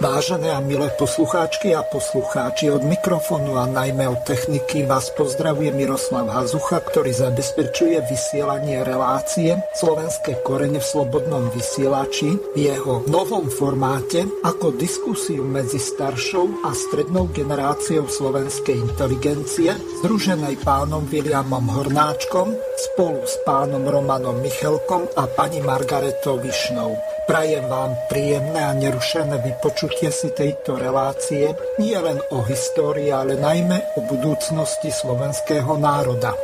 Vážené a milé poslucháčky a poslucháči, od mikrofónu a najmä od techniky vás pozdravuje Miroslav Hazucha, ktorý zabezpečuje vysielanie relácie Slovenské korene v slobodnom vysielači v jeho novom formáte ako diskusiu medzi staršou a strednou generáciou slovenskej inteligencie, združenej pánom Viliamom Hornáčkom spolu s pánom Romanom Michelkom a pani Margaretou Višnou. Prajem vám príjemné a nerušené vypočutie si tejto relácie nie len o histórii, ale najmä o budúcnosti slovenského národa.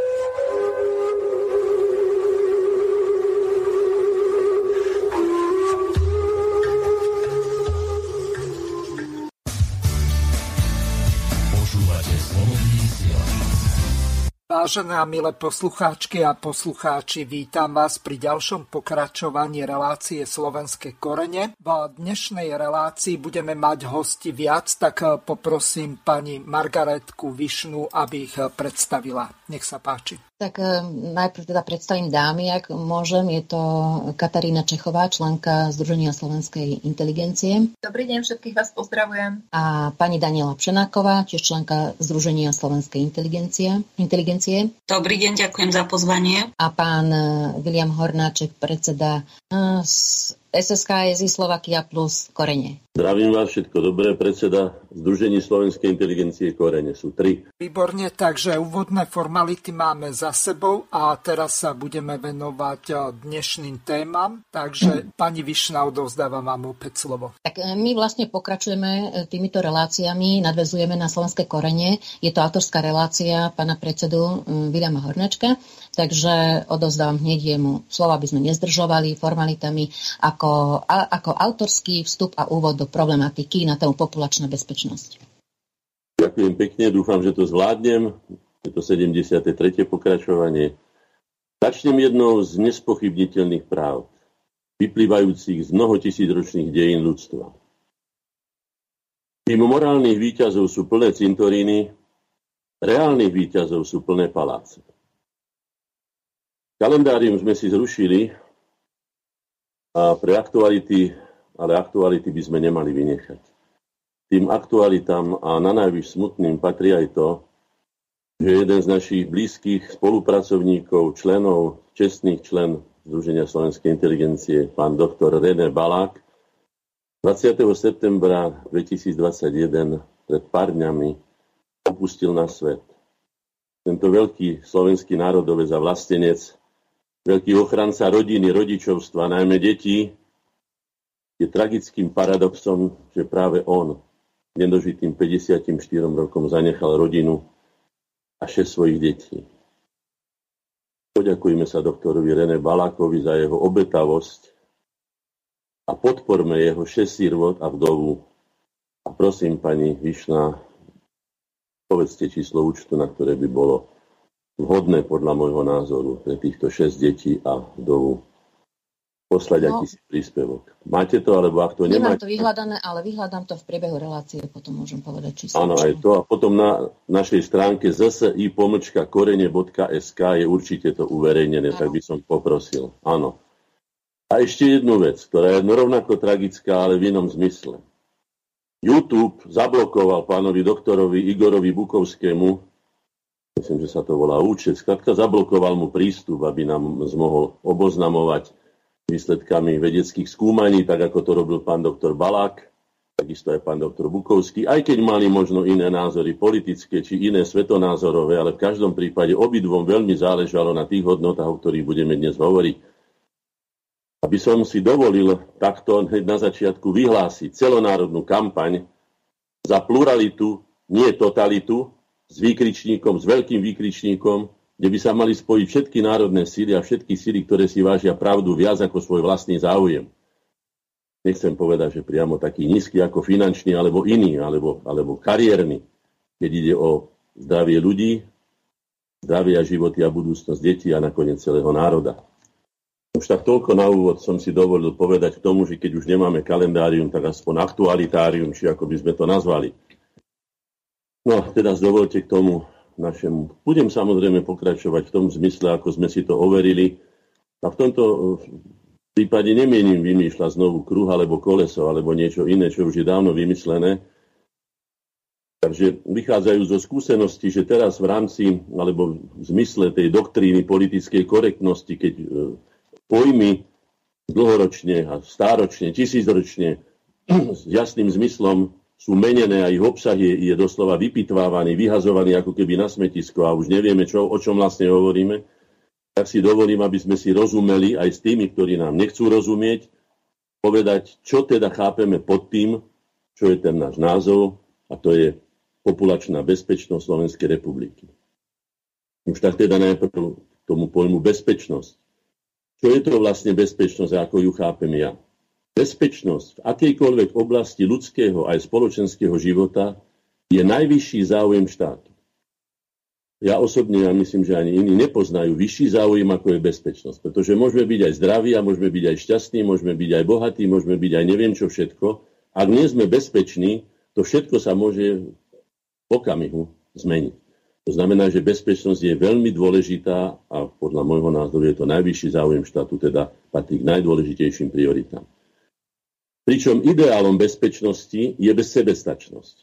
Vážené a milé poslucháčky a poslucháči, vítam vás pri ďalšom pokračovaní relácie Slovenské korene. V dnešnej relácii budeme mať hosti viac, tak poprosím pani Margaretku Višnu, aby ich predstavila. Nech sa páči. Tak najprv teda predstavím dámy, ak môžem. Je to Katarína Čechová, členka Združenia slovenskej inteligencie. Dobrý deň, všetkých vás pozdravujem. A pani Daniela Pšenáková, tiež členka Združenia slovenskej inteligencie. Dobrý deň, ďakujem za pozvanie. A pán Viliam Hornáček, predseda SSKS Slovakia plus Korene. Zdravím vás, všetko dobré, predseda Združení slovenskej inteligencie Korene. Sú 3. Výborne, takže úvodné formality máme za sebou a teraz sa budeme venovať dnešným témam. Takže pani Višna, odovzdávam vám opäť slovo. Tak my vlastne pokračujeme týmito reláciami, nadväzujeme na Slovenské korene. Je to autorská relácia pána predsedu Viliama Hornáčka, takže odovzdávam hneď jemu slovo, aby sme nezdržovali formalitami ako autorský vstup a úvod do problematiky na tému populačná bezpečnosť. Ďakujem pekne, dúfam, že to zvládnem. Je to 73. pokračovanie. Začnem jednou z nespochybniteľných práv, vyplývajúcich z mnohotisícročných dejín ľudstva. Tým morálnych víťazov sú plné cintoríny, reálnych víťazov sú plné paláce. Kalendárium sme si zrušili a ale aktuality by sme nemali vynechať. Tým aktualitám a nanajvyš smutným patrí aj to, že jeden z našich blízkych spolupracovníkov, čestných člen Združenia slovenskej inteligencie, pán doktor René Balák, 20. septembra 2021 pred pár dňami opustil náš svet. Tento veľký slovenský národovec a vlastenec, veľký ochranca rodiny, rodičovstva, najmä detí, je tragickým paradoxom, že práve on nedožitým 54 rokom zanechal rodinu a 6 svojich detí. Poďakujme sa doktorovi René Balákovi za jeho obetavosť a podporme jeho 6 sirvot a vdovu. A prosím, pani Višná, povedzte číslo účtu, na ktoré by bolo vhodné podľa môjho názoru pre týchto 6 detí a vdovu poslať akýsi príspevok. Máte to, alebo ak to nemáte? Nemám to vyhľadané, ale vyhľadám to v priebehu relácie, potom môžem povedať číslo. Áno, aj to. A potom na našej stránke zsi-korene.sk je určite to uverejnené, tak by som poprosil. Áno. A ešte jednu vec, ktorá je rovnako tragická, ale v inom zmysle. YouTube zablokoval pánovi doktorovi Igorovi Bukovskému, myslím, že sa to volá účet, skrátka zablokoval mu prístup, aby nám mohol oboznamovať výsledkami vedeckých skúmaní, tak ako to robil pán doktor Balák, takisto aj pán doktor Bukovský, aj keď mali možno iné názory politické či iné svetonázorové, ale v každom prípade obidvom veľmi záležalo na tých hodnotách, o ktorých budeme dnes hovoriť. Aby som si dovolil takto hneď na začiatku vyhlásiť celonárodnú kampaň za pluralitu, nie totalitu, s výkričníkom, s veľkým výkričníkom, kde by sa mali spojiť všetky národné síly a všetky síly, ktoré si vážia pravdu viac ako svoj vlastný záujem. Nechcem povedať, že priamo taký nízky ako finančný, alebo iný, alebo kariérny, keď ide o zdravie ľudí, zdravie a životy a budúcnosť detí a nakoniec celého národa. Už tak toľko na úvod som si dovolil povedať k tomu, že keď už nemáme kalendárium, tak aspoň aktualitárium, či ako by sme to nazvali. No, teraz dovolte k tomu našemu. Budem samozrejme pokračovať v tom zmysle, ako sme si to overili. A v tomto V prípade nemienim vymýšľať znovu kruh alebo koleso alebo niečo iné, čo už je dávno vymyslené. Takže vychádzajú zo skúsenosti, že teraz v rámci alebo v zmysle tej doktríny politickej korektnosti, keď pojmy dlhoročne a stáročne, tisícročne s jasným zmyslom sú menené a ich obsah je doslova vypitvávaný, vyhazovaný ako keby na smetisko a už nevieme, o čom vlastne hovoríme, tak si dovolím, aby sme si rozumeli aj s tými, ktorí nám nechcú rozumieť, povedať, čo teda chápeme pod tým, čo je ten náš názov, a to je populačná bezpečnosť Slovenskej republiky. Už tak teda najprv k tomu pojmu bezpečnosť. Čo je to vlastne bezpečnosť a ako ju chápem ja? Bezpečnosť v akejkoľvek oblasti ľudského aj spoločenského života je najvyšší záujem štátu. Ja osobne, ja myslím, že ani iní nepoznajú vyšší záujem, ako je bezpečnosť. Pretože môžeme byť aj zdraví, a môžeme byť aj šťastní, môžeme byť aj bohatí, môžeme byť aj neviem čo všetko. Ak nie sme bezpeční, to všetko sa môže v okamihu zmeniť. To znamená, že bezpečnosť je veľmi dôležitá a podľa môjho názoru je to najvyšší záujem štátu, teda patrí k najdôležitejším prioritám. Pričom ideálom bezpečnosti je sebestačnosť.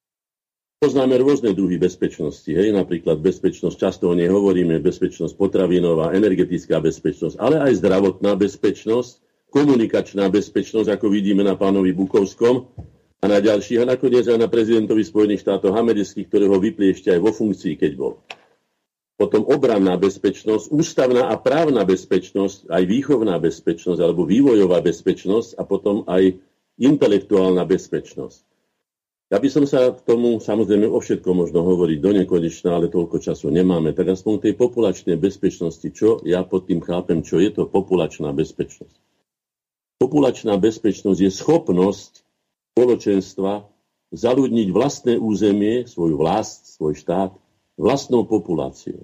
Poznáme rôzne druhy bezpečnosti, napríklad bezpečnosť, často o nej hovoríme, bezpečnosť potravinová, energetická bezpečnosť, ale aj zdravotná bezpečnosť, komunikačná bezpečnosť, ako vidíme na pánovi Bukovskom a na ďalších, a nakoniec aj na prezidentovi Spojených štátov amerických, ktorého vypli ešte aj vo funkcii, keď bol. Potom obranná bezpečnosť, ústavná a právna bezpečnosť, aj výchovná bezpečnosť alebo vývojová bezpečnosť a potom aj intelektuálna bezpečnosť. Ja by som sa k tomu, samozrejme o všetko možno hovoriť do nekonečna, ale toľko času nemáme, tak aspoň tej populačnej bezpečnosti, čo ja pod tým chápem, čo je to populačná bezpečnosť. Populačná bezpečnosť je schopnosť spoločenstva zaľudniť vlastné územie, svoju vlast, svoj štát, vlastnou populáciou.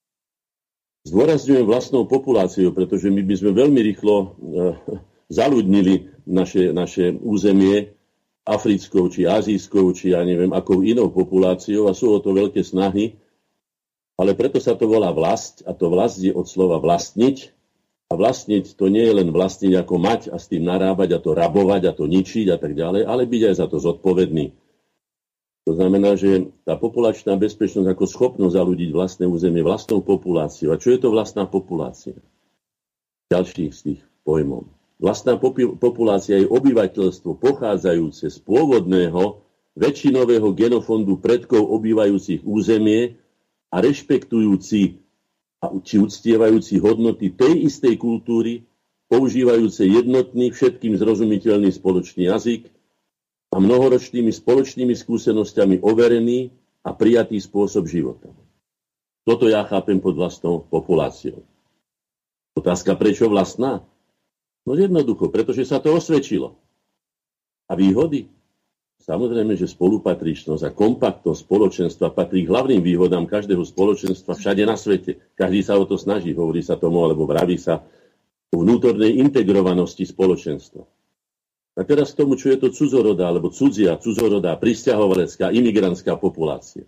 Zdôrazňujem vlastnou populáciou, pretože my by sme veľmi rýchlo zaľudnili naše územie africkou, či azijskou, či ja neviem, akou inou populáciou a sú o to veľké snahy, ale preto sa to volá vlast a to vlast je od slova vlastniť a vlastniť to nie je len vlastniť ako mať a s tým narábať a to rabovať a to ničiť a tak ďalej, ale byť aj za to zodpovedný. To znamená, že tá populačná bezpečnosť ako schopnosť zaľudiť vlastné územie vlastnou populáciou. A čo je to vlastná populácia? Ďalších z tých pojmov. Vlastná populácia je obyvateľstvo pochádzajúce z pôvodného väčšinového genofondu predkov obývajúcich územie a rešpektujúci či uctievajúci hodnoty tej istej kultúry, používajúce jednotný, všetkým zrozumiteľný spoločný jazyk a mnohoročnými spoločnými skúsenosťami overený a prijatý spôsob života. Toto ja chápem pod vlastnou populáciou. Otázka, prečo vlastná? No jednoducho, pretože sa to osvedčilo. A výhody? Samozrejme, že spolupatričnosť a kompaktnosť spoločenstva patrí k hlavným výhodám každého spoločenstva všade na svete. Každý sa o to snaží, hovorí sa tomu, alebo vraví sa o vnútornej integrovanosti spoločenstva. A teraz k tomu, čo je to cudzorodá, alebo cudzorodá, prisťahovalecká, imigrantská populácia.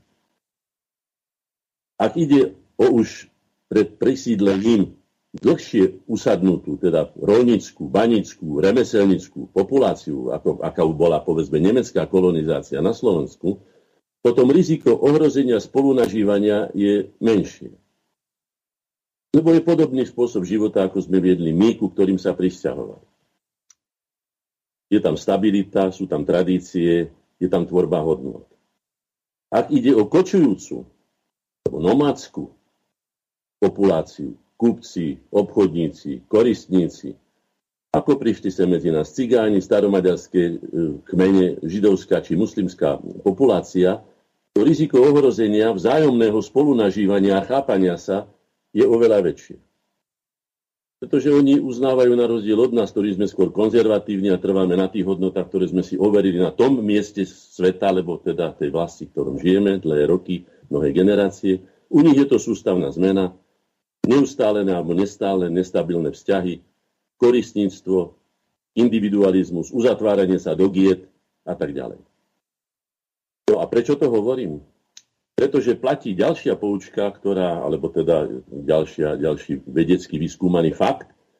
Ak ide o už pred presídlením dlhšie usadnutú, teda roľnickú, banickú, remeselnickú populáciu, aká bola, povedzme, nemecká kolonizácia na Slovensku, potom riziko ohrozenia spolunažívania je menšie. Lebo je podobný spôsob života, ako sme viedli my, ku ktorým sa prisťahovali. Je tam stabilita, sú tam tradície, je tam tvorba hodnôt. Ak ide o kočujúcu, alebo nomádskú populáciu, kupci, obchodníci, koristníci, ako prišli sa medzi nás cigáni, staromaďarské kmene, židovská či muslimská populácia, to riziko ohrozenia vzájomného spolunažívania a chápania sa je oveľa väčšie. Pretože oni uznávajú na rozdiel od nás, ktorí sme skôr konzervatívni a trváme na tých hodnotách, ktoré sme si overili na tom mieste sveta, alebo teda tej vlasti, v ktorom žijeme, dlhé roky, mnohé generácie. U nich je to sústavná zmena, neustálené alebo nestále nestabilné vzťahy, koristníctvo, individualizmus, uzatváranie sa do giet a tak ďalej. No a prečo to hovorím? Pretože platí ďalšia poučka, alebo teda ďalší vedecky vyskúmaný fakt,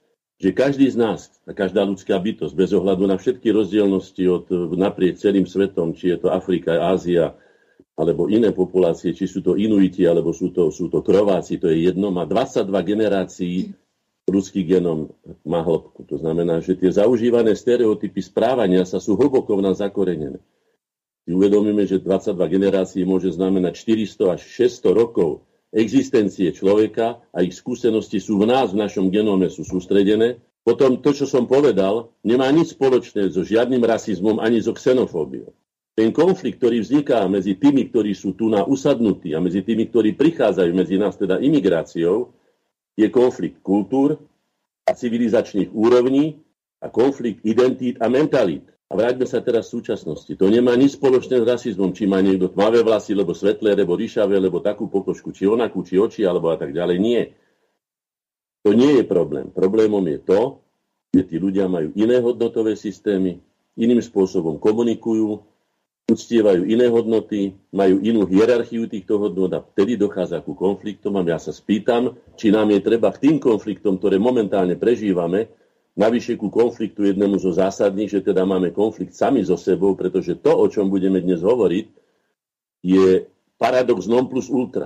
že každý z nás, a každá ľudská bytosť, bez ohľadu na všetky rozdielnosti naprieč celým svetom, či je to Afrika, Ázia, alebo iné populácie, či sú to Inuiti, alebo sú to Krováci, to je jedno, má 22 generácií, ľudský genom má hĺbku. To znamená, že tie zaužívané stereotypy správania sa sú hlboko v nás zakorenené. Si uvedomíme, že 22 generácií môže znamenať 400 až 600 rokov existencie človeka a ich skúsenosti sú v nás, v našom genóme sú sústredené. Potom to, čo som povedal, nemá nič spoločné so žiadnym rasizmom ani so xenofóbiou. Ten konflikt, ktorý vzniká medzi tými, ktorí sú tu na usadnutí a medzi tými, ktorí prichádzajú medzi nás, teda imigráciou, je konflikt kultúr a civilizačných úrovní a konflikt identít a mentalít. A vráťme sa teraz v súčasnosti. To nemá nič spoločné s rasizmom, či má niekto tmavé vlasy, lebo svetlé, lebo ríšavé, lebo takú pokožku, či onakú, či oči, alebo a tak ďalej. Nie. To nie je problém. Problémom je to, že tí ľudia majú iné hodnotové systémy, iným spôsobom komunikujú, uctievajú iné hodnoty, majú inú hierarchiu týchto hodnot a vtedy dochádza ku konfliktom a ja sa spýtam, či nám je treba k tým konfliktom, ktoré momentálne prežívame, navyše ku konfliktu jednému zo zásadných, že teda máme konflikt sami so sebou, pretože to, o čom budeme dnes hovoriť, je paradox non plus ultra.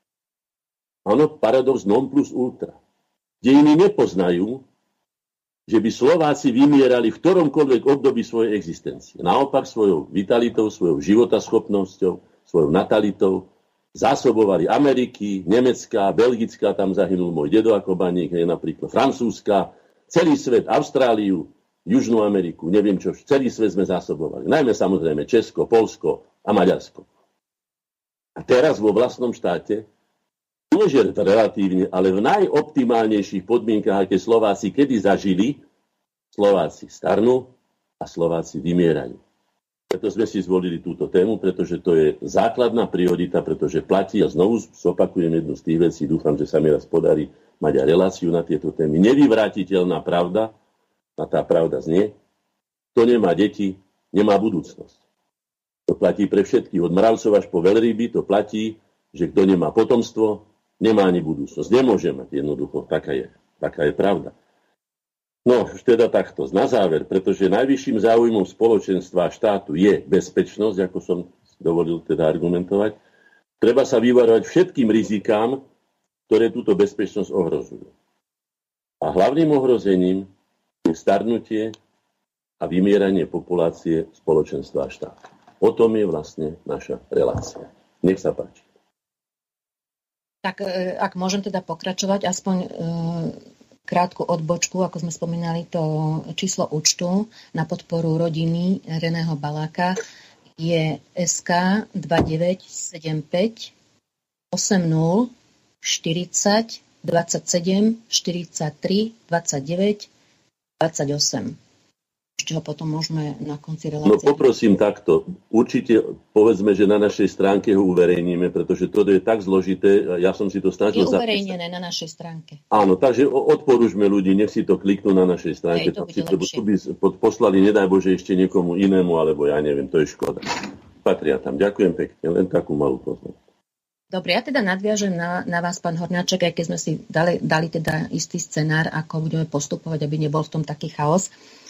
Áno, paradox non plus ultra. Dejiny nepoznajú, že by Slováci vymierali v ktoromkoľvek období svojej existencie. Naopak svojou vitalitou, svojou životaschopnosťou, svojou natalitou zásobovali Ameriky, Nemecká, Belgická, tam zahynul môj dedo ako baník, napríklad Francúzska, celý svet, Austráliu, Južnú Ameriku, neviem čo, celý svet sme zásobovali. Najmä samozrejme Česko, Poľsko a Maďarsko. A teraz vo vlastnom štáte, nie relatívne, ale v najoptimálnejších podmienkach, aké Slováci kedy zažili, Slováci starnú a Slováci vymierajú. Preto sme si zvolili túto tému, pretože to je základná priorita, pretože platí, a znovu zopakujem jednu z tých vecí, dúfam, že sa mi raz podarí mať aj reláciu na tieto témy. Nevyvrátiteľná pravda, a tá pravda znie, kto nemá deti, nemá budúcnosť. To platí pre všetkých, od mravcov až po veľryby, to platí, že kto nemá potomstvo, nemá ani budúcnosť. Nemôže mať, jednoducho, taká je pravda. No, už teda takto, na záver, pretože najvyšším záujmom spoločenstva a štátu je bezpečnosť, ako som dovolil teda argumentovať, treba sa vyvarovať všetkým rizikám, ktoré túto bezpečnosť ohrozujú. A hlavným ohrozením je starnutie a vymieranie populácie spoločenstva a štátu. O tom je vlastne naša relácia. Nech sa páči. Tak ak môžem teda pokračovať, aspoň krátku odbočku, ako sme spomínali, to číslo účtu na podporu rodiny Reného Baláka je SK 2975 80 40 27 43 29 28. Ešte ho potom môžeme na konci relácie. No poprosím takto. Určite povedzme, že na našej stránke ho uverejníme, pretože to je tak zložité. Ja som si to snažil zapísať. Je uverejnené na našej stránke. Áno, takže odporúčme ľudí, nech si to kliknú na našej stránke. To by poslali, nedaj Bože, ešte niekomu inému, alebo ja neviem, to je škoda. Patria tam. Ďakujem pekne, len takú malú poznámku. Dobre, ja teda nadviažem na vás, pán Horňáček, aj keď sme si dali teda istý scenár, ako budeme postupovať, aby nebol v tom taký chaos.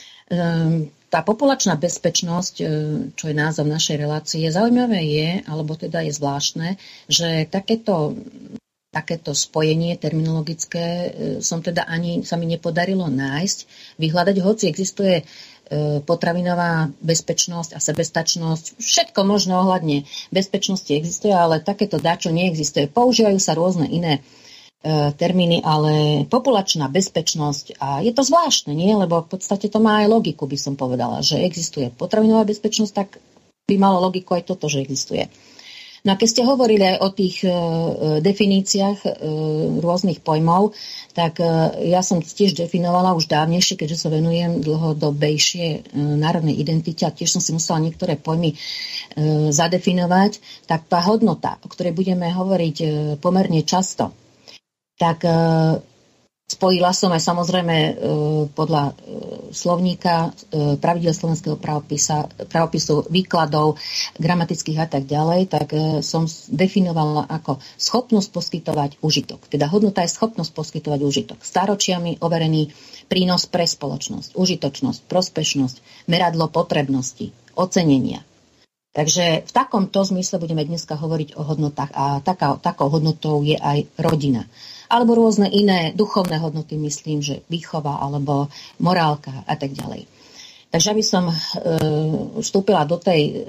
Tá populačná bezpečnosť, čo je názov našej relácie, zaujímavé je, alebo teda je zvláštne, že takéto spojenie terminologické sa mi nepodarilo nájsť, vyhľadať, hoci existuje potravinová bezpečnosť a sebestačnosť, všetko možno ohľadne bezpečnosti existuje, ale takéto dáčo neexistuje. Používajú sa rôzne iné termíny, ale populačná bezpečnosť, a je to zvláštne, nie? Lebo v podstate to má aj logiku, by som povedala, že existuje potravinová bezpečnosť, tak by malo logiku aj toto, že existuje. No a keď ste hovorili aj o tých definíciách rôznych pojmov, tak ja som tiež definovala už dávnejšie, keďže sa venujem dlhodobejšie národnej identite a tiež som si musela niektoré pojmy zadefinovať, tak tá hodnota, o ktorej budeme hovoriť pomerne často, tak z Spojila som aj samozrejme podľa slovníka, pravidiel slovenského pravopisu, výkladov gramatických a tak ďalej, tak som definovala ako schopnosť poskytovať užitok. Teda hodnota je schopnosť poskytovať užitok. Stáročiami overený prínos pre spoločnosť, užitočnosť, prospešnosť, meradlo potrebnosti, ocenenia. Takže v takomto zmysle budeme dneska hovoriť o hodnotách a takou hodnotou je aj rodina. Alebo rôzne iné duchovné hodnoty, myslím, že výchova alebo morálka a tak ďalej. Takže aby som vstúpila do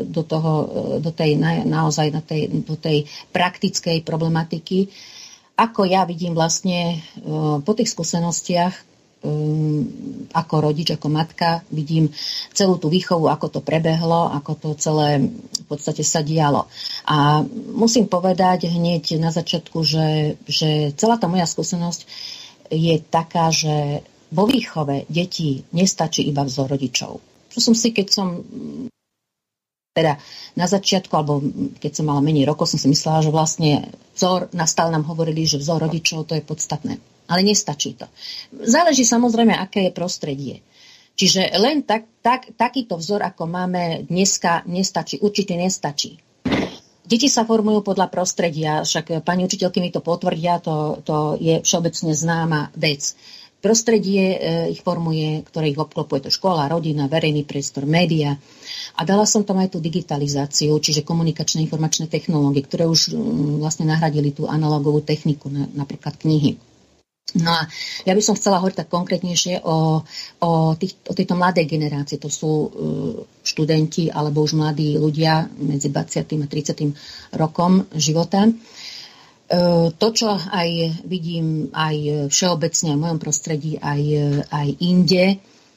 tej praktickej problematiky, ako ja vidím vlastne po tých skúsenostiach, ako rodič, ako matka, vidím celú tú výchovu, ako to prebehlo, ako to celé v podstate sa dialo. A musím povedať hneď na začiatku, že celá tá moja skúsenosť je taká, že vo výchove detí nestačí iba vzor rodičov. Čo som si, keď som teda na začiatku, alebo keď som mala menej rokov, som si myslela, že vlastne vzor, nastal nám hovorili, že vzor rodičov to je podstatné. Ale nestačí to. Záleží samozrejme, aké je prostredie. Čiže len takýto vzor, ako máme dneska, nestačí. Určite nestačí. Deti sa formujú podľa prostredia, však pani učiteľky mi to potvrdia, to je všeobecne známa vec. Prostredie ich formuje, ktoré ich obklopuje, to škola, rodina, verejný priestor, média. A dala som tam aj tú digitalizáciu, čiže komunikačné informačné technológie, ktoré už vlastne nahradili tú analogovú techniku, napríklad knihy. No a ja by som chcela hovoriť tak konkrétnejšie o tejto mladej generácii. To sú študenti alebo už mladí ľudia medzi 20. a 30. rokom života. To, čo aj vidím aj všeobecne v mojom prostredí, aj inde,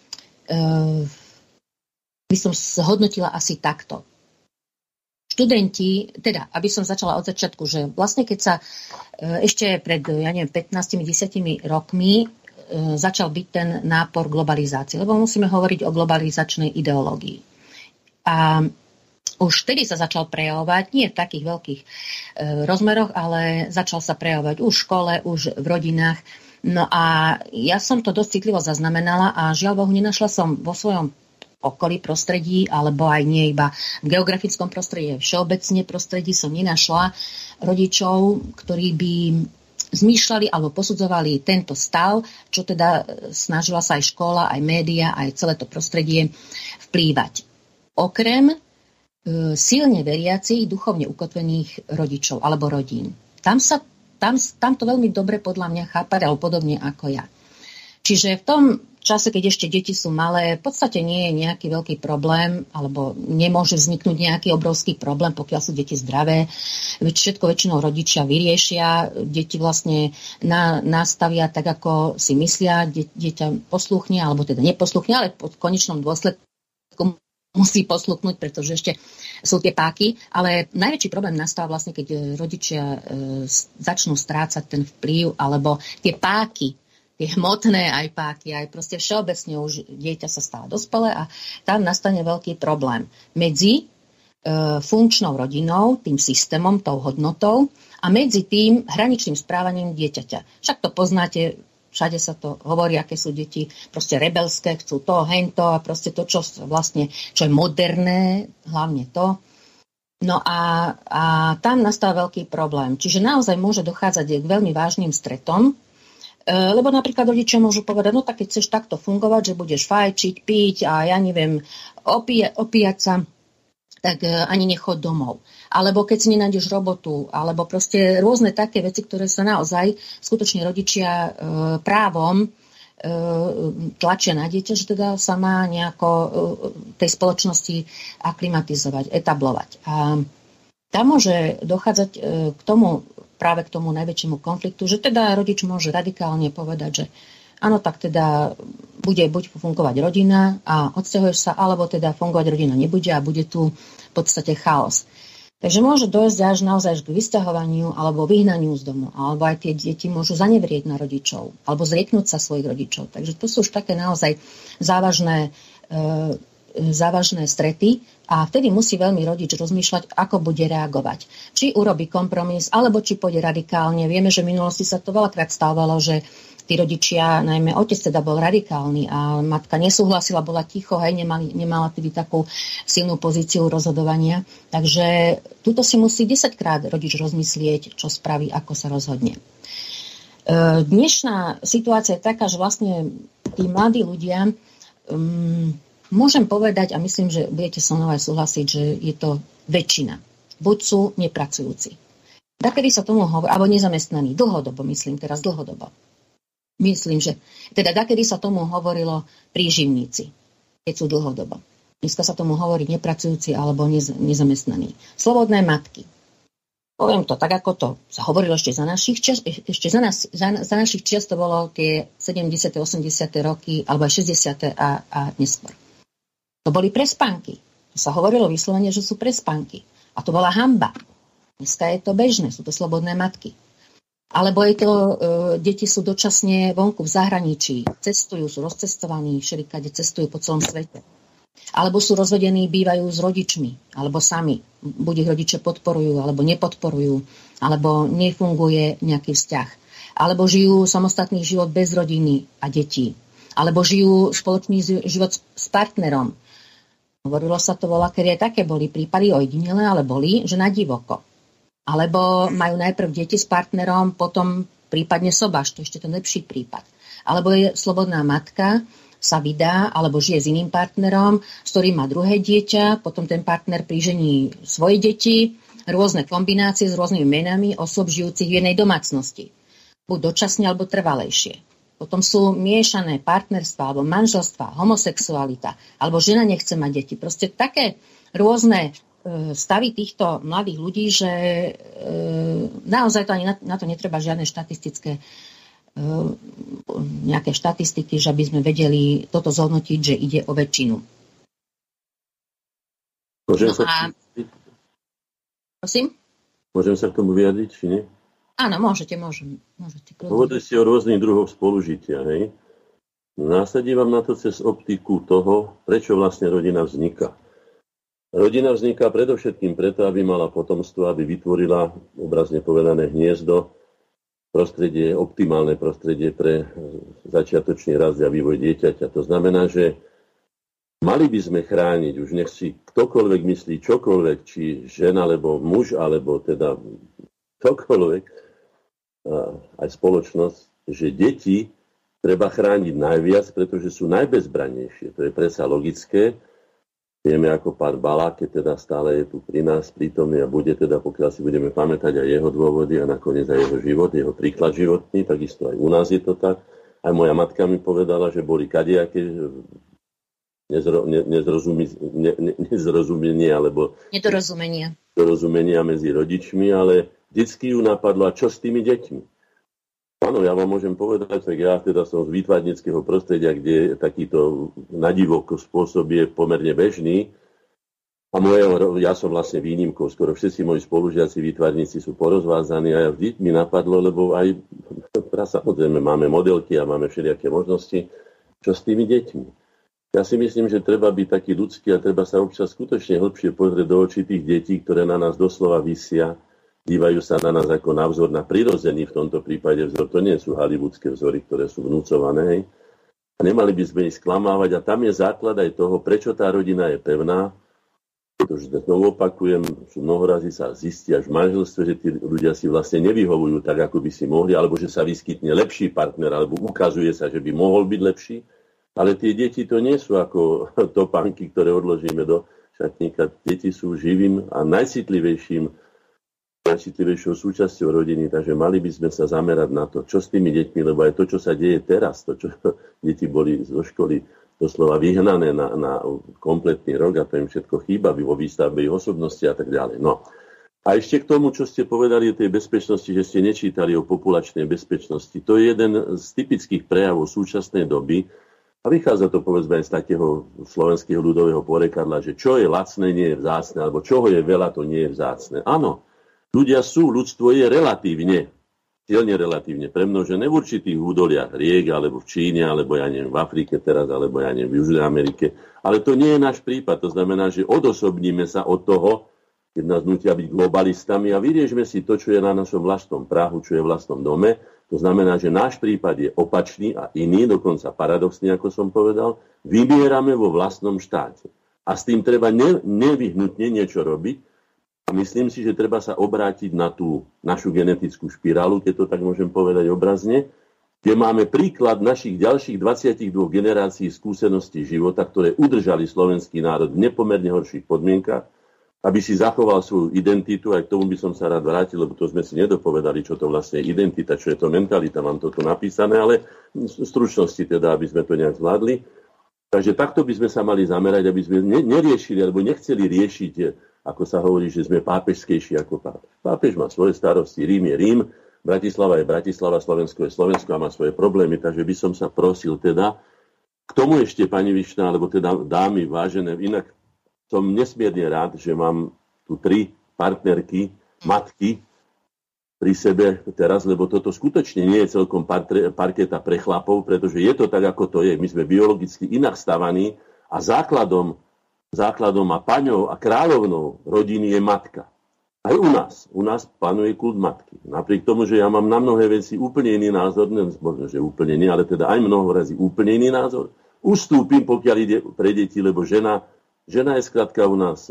by som zhodnotila asi takto. Študenti, teda, aby som začala od začiatku, že vlastne keď sa ešte pred, 15-10 rokmi začal byť ten nápor globalizácie, lebo musíme hovoriť o globalizačnej ideológii. A už vtedy sa začal prejavovať, nie v takých veľkých rozmeroch, ale začal sa prejavovať už v škole, už v rodinách. No a ja som to dosť citlivo zaznamenala a žiaľ Bohu, nenašla som vo svojom okolí prostredí, alebo aj nie iba v geografickom prostredí, všeobecne prostredí som nenašla rodičov, ktorí by zmýšľali alebo posudzovali tento stav, čo teda snažila sa aj škola, aj média, aj celé to prostredie vplývať. Okrem silne veriacich, duchovne ukotvených rodičov alebo rodín. Tam to veľmi dobre podľa mňa chápať, alebo podobne ako ja. Čiže v tom čase, keď ešte deti sú malé, v podstate nie je nejaký veľký problém, alebo nemôže vzniknúť nejaký obrovský problém, pokiaľ sú deti zdravé. Všetko väčšinou rodičia vyriešia, deti vlastne nastavia tak, ako si myslia, dieťa posluchne, alebo teda neposluchne, ale v konečnom dôsledku musí posluchnúť, pretože ešte sú tie páky. Ale najväčší problém nastáva vlastne, keď rodičia začnú strácať ten vplyv, alebo tie páky, tie hmotné aj páky, aj proste všeobecne už dieťa sa stáva dospelé a tam nastane veľký problém medzi funkčnou rodinou, tým systémom, tou hodnotou a medzi tým hraničným správaním dieťaťa. Však to poznáte, všade sa to hovorí, aké sú deti proste rebelské, chcú to, hento a proste to, čo je moderné, hlavne to. No a tam nastáva veľký problém. Čiže naozaj môže dochádzať k veľmi vážnym stretom, lebo napríklad rodičia môžu povedať, no tak keď chceš takto fungovať, že budeš fajčiť, piť a ja neviem, opíjať sa, tak ani nechoď domov. Alebo keď si nenájdeš robotu, alebo proste rôzne také veci, ktoré sa naozaj skutočne rodičia právom tlačia na dieťa, že teda sa má nejako tej spoločnosti aklimatizovať, etablovať. A tam môže dochádzať práve k tomu najväčšiemu konfliktu, že teda rodič môže radikálne povedať, že áno, tak teda bude buď fungovať rodina a odsťahuješ sa, alebo teda fungovať rodina nebude a bude tu v podstate chaos. Takže môže dojsť až naozaj k vysťahovaniu alebo vyhnaniu z domu, alebo aj tie deti môžu zanevrieť na rodičov, alebo zrieknúť sa svojich rodičov. Takže to sú už také naozaj závažné strety a vtedy musí veľmi rodič rozmýšľať, ako bude reagovať. Či urobí kompromis, alebo či pôjde radikálne. Vieme, že v minulosti sa to veľakrát stávalo, že tí rodičia, najmä otec teda bol radikálny a matka nesúhlasila, bola ticho, hej, nemala tedy takú silnú pozíciu rozhodovania. Takže tuto si musí 10-krát rodič rozmyslieť, čo spraví, ako sa rozhodne. Dnešná situácia je taká, že vlastne tí mladí ľudia, môžem povedať, a myslím, že budete so mnou aj súhlasiť, že je to väčšina. Buď sú nepracujúci. Dakedy sa tomu hovorí, alebo nezamestnaní, dlhodobo, myslím teraz dlhodobo. Myslím, že teda dakedy sa tomu hovorilo príživníci, keď sú dlhodobo. Dneska sa tomu hovorí nepracujúci alebo nezamestnaní. Slobodné matky. Poviem to tak, ako to sa hovorilo ešte za našich čias, za našich čias to bolo tie 70. 80. roky, alebo aj 60. a neskôr. To boli prespánky. To sa hovorilo vyslovene, že sú prespánky. A to bola hanba. Dneska je to bežné, sú to slobodné matky. Alebo je to, deti sú dočasne vonku v zahraničí, cestujú, sú rozcestovaní, všelikade cestujú po celom svete. Alebo sú rozvedení, bývajú s rodičmi, alebo sami. Buď ich rodiče podporujú, alebo nepodporujú, alebo nefunguje nejaký vzťah. Alebo žijú samostatný život bez rodiny a detí. Alebo žijú spoločný život s partnerom. Hovorilo sa to voľakedy, aj také boli prípady ojedinelé, ale boli, že na divoko. Alebo majú najprv deti s partnerom, potom prípadne sobáš, to je ešte ten lepší prípad. Alebo je slobodná matka, sa vydá, alebo žije s iným partnerom, s ktorým má druhé dieťa, potom ten partner prižení svoje deti, rôzne kombinácie s rôznymi menami osob žijúcich v jednej domácnosti. Buď dočasne, alebo trvalejšie. Potom sú miešané partnerstva, alebo manželstva, homosexualita, alebo žena nechce mať deti. Proste také rôzne stavy týchto mladých ľudí, že naozaj to ani na to netreba žiadne štatistické nejaké štatistiky, že aby sme vedeli toto zhodnotiť, že ide o väčšinu. Prosím? Môžem sa k tomu vyjadriť, či nie? Áno, môžete. Hovorili ste o rôznych druhoch spolužitia, hej? Nasadím vám na to cez optiku toho, prečo vlastne rodina vzniká. Rodina vzniká predovšetkým preto, aby mala potomstvo, aby vytvorila, obrazne povedané, hniezdo, prostredie, optimálne prostredie pre začiatočný rast a vývoj dieťaťa. To znamená, že mali by sme chrániť, už nech si ktokoľvek myslí čokoľvek, či žena, alebo muž, alebo teda čokoľvek, aj spoločnosť, že deti treba chrániť najviac, pretože sú najbezbrannejšie. To je predsa logické. Vieme, ako pán Balák, keď teda stále je tu pri nás prítomný a bude teda, pokiaľ si budeme pamätať aj jeho dôvody a nakoniec aj jeho život, jeho príklad životný, takisto aj u nás je to tak. Aj moja matka mi povedala, že boli kadejaké nedorozumenia medzi rodičmi, ale vždycky ju napadlo, a čo s tými deťmi? Áno, ja vám môžem povedať, tak ja teda som z výtvarníckeho prostredia, kde takýto nadivoko spôsob je pomerne bežný. A ja som vlastne výnimkou, skoro všetci moji spolužiaci výtvarníci sú porozvázaní a vždy mi napadlo, lebo aj samozrejme máme modelky a máme všelijaké možnosti, čo s tými deťmi. Ja si myslím, že treba byť taký ľudský a treba sa občas skutočne hlbšie pozrieť do očí tých detí, ktoré na nás doslova visia. Dívajú sa na nás ako na vzor, na prirodzený v tomto prípade vzor. To nie sú hollywoodske vzory, ktoré sú vnúcované. A nemali by sme ich sklamávať. A tam je základ aj toho, prečo tá rodina je pevná. Pretože znovu opakujem, mnoho razy sa zistí až v manželstve, že tí ľudia si vlastne nevyhovujú tak, ako by si mohli, alebo že sa vyskytne lepší partner, alebo ukazuje sa, že by mohol byť lepší. Ale tie deti to nie sú ako topánky, ktoré odložíme do šatníka. Deti sú živým a najcitlivejšou súčasťou rodiny, takže mali by sme sa zamerať na to, čo s tými deťmi, lebo aj to, čo sa deje teraz, to, čo deti boli zo školy doslova vyhnané na kompletný rok a to im všetko chýba vo výstavbe ich osobnosti a tak ďalej. No. A ešte k tomu, čo ste povedali o tej bezpečnosti, že ste nečítali o populačnej bezpečnosti. To je jeden z typických prejavov súčasnej doby a vychádza to povedzme aj z takého slovenského ľudového porekadla, že čo je lacné, nie je vzácne, alebo čoho je veľa, to nie je vzácne. Áno. Ľudia sú, ľudstvo je relatívne, silne relatívne premnožené v určitých údoliach riek, alebo v Číne, alebo ja neviem, v Afrike teraz, alebo ja neviem, v Južnej Amerike. Ale to nie je náš prípad. To znamená, že odosobníme sa od toho, keď nás nutia byť globalistami a vyriešme si to, čo je na našom vlastnom prahu, čo je v vlastnom dome To znamená, že náš prípad je opačný a iný, dokonca paradoxný, ako som povedal. Vymierame vo vlastnom štáte. A s tým treba nevyhnutne niečo robiť. A myslím si, že treba sa obrátiť na tú našu genetickú špirálu, keď to tak môžem povedať obrazne, kde máme príklad našich ďalších 22 generácií skúseností života, ktoré udržali slovenský národ v nepomerne horších podmienkach, aby si zachoval svoju identitu. Aj k tomu by som sa rád vrátil, lebo to sme si nedopovedali, čo to vlastne je identita, čo je to mentalita, mám to tu napísané, ale v stručnosti teda, aby sme to nejak zvládli. Takže takto by sme sa mali zamerať, aby sme neriešili, alebo nechceli riešiť, ako sa hovorí, že sme pápežskejší ako pápež. Pápež má svoje starosti, Rím je Rím, Bratislava je Bratislava, Slovensko je Slovensko a má svoje problémy, takže by som sa prosil teda, k tomu ešte, pani Višná, alebo teda dámy vážené, inak som nesmierne rád, že mám tu 3 partnerky, matky pri sebe teraz, lebo toto skutočne nie je celkom parketa pre chlapov, pretože je to tak, ako to je. My sme biologicky inak stavaní a základom a paňou a kráľovnou rodiny je matka. Aj u nás panuje kult matky. Napriek tomu, že ja mám na mnohé veci úplne iný názor, možno, že úplne nie, ale teda aj mnoho razy úplne iný názor, ustúpim, pokiaľ ide pre deti, lebo žena je skrátka u nás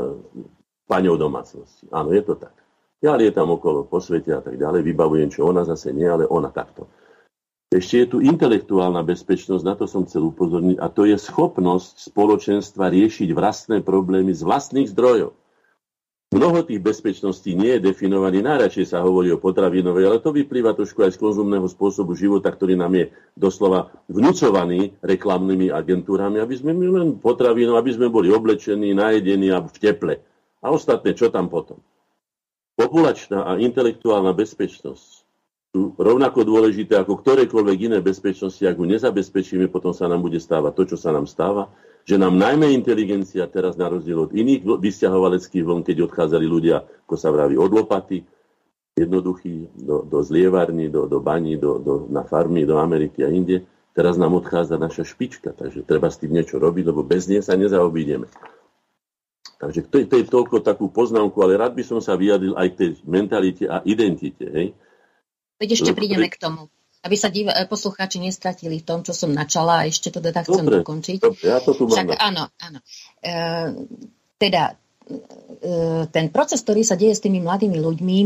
paňou domácnosti. Áno, je to tak. Ja lietam okolo po svete a tak ďalej, vybavujem, čo ona zase nie, ale ona takto. Ešte je tu intelektuálna bezpečnosť, na to som chcel upozorniť, a to je schopnosť spoločenstva riešiť vlastné problémy z vlastných zdrojov. Mnoho tých bezpečností nie je definovaný, najradšej sa hovorí o potravinovej, ale to vyplýva trošku aj z konzumného spôsobu života, ktorý nám je doslova vnúcovaný reklamnými agentúrami, aby sme len potravinou, aby sme boli oblečení, najedení a v teple. A ostatné, čo tam potom? Populačná a intelektuálna bezpečnosť sú rovnako dôležité ako ktorékoľvek iné bezpečnosti. Ak ju nezabezpečíme, potom sa nám bude stávať to, čo sa nám stáva, že nám najmä inteligencia teraz na rozdiel od iných vysťahovaleckých vln, keď odchádzali ľudia, ako sa vraví, od lopaty, jednoduchí, do zlievarní, do baní, na farmy, do Ameriky a inde, teraz nám odchádza naša špička, takže treba s tým niečo robiť, lebo bez nej sa nezaobídeme. Takže to je toľko takú poznámku, ale rád by som sa vyjadril aj k tej mentalite a identite. Hej? Veď ešte prídeme k tomu, aby sa poslucháči nestratili v tom, čo som načala, a ešte to teda chcem dokončiť. Dobre, ja to tu mám. Však áno. Ten proces, ktorý sa deje s tými mladými ľuďmi,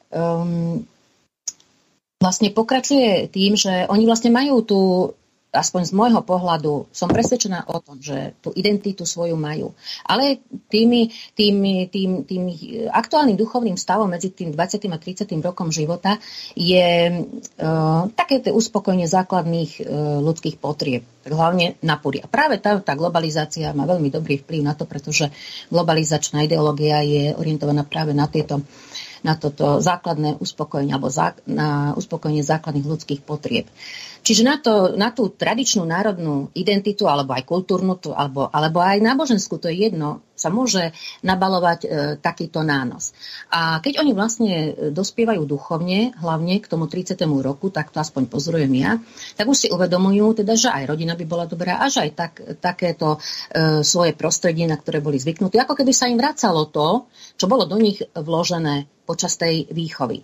vlastne pokračuje tým, že oni vlastne majú tú, aspoň z môjho pohľadu, som presvedčená o tom, že tú identitu svoju majú. Ale tým aktuálnym duchovným stavom medzi tým 20. a 30. rokom života je také uspokojenie základných ľudských potrieb, hlavne na púdy. A práve tá globalizácia má veľmi dobrý vplyv na to, pretože globalizačná ideológia je orientovaná práve na toto základné uspokojenie alebo na uspokojenie základných ľudských potrieb. Čiže na tú tradičnú národnú identitu alebo aj kultúrnu alebo aj náboženskú, to je jedno, sa môže nabalovať takýto nános. A keď oni vlastne dospievajú duchovne, hlavne k tomu 30. roku, tak to aspoň pozorujem ja, tak už si uvedomujú, teda, že aj rodina by bola dobrá, až aj takéto svoje prostredie, na ktoré boli zvyknutí, ako keby sa im vracalo to, čo bolo do nich vložené počas tej výchovy.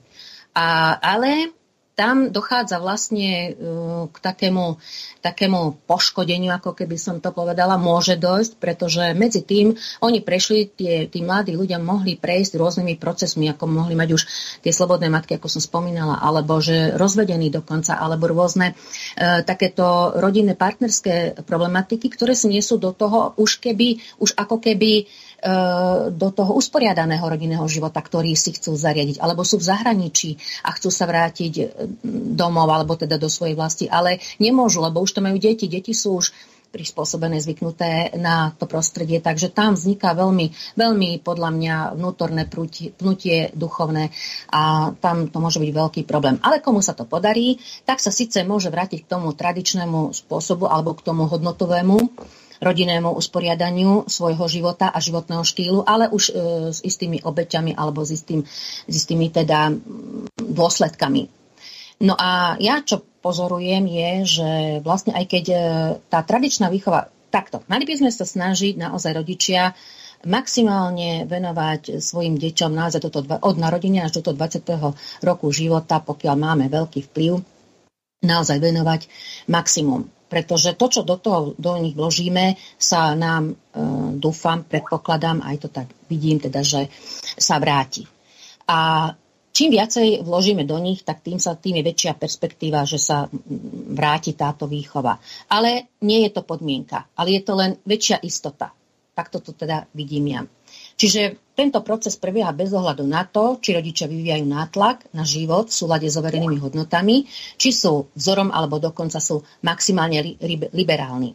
Ale tam dochádza vlastne k takému poškodeniu, ako keby som to povedala, môže dojsť, pretože medzi tým oni prešli, tí mladí ľudia mohli prejsť rôznymi procesmi, ako mohli mať už tie slobodné matky, ako som spomínala, alebo že rozvedení dokonca, alebo rôzne takéto rodinné partnerské problematiky, ktoré si nesú do toho už ako keby do toho usporiadaného rodinného života, ktorý si chcú zariadiť, alebo sú v zahraničí a chcú sa vrátiť domov, alebo teda do svojej vlasti, ale nemôžu, lebo už to majú deti. Deti sú už prispôsobené, zvyknuté na to prostredie, takže tam vzniká veľmi, veľmi podľa mňa vnútorné pnutie duchovné a tam to môže byť veľký problém. Ale komu sa to podarí, tak sa síce môže vrátiť k tomu tradičnému spôsobu alebo k tomu hodnotovému rodinnému usporiadaniu svojho života a životného štýlu, ale už s istými obeťami alebo s istými teda dôsledkami. No a ja, čo pozorujem, je, že vlastne aj keď tá tradičná výchova takto, mali by sme sa snažiť naozaj rodičia maximálne venovať svojim deťom naozaj od narodenia až do toho 20. roku života, pokiaľ máme veľký vplyv, naozaj venovať maximum. Pretože to, čo do nich vložíme, sa nám, dúfam, predpokladám, aj to tak vidím, teda, že sa vráti. A čím viacej vložíme do nich, tak tým je väčšia perspektíva, že sa vráti táto výchova. Ale nie je to podmienka, ale je to len väčšia istota. Takto to teda vidím ja. Čiže tento proces prebieha bez ohľadu na to, či rodičia vyvíjajú nátlak na život v súlade s overenými hodnotami, či sú vzorom alebo dokonca sú maximálne liberálni.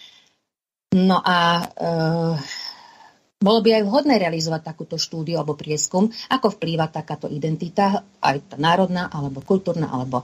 No a bolo by aj vhodné realizovať takúto štúdiu alebo prieskum, ako vplýva takáto identita, aj tá národná, alebo kultúrna, alebo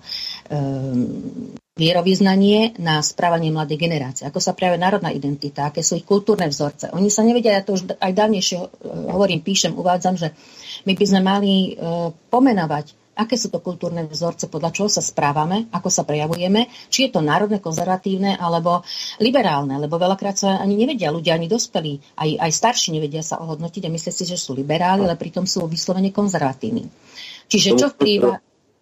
vierovyznanie na správanie mladej generácie. Ako sa prejavuje národná identita, aké sú ich kultúrne vzorce. Oni sa nevedia, ja to už aj dávnejšie hovorím, píšem, uvádzam, že my by sme mali pomenovať, aké sú to kultúrne vzorce, podľa čoho sa správame, ako sa prejavujeme, či je to národné, konzervatívne alebo liberálne, lebo veľakrát sa ani nevedia ľudia, ani dospelí, aj starší nevedia sa ohodnotiť a myslia si, že sú liberáli, ale pritom sú vyslovene konzervatívni. Čiže čo vplýva...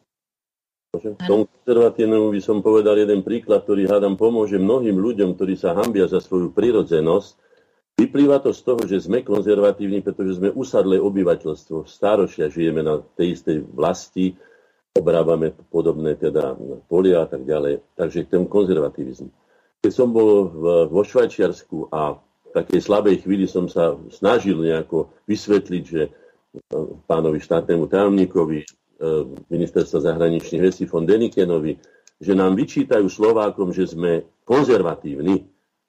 K tomu konzervatívnemu by som povedal jeden príklad, ktorý hádam pomôže mnohým ľuďom, ktorí sa hanbia za svoju prirodzenosť. Vyplýva to z toho, že sme konzervatívni, pretože sme usadlé obyvateľstvo. Stáročia žijeme na tej istej vlasti, obrábame podobné teda polia a tak ďalej. Takže k tomu konzervativizmu. Keď som bol vo Švajčiarsku a v takej slabej chvíli som sa snažil nejako vysvetliť, že pánovi štátnemu tajomníkovi ministerstva zahraničných vecí von Denikenovi, že nám vyčítajú Slovákom, že sme konzervatívni.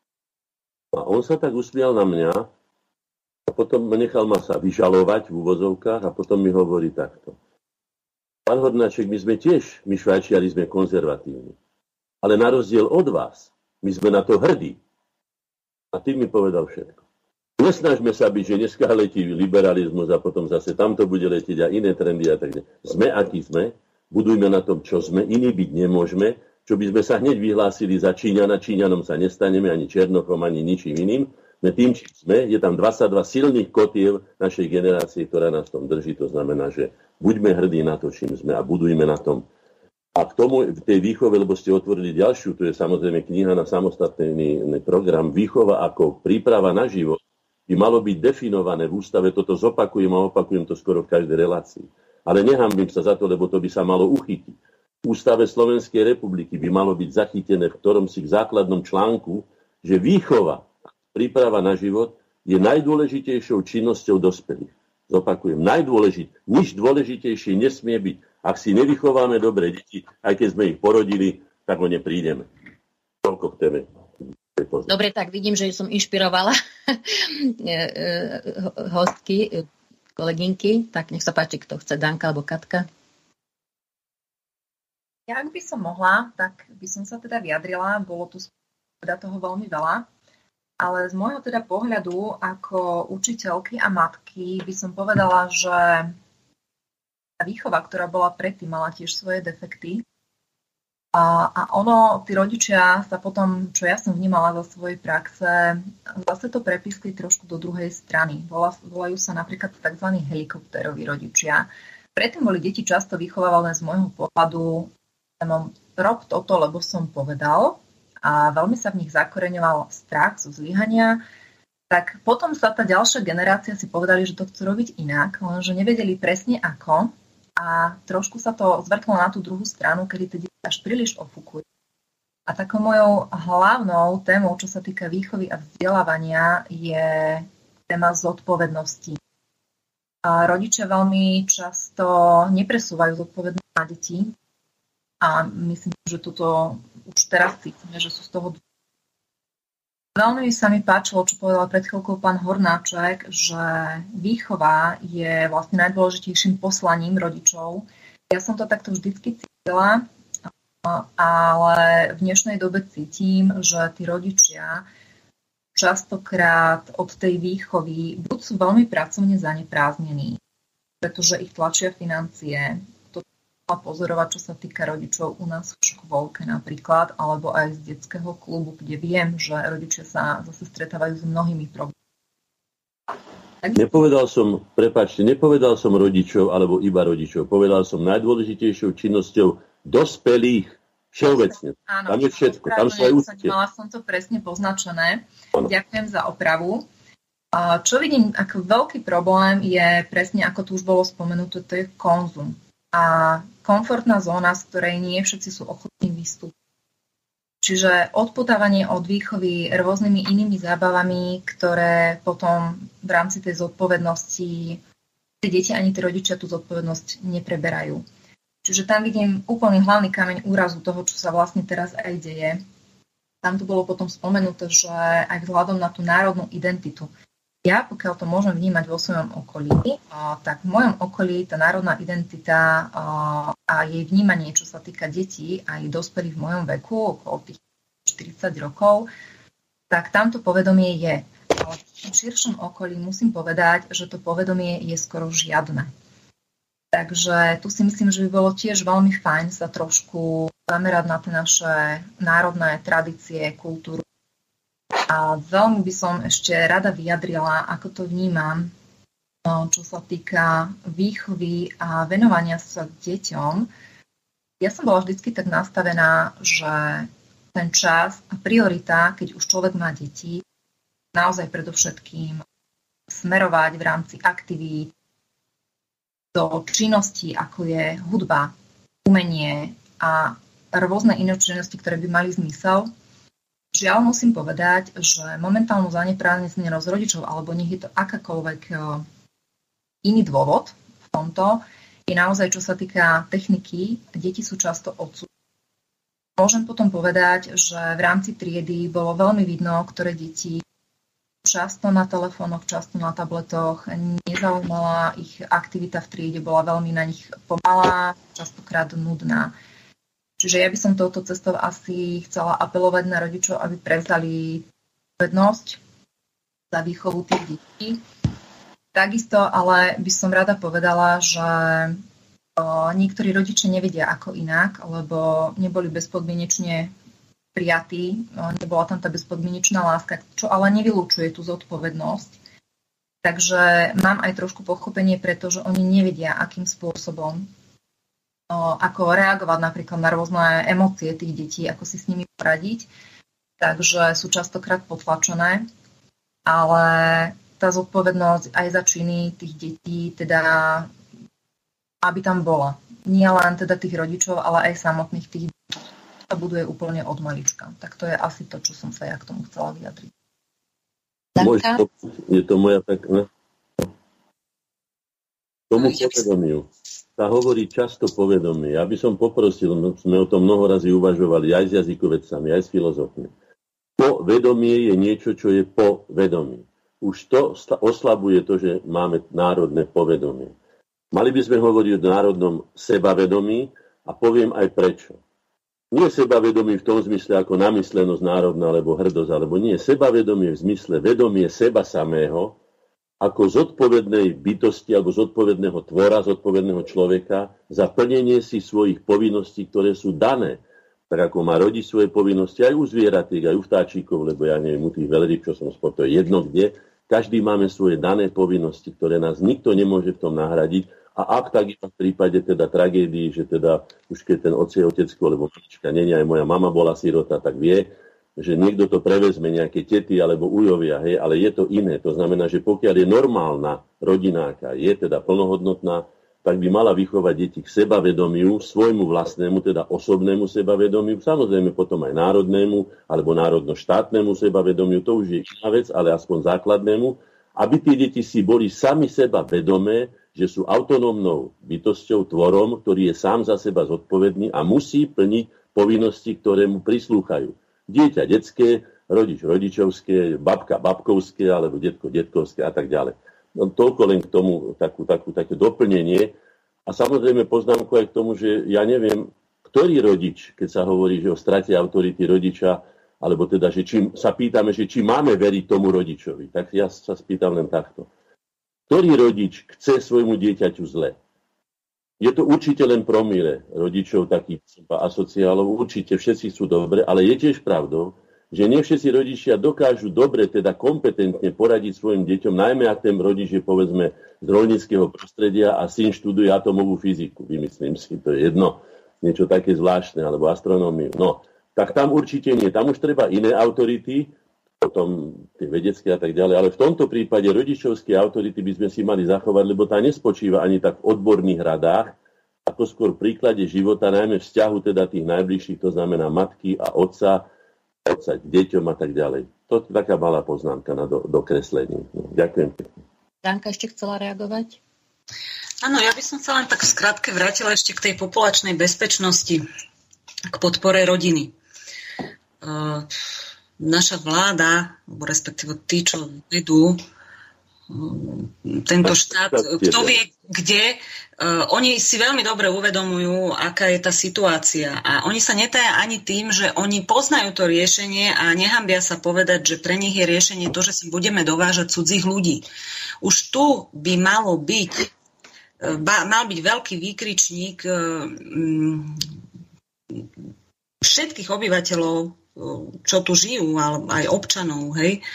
A on sa tak usmial na mňa a potom nechal ma sa vyžalovať v úvozovkách a potom mi hovorí takto. Pán Hornáček, my Švajčiari sme konzervatívni. Ale na rozdiel od vás, my sme na to hrdí. A tým mi povedal všetko. Nesnažme sa byť, že dneska letí liberalizmus a potom zase tamto bude letieť a iné trendy a tak ďalej. Sme, akí sme, budujme na tom, čo sme, iní byť nemôžeme, čo by sme sa hneď vyhlásili za Číňana, Číňanom sa nestaneme, ani Černochom, ani ničím iným. My tým, čím sme, je tam 22 silných kotiev našej generácie, ktorá nás v tom drží. To znamená, že buďme hrdí na to, čím sme a budujme na tom. A k tomu, v tej výchove, lebo ste otvorili ďalšiu, to je samozrejme kniha na samostatný program, výchova ako príprava na život, by malo byť definované v ústave, toto zopakujem a opakujem to skoro v každej relácii. Ale nehanbím sa za to, lebo to by sa malo uchytiť. V ústave Slovenskej republiky by malo byť zachytené v ktorom si v základnom článku, že výchova, príprava na život je najdôležitejšou činnosťou dospelých. Zopakujem, nič dôležitejšie nesmie byť. Ak si nevychováme dobré deti, aj keď sme ich porodili, tak o ne prídeme. Toľko k téme. Dobre, tak vidím, že som inšpirovala hostky, kolegynky. Tak nech sa páči, kto chce, Danka alebo Katka. Ja, ak by som mohla, tak by som sa teda vyjadrila. Bolo tu teda toho veľmi veľa. Ale z môjho teda pohľadu ako učiteľky a matky by som povedala, že tá výchova, ktorá bola predtým, mala tiež svoje defekty. A tí rodičia sa potom, čo ja som vnímala zo svojej praxe, zase to prepiskli trošku do druhej strany. Volajú sa napríklad tzv. Helikopteroví rodičia. Predtým boli deti často vychovávané z môjho pohľadu rob toto, lebo som povedal, a veľmi sa v nich zakoreňoval strach zo zlyhania. Tak potom sa tá ďalšia generácia si povedali, že to chcú robiť inak, lenže nevedeli presne ako. A trošku sa to zvrtlo na tú druhú stranu, kedy tie deti až príliš ofúkujú. A takou mojou hlavnou témou, čo sa týka výchovy a vzdelávania, je téma zodpovednosti. A rodičia veľmi často nepresúvajú zodpovednosť na deti. A myslím, že toto už teraz cítime, že sú z toho. Veľmi sa mi páčilo, čo povedal pred chvíľkou pán Hornáček, že výchova je vlastne najdôležitejším poslaním rodičov. Ja som to takto vždycky cítila, ale v dnešnej dobe cítim, že tí rodičia častokrát od tej výchovy buď sú veľmi pracovne zaneprázdnení, pretože ich tlačia financie. Pozorovať, čo sa týka rodičov u nás v škôlke napríklad, alebo aj z detského klubu, kde viem, že rodičia sa zase stretávajú s mnohými problémami. Nepovedal som rodičov alebo iba rodičov. Povedal som najdôležitejšou činnosťou dospelých všeobecne. Áno, tam je všetko, tam sú aj úctie. Mala som to presne poznačené. Áno. Ďakujem za opravu. Čo vidím ako veľký problém je presne, ako tu už bolo spomenuté, to je konzum. A komfortná zóna, z ktorej nie všetci sú ochotní vystúpiť. Čiže odpotávanie od výchovy rôznymi inými zábavami, ktoré potom v rámci tej zodpovednosti tie deti ani tie rodičia tú zodpovednosť nepreberajú. Čiže tam vidím úplný hlavný kameň úrazu toho, čo sa vlastne teraz aj deje. Tam tu bolo potom spomenuté, že aj vzhľadom na tú národnú identitu. Ja, pokiaľ to môžem vnímať vo svojom okolí, tak v mojom okolí tá národná identita a jej vnímanie, čo sa týka detí aj dospelých v mojom veku, okolo tých 40 rokov, tak tamto povedomie je. Ale v tom širšom okolí musím povedať, že to povedomie je skoro žiadne. Takže tu si myslím, že by bolo tiež veľmi fajn sa trošku zamerať na tie naše národné tradície, kultúru. A veľmi by som ešte rada vyjadrila, ako to vnímam, čo sa týka výchovy a venovania sa deťom. Ja som bola vždycky tak nastavená, že ten čas a priorita, keď už človek má deti, naozaj predovšetkým smerovať v rámci aktivít do činností, ako je hudba, umenie a rôzne iné činnosti, ktoré by mali zmysel. Žiaľ musím povedať, že momentálnu zaneprázdnenosť rodičov, alebo nech je to akákoľvek iný dôvod v tomto, je naozaj, čo sa týka techniky, deti sú často odsúdené. Môžem potom povedať, že v rámci triedy bolo veľmi vidno, ktoré deti často na telefónoch, často na tabletoch, nezaujímala ich aktivita v triede, bola veľmi na nich pomalá, častokrát nudná. Čiže ja by som touto cestou asi chcela apelovať na rodičov, aby prevzali zodpovednosť za výchovu tých detí. Takisto ale by som rada povedala, že niektorí rodičia nevedia ako inak, lebo neboli bezpodmienečne prijatí, nebola tam tá bezpodmienečná láska, čo ale nevylučuje tú zodpovednosť. Takže mám aj trošku pochopenie, pretože oni nevedia, akým spôsobom ako reagovať napríklad na rôzne emócie tých detí, ako si s nimi poradiť. Takže sú častokrát potlačené, ale tá zodpovednosť aj za činy tých detí, teda aby tam bola. Nie len teda tých rodičov, ale aj samotných tých detí. To buduje úplne od malička. Tak to je asi to, čo som sa ja k tomu chcela vyjadriť. Je to moja taká... Tomu povedomiu sa hovorí často povedomie. Ja by som poprosil, sme o tom mnoho razy uvažovali aj s jazykovedcami, aj s filozofmi. Povedomie je niečo, čo je po vedomí. Už to oslabuje to, že máme národné povedomie. Mali by sme hovoriť o národnom sebavedomí a poviem aj prečo. Nie sebavedomí v tom zmysle ako namyslenosť národná, alebo hrdosť, alebo nie. Sebavedomie v zmysle vedomie seba samého, ako zodpovednej bytosti alebo zodpovedného tvora, zodpovedného človeka za plnenie si svojich povinností, ktoré sú dané. Tak ako má rodič svoje povinnosti aj u zvieratých, aj u vtáčikov, lebo ja neviem, u tých veľrýb, čo som spol, to je jedno kde. Každý máme svoje dané povinnosti, ktoré nás nikto nemôže v tom nahradiť. A ak tak iba v prípade teda tragédií, že teda už keď ten otecko, lebo mamička nie, aj moja mama bola sirota, tak vie, že niekto to prevezme, nejaké tety alebo ujovia, hej, ale je to iné. To znamená, že pokiaľ je normálna rodináka, je teda plnohodnotná, tak by mala vychovať deti k sebavedomiu, svojmu vlastnému, teda osobnému sebavedomiu, samozrejme potom aj národnému alebo národno-štátnemu sebavedomiu, to už je iná vec, ale aspoň základnému, aby tie deti si boli sami seba vedomé, že sú autonómnou bytosťou, tvorom, ktorý je sám za seba zodpovedný a musí plniť povinnosti, ktoré mu prislúchajú. Dieťa detské, rodič rodičovské, babka babkovské, alebo detko detkovské a tak ďalej. No, toľko len k tomu také doplnenie. A samozrejme poznámku aj k tomu, že ja neviem, ktorý rodič, keď sa hovorí, že o strate autority rodiča, alebo teda, že sa pýtame, že či máme veriť tomu rodičovi. Tak ja sa spýtam len takto. Ktorý rodič chce svojmu dieťaťu zle? Je to určite len promile rodičov, takých asociálov, určite všetci sú dobre, ale je tiež pravdou, že nie všetci rodičia dokážu dobre, teda kompetentne poradiť svojim deťom, najmä ak ten rodič je, povedzme, z roľníckeho prostredia a syn študuje atomovú fyziku. Vymyslím si, to je jedno, niečo také zvláštne, alebo astronómiu. No, tak tam určite nie. Tam už treba iné autority, potom tie vedecké a tak ďalej, ale v tomto prípade rodičovské autority by sme si mali zachovať, lebo tá nespočíva ani tak v odborných radách, ako skôr v príklade života, najmä vzťahu teda tých najbližších, to znamená matky a otca k deťom a tak ďalej. To je taká malá poznámka na dokreslenie. No, ďakujem pekne. Danka ešte chcela reagovať? Áno, ja by som sa len tak v skratke vrátila ešte k tej populačnej bezpečnosti, k podpore rodiny. Naša vláda, alebo respektíve tí, čo vedú tento štát, kto vie kde, oni si veľmi dobre uvedomujú, aká je tá situácia. A oni sa netaja ani tým, že oni poznajú to riešenie a nehambia sa povedať, že pre nich je riešenie to, že si budeme dovážať cudzích ľudí. Už tu by mal byť veľký výkričník všetkých obyvateľov, čo tu žijú, ale aj občanov, hej.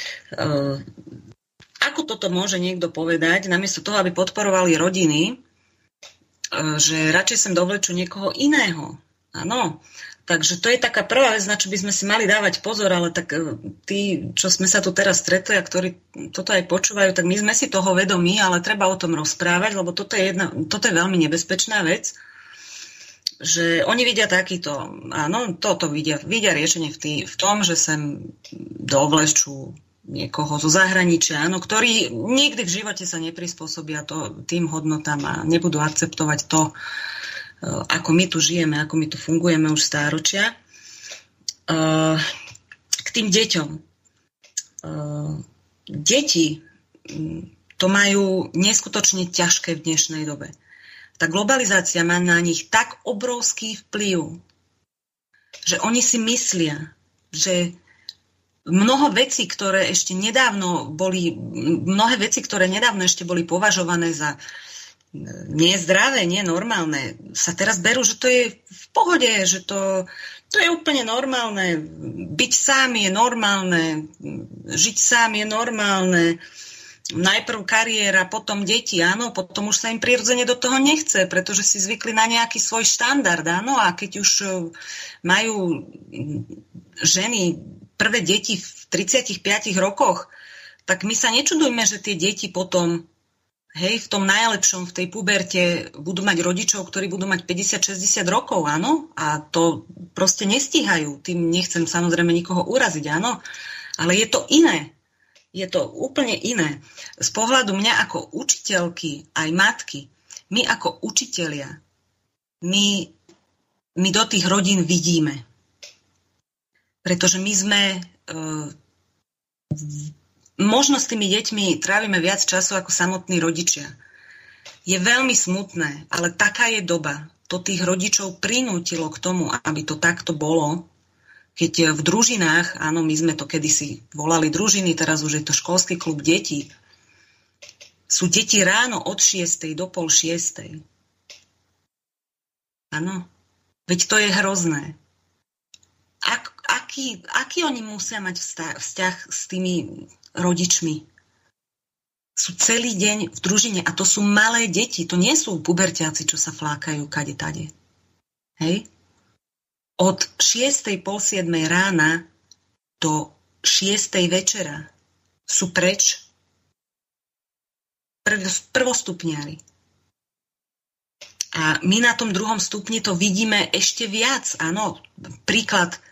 Ako toto môže niekto povedať, namiesto toho, aby podporovali rodiny, že radšej sem dovlečú niekoho iného. Áno. Takže to je taká prvá vec, na čo by sme si mali dávať pozor, ale tak tí, čo sme sa tu teraz stretli a ktorí toto aj počúvajú, tak my sme si toho vedomí, ale treba o tom rozprávať, lebo toto je veľmi nebezpečná vec, že oni vidia takýto, áno, toto vidia riešenie v tom, že sem dovlečú niekoho zo zahraničia, áno, ktorí nikdy v živote sa neprispôsobia tým hodnotám a nebudú akceptovať to, ako my tu žijeme, ako my tu fungujeme už stáročia. K tým deťom. Deti to majú neskutočne ťažké v dnešnej dobe. Tá globalizácia má na nich tak obrovský vplyv, že oni si myslia, že mnohé veci, ktoré nedávno ešte boli považované za nezdravé, nenormálne, sa teraz berú, že to je v pohode, že to je úplne normálne. Byť sám je normálne, žiť sám je normálne. Najprv kariéra, potom deti, áno, potom už sa im prirodzene do toho nechce, pretože si zvykli na nejaký svoj štandard, áno, a keď už majú ženy prvé deti v 35 rokoch, tak my sa nečudujme, že tie deti potom, v tom najlepšom, v tej puberte budú mať rodičov, ktorí budú mať 50-60 rokov, áno, a to proste nestíhajú. Tým nechcem samozrejme nikoho uraziť, áno, ale je to iné. Je to úplne iné. Z pohľadu mňa ako učiteľky, aj matky, my ako učitelia, my do tých rodín vidíme. Pretože my sme možno s tými deťmi trávime viac času ako samotní rodičia. Je veľmi smutné, ale taká je doba. To tých rodičov prinútilo k tomu, aby to takto bolo. Keď v družinách, áno, my sme to kedysi volali družiny, teraz už je to školský klub detí, sú deti ráno od 6. do 5:30. Áno, veď to je hrozné. Aký oni musia mať vzťah s tými rodičmi? Sú celý deň v družine a to sú malé deti, to nie sú puberťáci, čo sa flákajú kade tade. Hej? Od 6:30 rána do 6:00 večera sú preč prvostupňári. A my na tom druhom stupni to vidíme ešte viac. Áno, príklad.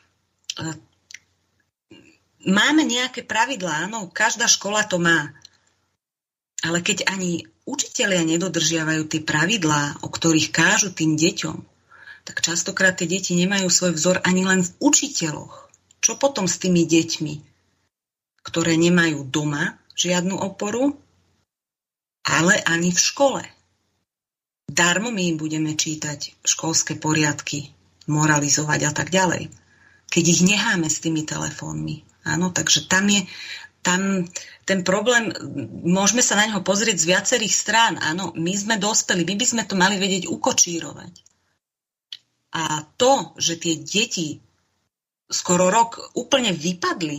Máme nejaké pravidlá, áno, každá škola to má. Ale keď ani učitelia nedodržiavajú tie pravidlá, o ktorých kážu tým deťom, tak častokrát tie deti nemajú svoj vzor ani len v učiteľoch. Čo potom s tými deťmi, ktoré nemajú doma žiadnu oporu, ale ani v škole? Darmo my im budeme čítať školské poriadky, moralizovať a tak ďalej, keď ich necháme s tými telefónmi. Áno, takže tam ten problém, môžeme sa na ňo pozrieť z viacerých strán. Áno, my sme dospeli, my by sme to mali vedieť ukočírovať. A to, že tie deti skoro rok úplne vypadli.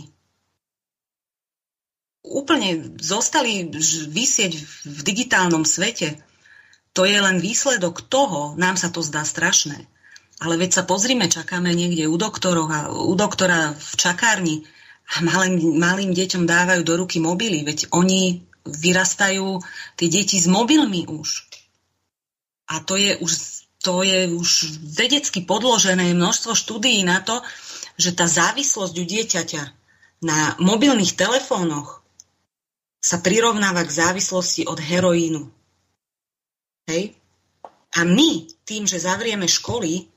Úplne zostali visieť v digitálnom svete. To je len výsledok toho, nám sa to zdá strašné. Ale veď sa pozrime, čakáme niekde u doktora v čakárni a malým deťom dávajú do ruky mobily. Veď oni vyrastajú, tie deti s mobilmi už. A to je už vedecky podložené množstvo štúdií na to, že tá závislosť u dieťaťa na mobilných telefónoch sa prirovnáva k závislosti od heroínu. Hej? A my, tým, že zavrieme školy,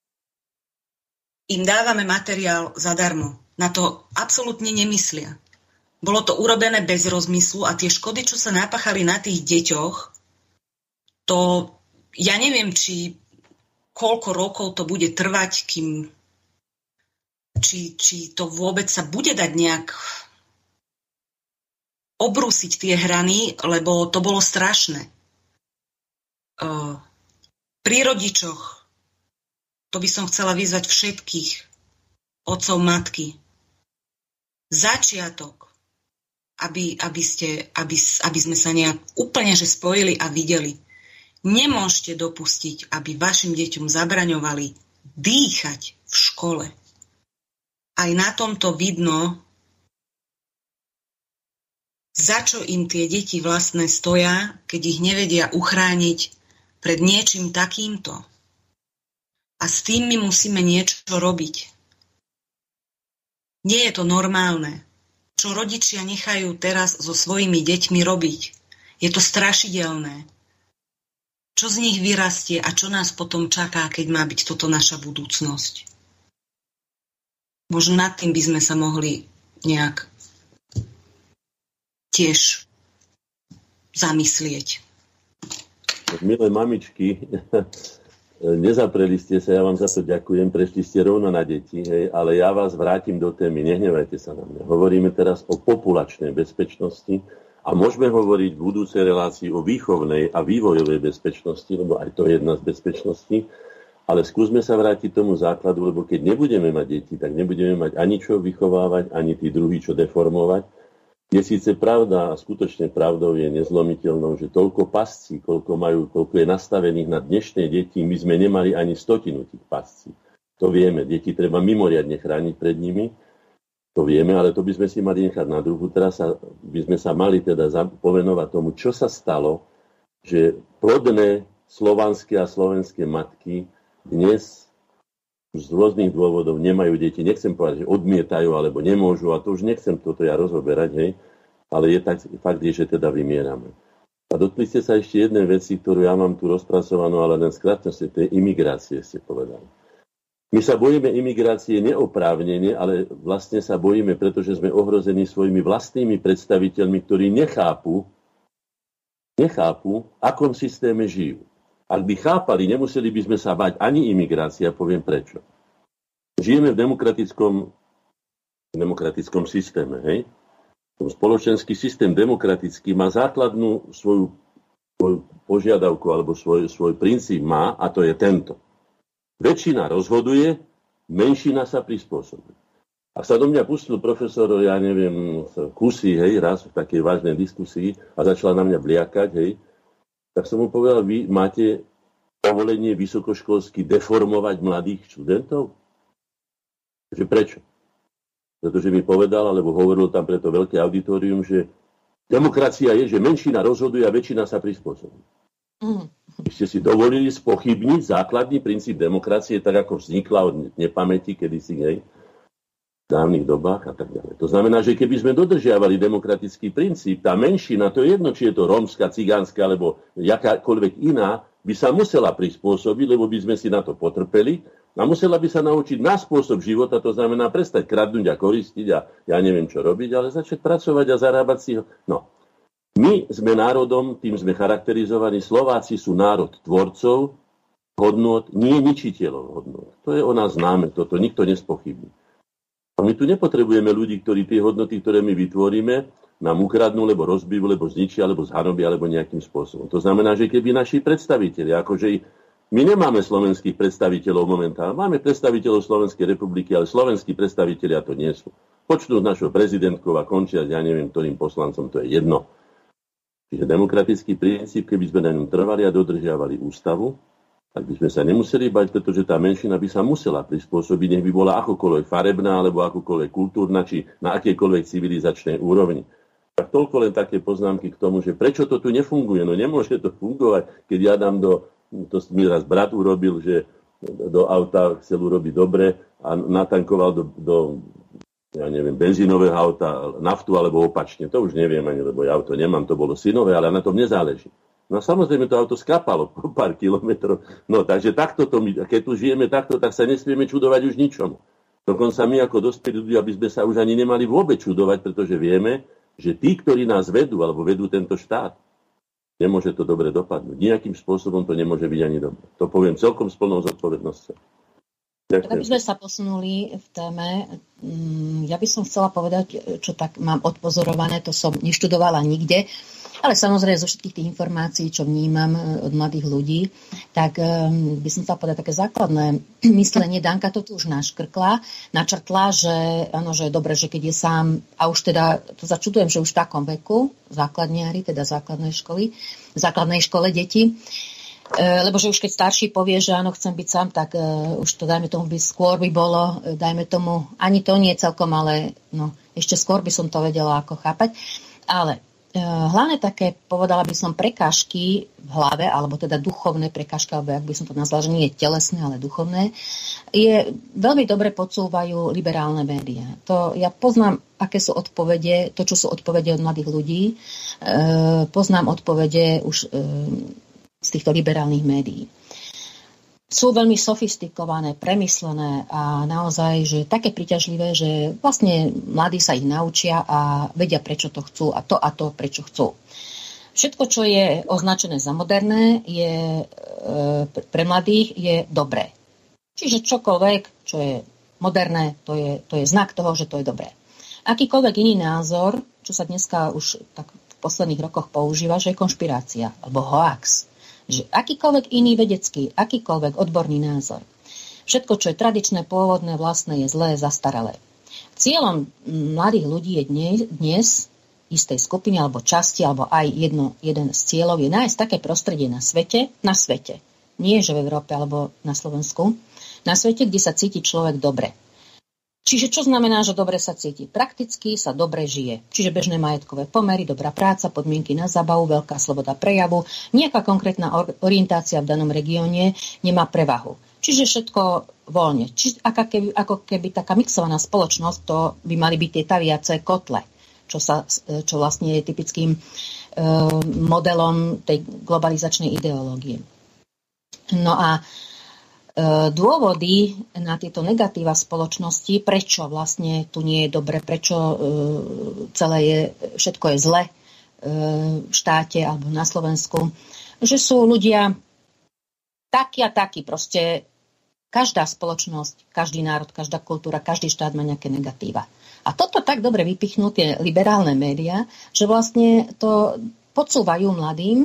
im dávame materiál zadarmo. Na to absolútne nemyslia. Bolo to urobené bez rozmyslu a tie škody, čo sa napáchali na tých deťoch, to ja neviem, koľko rokov to bude trvať, či to vôbec sa bude dať nejak obrúsiť tie hrany, lebo to bolo strašné. Pri rodičoch, to by som chcela vyzvať všetkých otcov, matky. Začiatok, aby sme sa nejak úplne že spojili a videli. Nemôžete dopustiť, aby vašim deťom zabraňovali dýchať v škole. Aj na tomto vidno, za čo im tie deti vlastné stoja, keď ich nevedia uchrániť pred niečím takýmto. A s tým my musíme niečo robiť. Nie je to normálne, čo rodičia nechajú teraz so svojimi deťmi robiť. Je to strašidelné. Čo z nich vyrastie a čo nás potom čaká, keď má byť toto naša budúcnosť. Možno nad tým by sme sa mohli nejak tiež zamyslieť. Milé mamičky, nezapreli ste sa, ja vám za to ďakujem, prešli ste rovno na deti, hej, ale ja vás vrátim do témy, nehnevajte sa na mňa. Hovoríme teraz o populačnej bezpečnosti a môžeme hovoriť v budúcej relácii o výchovnej a vývojovej bezpečnosti, lebo aj to je jedna z bezpečností, ale skúsme sa vrátiť tomu základu, lebo keď nebudeme mať deti, tak nebudeme mať ani čo vychovávať, ani tí druhí čo deformovať. Je síce pravda a skutočne pravdou je nezlomiteľnou, že toľko pascí, koľko je nastavených na dnešné deti, my sme nemali ani 100 tých pascí. To vieme, deti treba mimoriadne chrániť pred nimi, to vieme, ale to by sme si mali nechať na druhu. Teraz by sme sa mali teda povenovať tomu, čo sa stalo, že plodné slovanské a slovenské matky dnes z rôznych dôvodov nemajú deti. Nechcem povedať, že odmietajú alebo nemôžu, a to už nechcem toto ja rozoberať, hej, ale fakt je, že teda vymierame. A dotkli ste sa ešte jednej veci, ktorú ja mám tu rozpracovanú, ale len skrátnosti, to je imigrácie, ste povedali. My sa bojíme imigrácie neoprávnene, ale vlastne sa bojíme, pretože sme ohrození svojimi vlastnými predstaviteľmi, ktorí nechápu, akom systéme žijú. Ak by chápali, nemuseli by sme sa bať ani imigrácia, poviem prečo. Žijeme v demokratickom systéme, hej? Spoločenský systém demokratický má základnú svoju požiadavku alebo svoj princíp má, a to je tento. Väčšina rozhoduje, menšina sa prispôsobí. Ak sa do mňa pustil profesor, ja neviem, Kusy, hej, raz v takej vážnej diskusii a začala na mňa bliakať, hej, tak som mu povedal, vy máte povolenie vysokoškolsky deformovať mladých študentov? Že prečo? Pretože mi povedal, alebo hovoril tam preto veľké auditorium, že demokracia je, že menšina rozhoduje a väčšina sa prispôsobí. Vy ste si dovolili spochybniť základný princíp demokracie, tak ako vznikla od nepamäti kedysi, hej, v dávnych dobách a tak ďalej. To znamená, že keby sme dodržiavali demokratický princíp, tá menšina, to je jedno, či je to rómska, cigánska alebo jakákoľvek iná, by sa musela prispôsobiť, lebo by sme si na to potrpeli a musela by sa naučiť na spôsob života, to znamená prestať kradnúť a koristiť a ja neviem, čo robiť, ale začať pracovať a zarábať si ho. No, my sme národom, tým sme charakterizovaní, Slováci sú národ tvorcov hodnôt, nie ničiteľov hodnôt. To je o nás známe, toto nikto nespochybní. A my tu nepotrebujeme ľudí, ktorí tie hodnoty, ktoré my vytvoríme, nám ukradnú, lebo rozbijú, lebo zničia, alebo zhanobia, alebo nejakým spôsobom. To znamená, že keby naši predstavitelia, akože My nemáme slovenských predstaviteľov momentálne. Máme predstaviteľov Slovenskej republiky, ale slovenskí predstavitelia to nie sú. Počnú s našou prezidentkou a končia, ja neviem, ktorým poslancom, to je jedno. Čiže demokratický princíp, keby sme na ňom trvali a dodržiavali ústavu, tak by sme sa nemuseli bať, pretože tá menšina by sa musela prispôsobiť, nech by bola akokoľvek farebná, alebo akokoľvek kultúrna, či na akejkoľvek civilizačnej úrovni. Tak toľko len také poznámky k tomu, že prečo to tu nefunguje. No nemôže to fungovať, keď ja dám to mi raz brat urobil, že do auta chcel urobiť dobre a natankoval do ja neviem, benzínového auta naftu alebo opačne. To už neviem ani, lebo ja auto nemám, to bolo synové, ale na tom nezáleží. No samozrejme to auto skápalo po pár kilometrov. No takže takto to my, keď tu žijeme takto, tak sa nesmieme čudovať už ničomu. Dokonca my ako dospelí ľudia by sme sa už ani nemali vôbec čudovať, pretože vieme, že tí, ktorí nás vedú alebo vedú tento štát, nemôže to dobre dopadnúť. Nejakým spôsobom to nemôže byť ani dobre. To poviem celkom s plnou zodpovednosťou. Aby sme sa posunuli v téme, ja by som chcela povedať, čo tak mám odpozorované, to som neštudovala nikde, ale samozrejme zo všetkých tých informácií, čo vnímam od mladých ľudí, tak by som chcela povedať také základné myslenie. Danka to tu už načrtla, že áno, že je dobre, že keď je sám, a už teda, to začudujem, že už v takom veku, základniari, teda základnej škole deti, lebo že už keď starší povie, že áno, chcem byť sám, tak už to dajme tomu skôr by bolo, dajme tomu, ani to nie celkom, ale no, ešte skôr by som to vedela ako chápať. Ale hlavne také, povedala by som, prekážky v hlave, alebo teda duchovné prekážky, alebo ak by som to nazvala, že nie je telesné, ale duchovné, je veľmi dobre podsúvajú liberálne médiá. To ja poznám, aké sú odpovede, to, čo sú odpovede od mladých ľudí, poznám odpovede už z týchto liberálnych médií. Sú veľmi sofistikované, premyslené a naozaj, že také príťažlivé, že vlastne mladí sa ich naučia a vedia, prečo to chcú a to, prečo chcú. Všetko, čo je označené za moderné, je pre mladých je dobré. Čiže čokoľvek, čo je moderné, to je znak toho, že to je dobré. Akýkoľvek iný názor, čo sa dneska už tak v posledných rokoch používa, že je konšpirácia alebo hoax. Že akýkoľvek iný vedecký, akýkoľvek odborný názor. Všetko, čo je tradičné, pôvodné, vlastné, je zlé, zastaralé. Cieľom mladých ľudí je dnes istej skupiny alebo časti, alebo aj jeden z cieľov je nájsť také prostredie na svete, nie že v Európe alebo na Slovensku, na svete, kde sa cíti človek dobre. Čiže čo znamená, že dobre sa cíti? Prakticky sa dobre žije. Čiže bežné majetkové pomery, dobrá práca, podmienky na zábavu, veľká sloboda prejavu, nejaká konkrétna orientácia v danom regióne nemá prevahu. Čiže všetko voľne. Ako keby taká mixovaná spoločnosť, to by mali byť tie taviace kotle, čo vlastne je typickým modelom tej globalizačnej ideológie. No a dôvody na tieto negatíva spoločnosti, prečo vlastne tu nie je dobre, prečo všetko je zle v štáte alebo na Slovensku, že sú ľudia takí a takí, proste každá spoločnosť, každý národ, každá kultúra, každý štát má nejaké negatíva. A toto tak dobre vypichnú tie liberálne médiá, že vlastne to podsúvajú mladým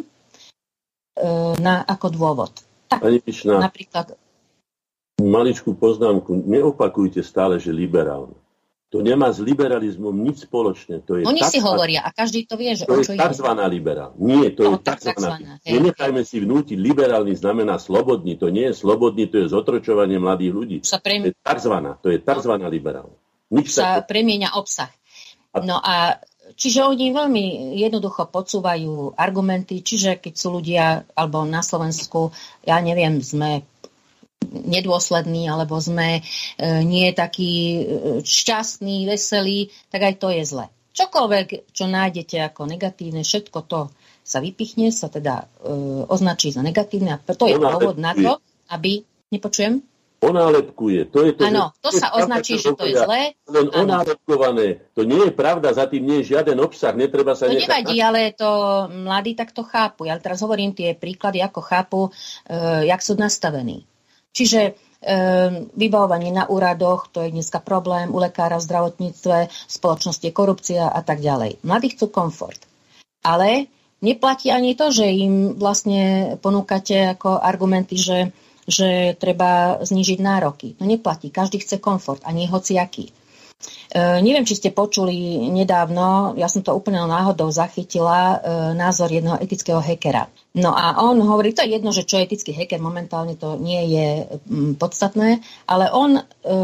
ako dôvod. Tak, napríklad maličkú poznámku. Neopakujte stále, že liberálne. To nemá s liberalizmom nič spoločné. To je oni si hovoria a každý to vie, že to je takzvaná liberál. Nie, to je takzvaná. Nenechajme si vnútiť, liberálny znamená slobodný. To nie je slobodný, to je zotročovanie mladých ľudí. To je takzvaná liberál. Nič sa premieňa obsah. No a čiže oni veľmi jednoducho podsúvajú argumenty, čiže keď sú ľudia, alebo na Slovensku, ja neviem, sme nedôslední, alebo sme nie takí šťastní, veselí, tak aj to je zle. Čokoľvek, čo nájdete ako negatívne, všetko to sa vypichne, sa teda označí za negatívne a to je dôvod na to, aby... Nepočujem? Onálepkuje. Áno, to sa označí, že to je zlé. Len onálepkované. To nie je pravda, za tým nie je žiaden obsah, netreba sa to nevadí, ale to mladí takto chápu. Ja teraz hovorím tie príklady, ako chápu, jak sú nastavení. Čiže vybavovanie na úradoch, to je dneska problém, u lekára v zdravotníctve, v spoločnosti je korupcia a tak ďalej. Mladí chcú komfort. Ale neplatí ani to, že im vlastne ponúkate ako argumenty, že treba znížiť nároky. To neplatí. Každý chce komfort a nie hociaký. Neviem, či ste počuli nedávno, ja som to úplne náhodou zachytila, názor jedného etického hackera. No a on hovorí, to je jedno, že čo je etický hacker, momentálne to nie je podstatné, ale on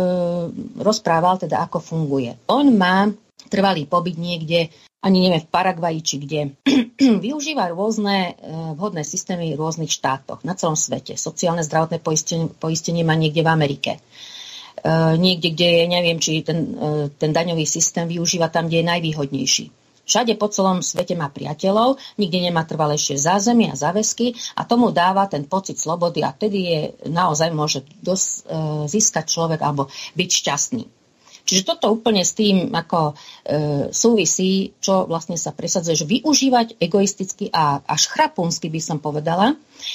rozprával teda, ako funguje. On má trvalý pobyt niekde, ani neviem, v Paraguaji, či kde, využíva rôzne vhodné systémy v rôznych štátoch na celom svete. Sociálne zdravotné poistenie má niekde v Amerike. Niekde, kde je, neviem, či ten daňový systém využíva tam, kde je najvýhodnejší. Všade po celom svete má priateľov, nikde nemá trvalejšie zázemie a záväzky a tomu dáva ten pocit slobody a vtedy je naozaj môže získať človek alebo byť šťastný. Čiže toto úplne s tým, ako súvisí, čo vlastne sa presadzuje, že využívať egoisticky a až chrapúnsky by som povedala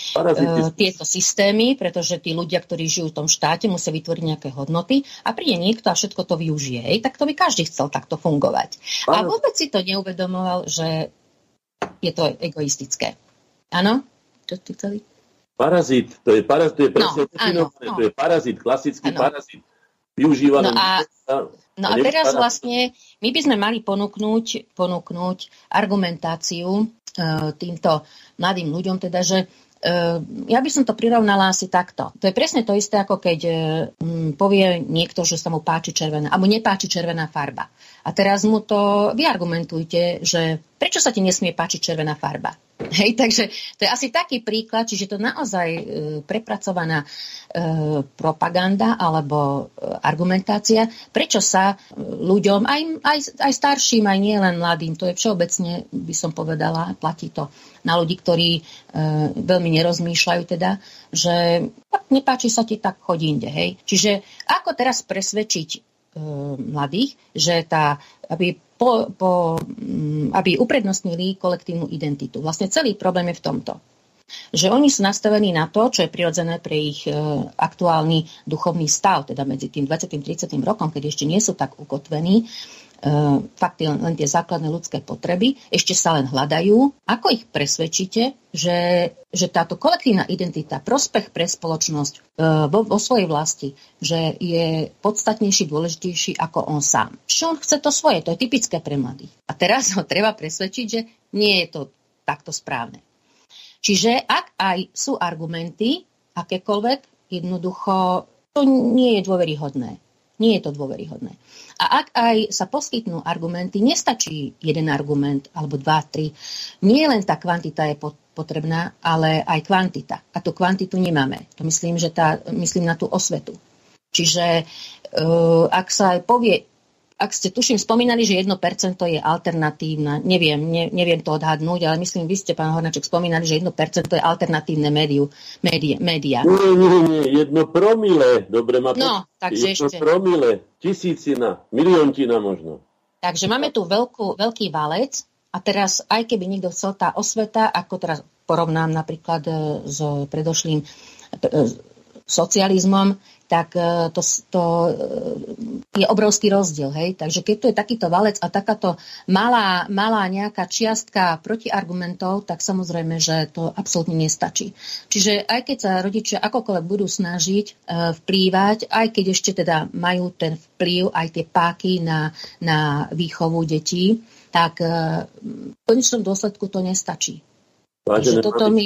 tieto systémy, pretože tí ľudia, ktorí žijú v tom štáte, musia vytvoriť nejaké hodnoty a príde niekto a všetko to využije. Hej? Tak to by každý chcel takto fungovať. A vôbec si to neuvedomoval, že je to egoistické. Áno? Čo ste chceli? Parazit, to je presne definované, to je parazit, klasický parazit. Využívané. No a teraz vlastne my by sme mali ponúknuť argumentáciu týmto mladým ľuďom, teda, že ja by som to prirovnala asi takto. To je presne to isté, ako keď povie niekto, že sa mu páči červená, alebo nepáči červená farba. A teraz mu to vyargumentujte, že prečo sa ti nesmie páčiť červená farba. Hej, takže to je asi taký príklad, čiže to naozaj prepracovaná propaganda alebo argumentácia, prečo sa ľuďom, aj starším, aj nie len mladým, to je všeobecne, by som povedala, platí to na ľudí, ktorí veľmi nerozmýšľajú teda, že nepáči sa ti, tak choď inde. Hej. Čiže ako teraz presvedčiť mladých, že aby uprednostnili kolektívnu identitu. Vlastne celý problém je v tomto. Že oni sú nastavení na to, čo je prirodzené pre ich aktuálny duchovný stav, teda medzi tým 20. 30. rokom, keď ešte nie sú tak ukotvení, fakty len tie základné ľudské potreby, ešte sa len hľadajú. Ako ich presvedčíte, že táto kolektívna identita, prospech pre spoločnosť vo svojej vlasti, že je podstatnejší, dôležitejší ako on sám. Čiže on chce to svoje, to je typické pre mladých. A teraz ho treba presvedčiť, že nie je to takto správne. Čiže ak aj sú argumenty, akékoľvek, jednoducho to nie je dôveryhodné. Nie je to dôveryhodné. A ak aj sa poskytnú argumenty, nestačí jeden argument alebo 2, 3. Nie len tá kvantita je potrebná, ale aj kvantita. A tú kvantitu nemáme. To myslím na tú osvetu. Čiže ak sa aj povie, ak ste tuším spomínali, že 1% je alternatívna, neviem to odhadnúť, ale myslím, vy ste, pán Hornáček, spomínali, že 1% je alternatívne média. Nie, 1 promile, dobre ma no, takže 1 promile, tisícina, milióntina možno. Takže máme tu veľký valec a teraz, aj keby niekto chcel, tá osveta, ako teraz porovnám napríklad s predošlým socializmom, tak to je obrovský rozdiel. Hej? Takže keď to je takýto valec a takáto malá nejaká čiastka protiargumentov, tak samozrejme, že to absolútne nestačí. Čiže aj keď sa rodičia akokoľvek budú snažiť vplývať, aj keď ešte teda majú ten vplyv, aj tie páky na výchovu detí, tak v konečnom dôsledku to nestačí. Vážené,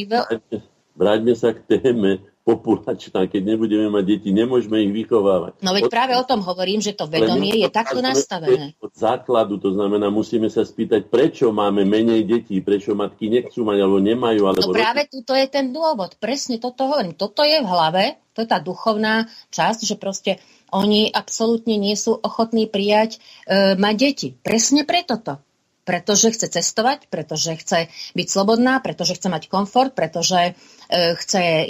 vráťme sa k téme populačná, keď nebudeme mať deti, nemôžeme ich vychovávať. No veď práve o tom hovorím, že to vedomie je takto nastavené. Od základu, to znamená, musíme sa spýtať, prečo máme menej detí, prečo matky nechcú mať, alebo nemajú. No práve tuto je ten dôvod. Presne toto hovorím. Toto je v hlave, to je tá duchovná časť, že proste oni absolútne nie sú ochotní prijať mať deti. Presne preto to. Pretože chce cestovať, pretože chce byť slobodná, pretože chce mať komfort, pretože chce,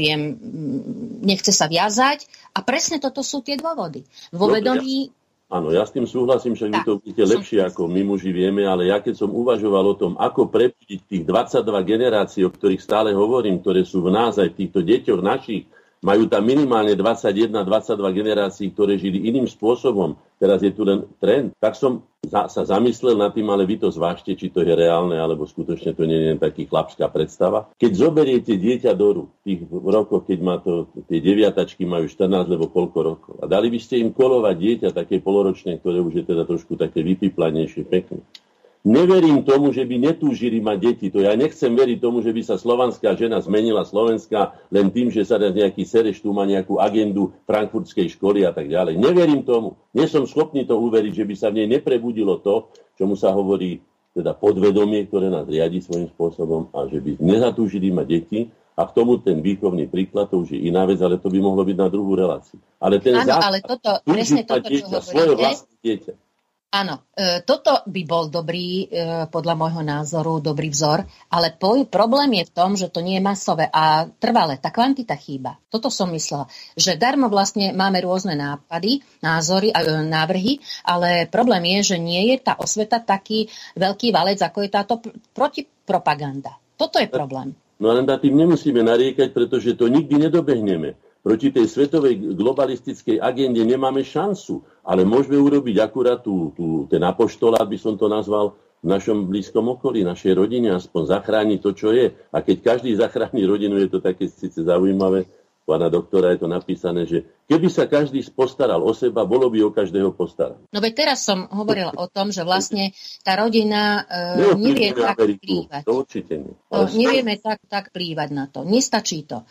nechce sa viazať. A presne toto sú tie dôvody. Vo vedomí... Áno, ja s tým súhlasím, že vy to budete lepšie ako my muži vieme, ale ja keď som uvažoval o tom, ako prebudiť tých 22 generácií, o ktorých stále hovorím, ktoré sú v nás aj v týchto deťoch našich, majú tam minimálne 21-22 generácií, ktoré žili iným spôsobom. teraz je tu len trend. Tak som sa zamyslel nad tým, ale vy to zvážte, či to je reálne, alebo skutočne to nie je taký chlapská predstava. Keď zoberiete dieťa do rúk, v tých rokoch, keď má to, tie deviatačky majú 14 alebo koľko rokov, a dali by ste im kolovať dieťa také poloročné, ktoré už je teda trošku také vypiplanejšie, pekné. Neverím tomu, že by netúžili mať deti. To ja nechcem veriť tomu, že by sa slovanská žena zmenila Slovenská len tým, že sa nejaký Sereš tu má nejakú agendu frankfurtskej školy a tak ďalej. Neverím tomu. Nie som schopný to uveriť, že by sa v nej neprebudilo to, čomu sa hovorí teda podvedomie, ktoré nás riadi svojím spôsobom, a že by nezatúžili mať deti. A k tomu ten výchovný príklad, to už je iná vec, ale to by mohlo byť na druhú reláciu. Ale ten ale toto, presne toto, čo hovoríte, svoje vlastné dieťa. Áno, toto by bol dobrý, podľa môjho názoru, dobrý vzor, ale problém je v tom, že to nie je masové a trvalé. Tá kvantita chýba. Toto som myslela, že darmo vlastne máme rôzne nápady, názory, návrhy, ale problém je, že nie je tá osveta taký veľký valec, ako je táto protipropaganda. Toto je problém. No ale na tým nemusíme nariekať, pretože to nikdy nedobehneme. Proti tej svetovej globalistickej agende nemáme šancu, ale môžeme urobiť akurát ten apoštolát, by som to nazval, v našom blízkom okolí, našej rodine, aspoň zachrániť to, čo je. A keď každý zachráni rodinu, je to také síce zaujímavé, pána doktora je to napísané, že keby sa každý postaral o seba, bolo by o každého postarať. No veď teraz som hovorila o tom, že vlastne tá rodina nevie tak plývať. To určite nie. Nevieme tak plývať na to. Nestačí to.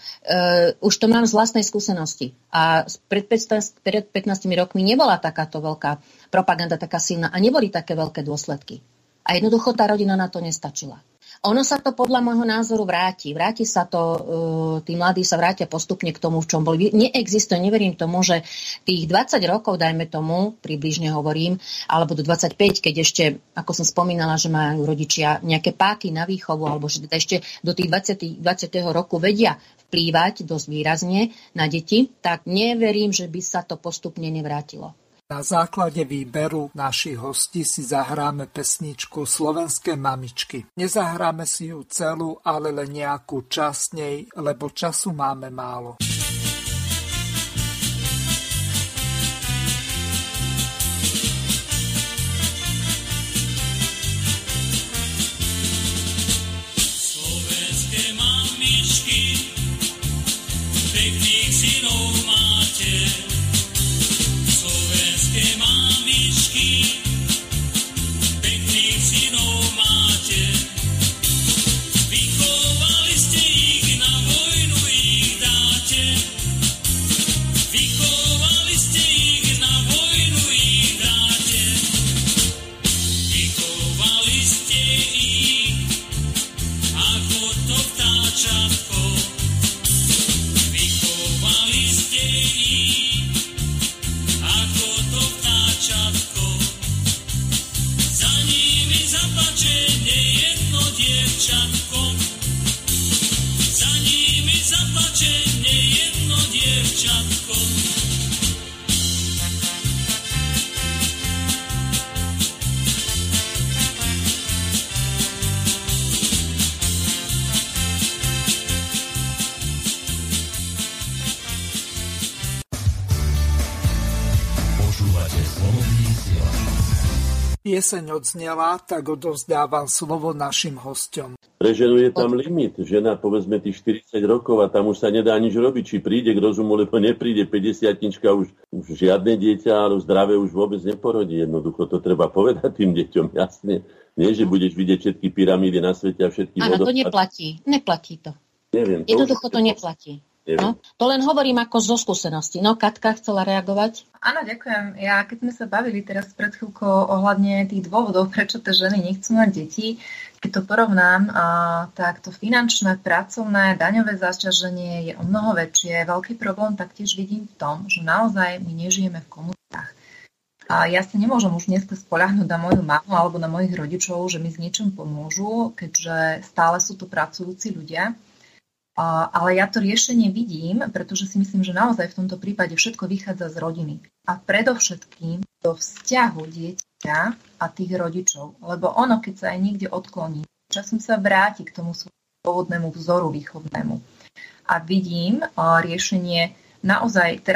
Už to mám z vlastnej skúsenosti. A pred 15 rokmi nebola takáto veľká propaganda, taká silná a neboli také veľké dôsledky. A jednoducho tá rodina na to nestačila. Ono sa to podľa môjho názoru vráti. Vráti sa to, tí mladí sa vrátia postupne k tomu, v čom boli. Neexistuje, neverím tomu, že tých 20 rokov, dajme tomu, približne hovorím, alebo do 25, keď ešte, ako som spomínala, že majú rodičia nejaké páky na výchovu, alebo že ešte do tých 20. roku vedia vplývať dosť výrazne na deti, tak neverím, že by sa to postupne nevrátilo. Na základe výberu našich hostí si zahráme pesničku Slovenské mamičky. Nezahráme si ju celú, ale len nejakú časť nej, lebo času máme málo. Slovenské mamičky, pekných synov máte. Mamičky, pekných synov máte, vychovali ste ich, na vojnu ich dáte, vychovali ste ich, na vojnu ich dáte, vychovali ste ich, ako to vtáčatko, vychovali ste ich, za nimi zaplače nejedno dievčatko, za nimi zaplače nejedno dievčatko. Pieseň odznela, tak odovzdávam slovo našim hosťom. Pre ženu je tam limit. Žena, povedzme, tých 40 rokov a tam už sa nedá nič robiť. Či príde k rozumu, lebo nepríde 50-tnička, už žiadne dieťa, ale zdravé už vôbec neporodí. Jednoducho to treba povedať tým deťom, jasne. Nie, že budeš vidieť všetky pyramídy na svete a všetky vodopády. Áno, to neplatí. Neplatí to. Neviem. Jednoducho to neplatí. No, to len hovorím ako zo skúsenosti. No, Katka chcela reagovať? Áno, ďakujem. Ja, keď sme sa bavili teraz pred chvíľkou ohľadne tých dôvodov, prečo tie ženy nechcú mať deti, keď to porovnám, tak to finančné, pracovné, daňové zaťaženie je o mnoho väčšie. Veľký problém taktiež vidím v tom, že naozaj my nežijeme v komunitách. A ja sa nemôžem už dneska spoľahnúť na moju mamu alebo na mojich rodičov, že mi s niečím pomôžu, keďže stále sú to pracujúci ľudia. Ale ja to riešenie vidím, pretože si myslím, že naozaj v tomto prípade všetko vychádza z rodiny. A predovšetkým do vzťahu dieťa a tých rodičov. Lebo ono, keď sa aj niekde odkloní, časom sa vráti k tomu svojmu pôvodnému vzoru výchovnému. A vidím riešenie naozaj teraz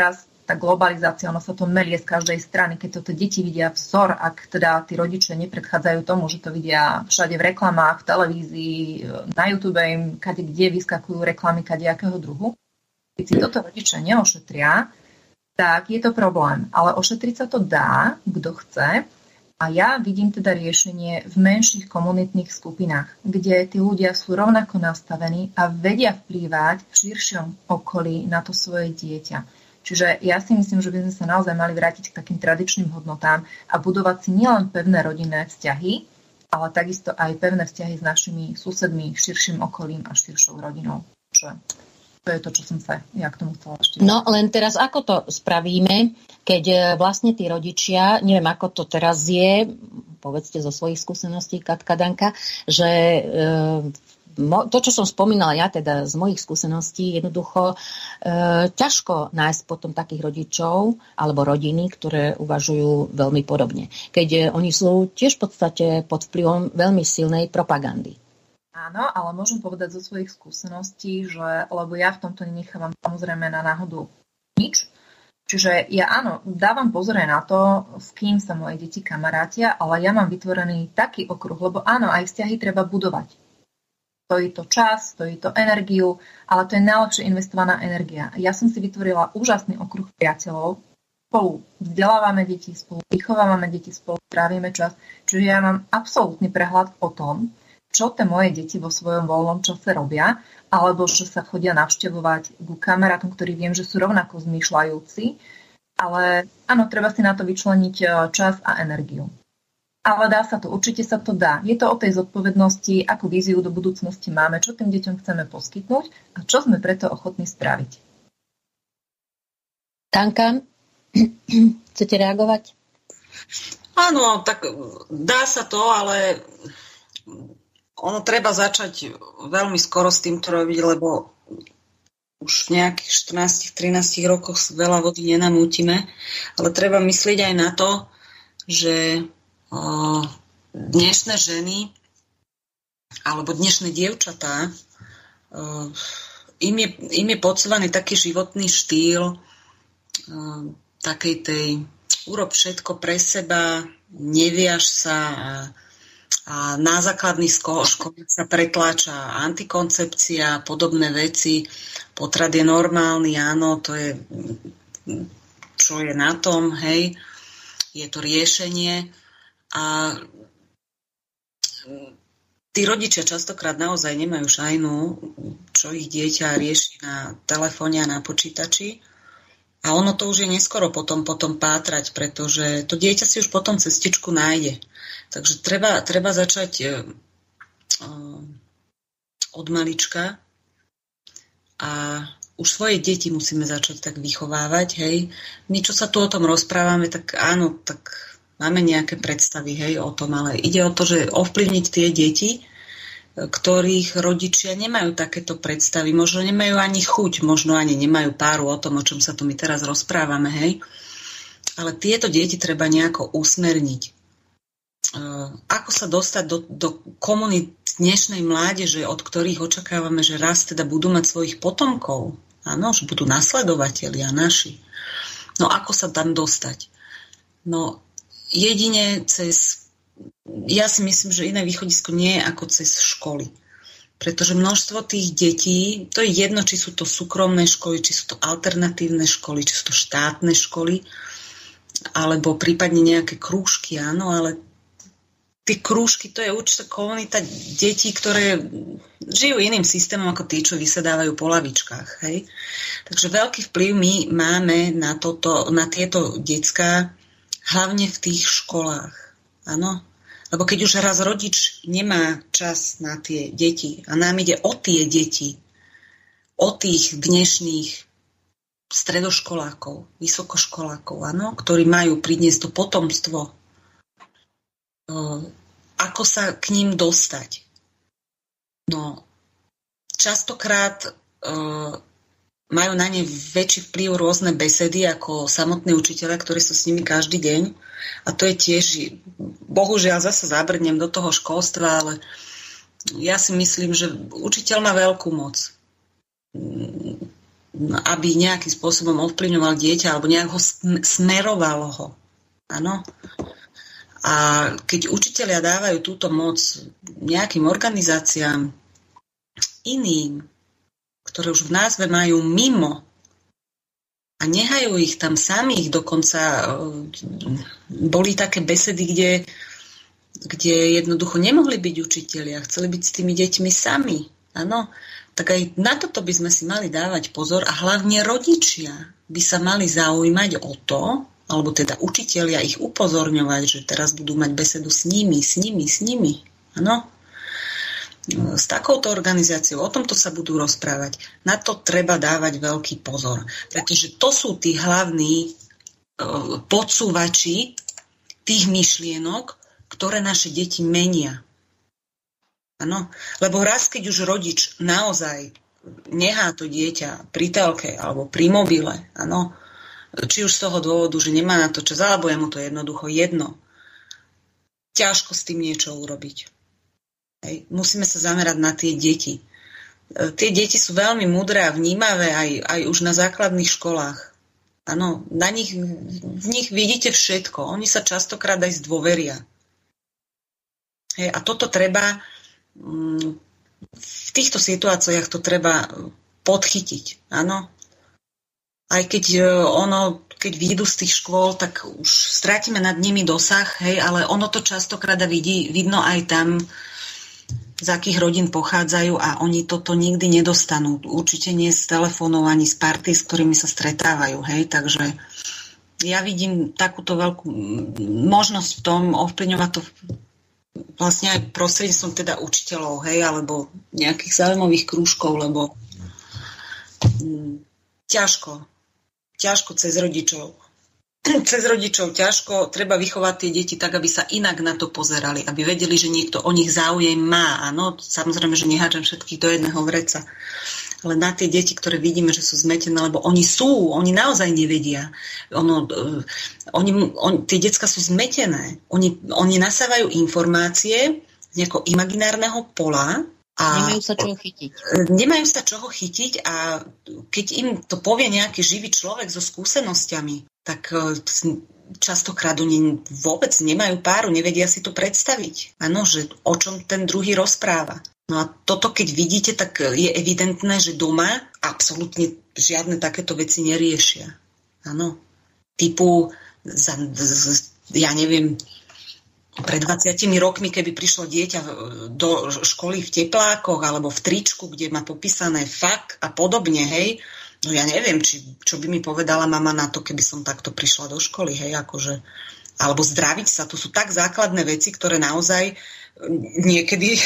tá globalizácia, ono sa to melie z každej strany. Keď toto deti vidia vzor, ak teda tí rodičia nepredchádzajú tomu, že to vidia všade v reklamách, v televízii, na YouTube im kde vyskakujú reklamy kadejakého druhu. Keď si toto rodičia neošetria, tak je to problém. Ale ošetriť sa to dá, kto chce. A ja vidím teda riešenie v menších komunitných skupinách, kde tí ľudia sú rovnako nastavení a vedia vplývať v širšom okolí na to svoje dieťa. Čiže ja si myslím, že by sme sa naozaj mali vrátiť k takým tradičným hodnotám a budovať si nielen pevné rodinné vzťahy, ale takisto aj pevné vzťahy s našimi susedmi, širším okolím a širšou rodinou. To je to, čo som sa ja k tomu chcela ešte. No len teraz, ako to spravíme, keď vlastne tí rodičia, neviem, ako to teraz je, povedzte zo svojich skúseností, Katka, Danka, že to, čo som spomínala ja, teda z mojich skúseností, jednoducho ťažko nájsť potom takých rodičov alebo rodiny, ktoré uvažujú veľmi podobne. Keď oni sú tiež v podstate pod vplyvom veľmi silnej propagandy. Áno, ale môžem povedať zo svojich skúseností, že, lebo ja v tomto nenechávam samozrejme na náhodu nič. Čiže ja áno, dávam pozor na to, s kým sa moje deti kamarátia, ale ja mám vytvorený taký okruh, lebo áno, aj vzťahy treba budovať. Stojí to čas, stojí to energiu, ale to je najlepšie investovaná energia. Ja som si vytvorila úžasný okruh priateľov, spolu vzdelávame deti, spolu vychovávame deti, spolu trávime čas, čiže ja mám absolútny prehľad o tom, čo tie moje deti vo svojom voľnom čase robia, alebo že sa chodia navštevovať ku kamarátom, ktorí viem, že sú rovnako zmýšľajúci, ale áno, treba si na to vyčleniť čas a energiu. Ale dá sa to, určite sa to dá. Je to o tej zodpovednosti, akú víziu do budúcnosti máme, čo tým deťom chceme poskytnúť a čo sme preto ochotní spraviť. Tanka, chcete reagovať? Áno, tak dá sa to, ale ono treba začať veľmi skoro s týmto robiť, lebo už v nejakých 14-13 rokoch veľa vody nenamútime, ale treba myslieť aj na to, že dnešné ženy alebo dnešné dievčatá im je podsúvaný taký životný štýl takej tej urob všetko pre seba, neviaž sa a na základných školách sa pretláča antikoncepcia a podobné veci. Potrat je normálny, áno, to je, čo je na tom, hej, je to riešenie. A tí rodičia častokrát naozaj nemajú šajnu, čo ich dieťa rieši na telefóne a na počítači. A ono to už je neskoro potom pátrať, pretože to dieťa si už potom cestičku nájde. Takže treba začať od malička a už svoje deti musíme začať tak vychovávať, hej. My, čo sa tu o tom rozprávame, tak áno, tak máme nejaké predstavy, hej, o tom, ale ide o to, že ovplyvniť tie deti, ktorých rodičia nemajú takéto predstavy, možno nemajú ani chuť, možno ani nemajú páru o tom, o čom sa tu my teraz rozprávame, hej. Ale tieto deti treba nejako usmerniť. Ako sa dostať do komunít dnešnej mládeže, od ktorých očakávame, že raz teda budú mať svojich potomkov, áno, že budú nasledovatelia naši. No ako sa tam dostať? No jedine ja si myslím, že iné východisko nie je ako cez školy. Pretože množstvo tých detí, to je jedno, či sú to súkromné školy, či sú to alternatívne školy, či sú to štátne školy, alebo prípadne nejaké krúžky, áno, ale tie krúžky, to je určitá komunita detí, ktoré žijú iným systémom ako tí, čo vysedávajú po lavičkách. Hej? Takže veľký vplyv my máme na tieto decká, hlavne v tých školách. Áno? Lebo keď už raz rodič nemá čas na tie deti a nám ide o tie deti, o tých dnešných stredoškolákov, vysokoškolákov, áno? Ktorí majú priniesť to potomstvo, ako sa k ním dostať. No, častokrát majú na ne väčší vplyv rôzne besedy ako samotní učitelia, ktorí sú s nimi každý deň. A to je tiež, bohužiaľ zase zabrnem do toho školstva, ale ja si myslím, že učiteľ má veľkú moc. aby nejakým spôsobom ovplyvňoval dieťa alebo nejak ho smerovalo ho. Áno. A keď učitelia dávajú túto moc nejakým organizáciám iným, ktoré už v názve majú mimo a nehajú ich tam samých, dokonca boli také besedy, kde jednoducho nemohli byť učitelia, chceli byť s tými deťmi sami. Áno, tak aj na toto by sme si mali dávať pozor a hlavne rodičia by sa mali zaujímať o to, alebo teda učitelia ich upozorňovať, že teraz budú mať besedu s nimi. Áno. S takouto organizáciou, o tomto sa budú rozprávať. Na to treba dávať veľký pozor. Pretože to sú tí hlavní podsúvači tých myšlienok, ktoré naše deti menia. Áno. Lebo raz, keď už rodič naozaj nechá to dieťa pri telke alebo pri mobile, áno, či už z toho dôvodu, že nemá na to čas, alebo je mu to jednoducho jedno, ťažko s tým niečo urobiť. Hej. Musíme sa zamerať na tie deti. Tie deti sú veľmi múdre a vnímavé aj už na základných školách. Áno, v nich vidíte všetko. Oni sa častokrát aj zdôveria. Hej, a toto treba, v týchto situáciách to treba podchytiť. Áno. Aj keď keď výjdu z tých škôl, tak už strátime nad nimi dosah, hej, ale ono to častokrát vidno aj tam, z akých rodín pochádzajú a oni toto nikdy nedostanú. Určite nie z telefónov ani z party, s ktorými sa stretávajú. Hej? Takže ja vidím takúto veľkú možnosť v tom ovplyvňovať to vlastne aj prostredníctvom teda učiteľov, hej, alebo nejakých záujmových krúžkov, lebo ťažko cez rodičov. Cez rodičov ťažko, treba vychovať tie deti tak, aby sa inak na to pozerali, aby vedeli, že niekto o nich záujem má. Áno, samozrejme, že neháčam všetkých do jedného vreca. Ale na tie deti, ktoré vidíme, že sú zmetené, lebo oni naozaj nevedia. Tie decká sú zmetené. Oni nasávajú informácie z nejakého imaginárneho pola, a nemajú sa čoho chytiť. Nemajú sa čoho chytiť a keď im to povie nejaký živý človek so skúsenosťami, tak častokrát oni vôbec nemajú páru, nevedia si to predstaviť. Áno, že o čom ten druhý rozpráva. No a toto, keď vidíte, tak je evidentné, že doma absolútne žiadne takéto veci neriešia. Áno. Typu, ja neviem, pred 20 rokmi, keby prišlo dieťa do školy v teplákoch alebo v tričku, kde má popísané fakt a podobne, hej, no ja neviem, čo by mi povedala mama na to, keby som takto prišla do školy, hej, akože, alebo zdraviť sa, to sú tak základné veci, ktoré naozaj niekedy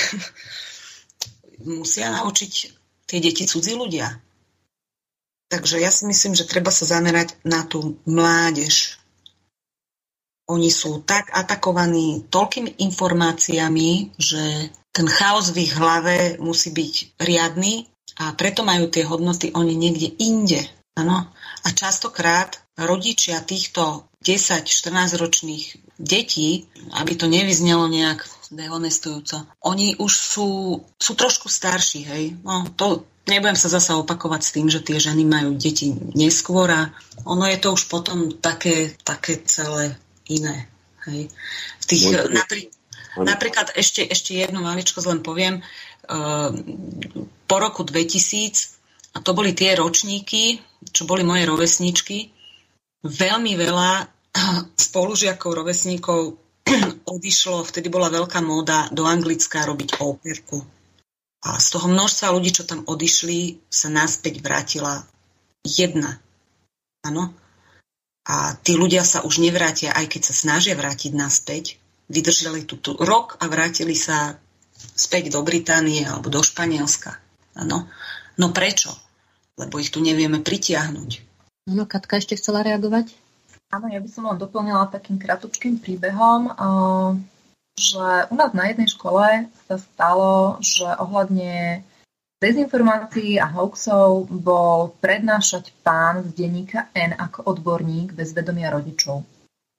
musia naučiť tie deti cudzí ľudia. Takže ja si myslím, že treba sa zamerať na tú mládež. Oni sú tak atakovaní toľkými informáciami, že ten chaos v ich hlave musí byť riadny a preto majú tie hodnoty oni niekde inde. Ano? A častokrát rodičia týchto 10-14 ročných detí, aby to nevyznelo nejak dehonestujúco, oni už sú trošku starší. Hej? No, to nebudem sa zasa opakovať s tým, že tie ženy majú deti neskôr a ono je to už potom také celé iné. Hej. V tých, napríklad ešte jednu maličko len poviem, po roku 2000, a to boli tie ročníky, čo boli moje rovesničky, veľmi veľa spolužiakov, rovesníkov odišlo, vtedy bola veľká móda do Anglicka robiť óperku. A z toho množstva ľudí, čo tam odišli, sa naspäť vrátila jedna. Áno. A tí ľudia sa už nevrátia, aj keď sa snažia vrátiť naspäť. Vydržali tu rok a vrátili sa späť do Británie alebo do Španielska. Áno. No prečo? Lebo ich tu nevieme pritiahnuť. No, Katka ešte chcela reagovať? Áno, ja by som len doplnila takým kratučkým príbehom, že u nás na jednej škole sa stalo, že ohľadne dezinformácií a hoaxov bol prednášať pán z denníka N ako odborník bez vedomia rodičov.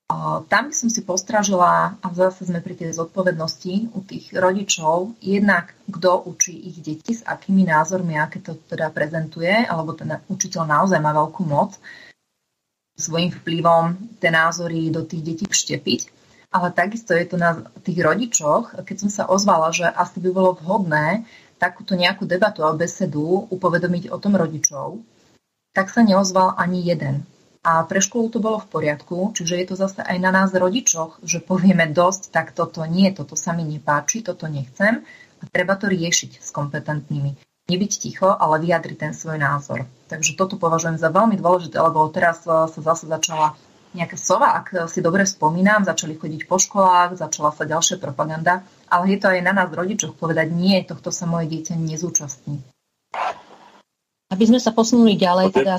Tam by som si postražila, a zase sme pri tej zodpovednosti u tých rodičov, jednak kto učí ich deti, s akými názormi, aké to teda prezentuje, alebo ten učiteľ naozaj má veľkú moc svojím vplyvom tie názory do tých detí vštepiť. Ale takisto je to na tých rodičoch, keď som sa ozvala, že asi by bolo vhodné takúto nejakú debatu alebo besedu upovedomiť o tom rodičov, tak sa neozval ani jeden. A pre školu to bolo v poriadku, čiže je to zase aj na nás rodičoch, že povieme dosť, tak toto nie, toto sa mi nepáči, toto nechcem a treba to riešiť s kompetentnými. Nebyť ticho, ale vyjadriť ten svoj názor. Takže toto považujem za veľmi dôležité, lebo teraz sa zase začala nejaká sova, ak si dobre spomínam, začali chodiť po školách, začala sa ďalšia propaganda, ale je to aj na nás rodičoch povedať, nie, tohto sa moje dieťa nezúčastní. Aby sme sa posunuli ďalej, teda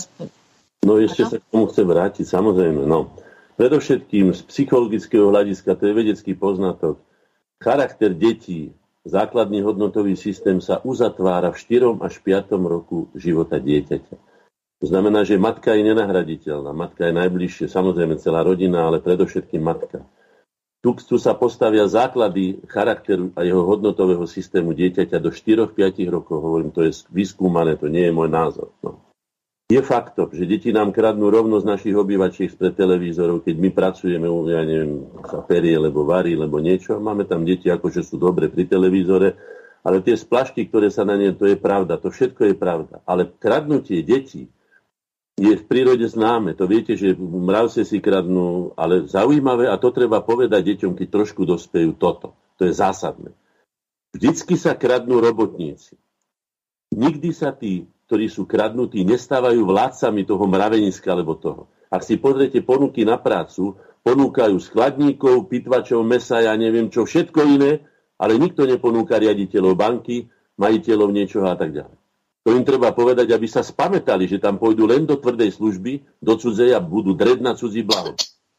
No ešte sa k tomu chcem vrátiť, samozrejme. No. Predovšetkým z psychologického hľadiska, to je vedecký poznatok, charakter detí, základný hodnotový systém sa uzatvára v 4. až 5. roku života dieťaťa. To znamená, že matka je nenahraditeľná. Matka je najbližšie, samozrejme celá rodina, ale predovšetkým matka. Tu sa postavia základy charakteru a jeho hodnotového systému dieťaťa do 4-5 rokov. Hovorím, to je vyskúmané, to nie je môj názor. No. Je faktom, že deti nám kradnú rovnosť našich obývačiek spred televízorov, keď my pracujeme, ja neviem, sa perie, lebo varí, lebo niečo. Máme tam deti, akože sú dobre pri televízore, ale tie splašky, ktoré sa na ne, to je pravda, to všetko je pravda. Ale kradnutie detí je v prírode známe. To viete, že mravce si kradnú, ale zaujímavé, a to treba povedať deťom, keď trošku dospejú toto. To je zásadné. Vždycky sa kradnú robotníci. Nikdy sa tí, ktorí sú kradnutí, nestávajú vládcami toho mraveniska alebo toho. Ak si pozriete ponuky na prácu, ponúkajú skladníkov, pitvačov mesa, ja neviem čo, všetko iné, ale nikto neponúka riaditeľov banky, majiteľov niečoho a tak ďalej. To im treba povedať, aby sa spamätali, že tam pôjdu len do tvrdej služby, do cudzej a budú dreť na cudzí blaho.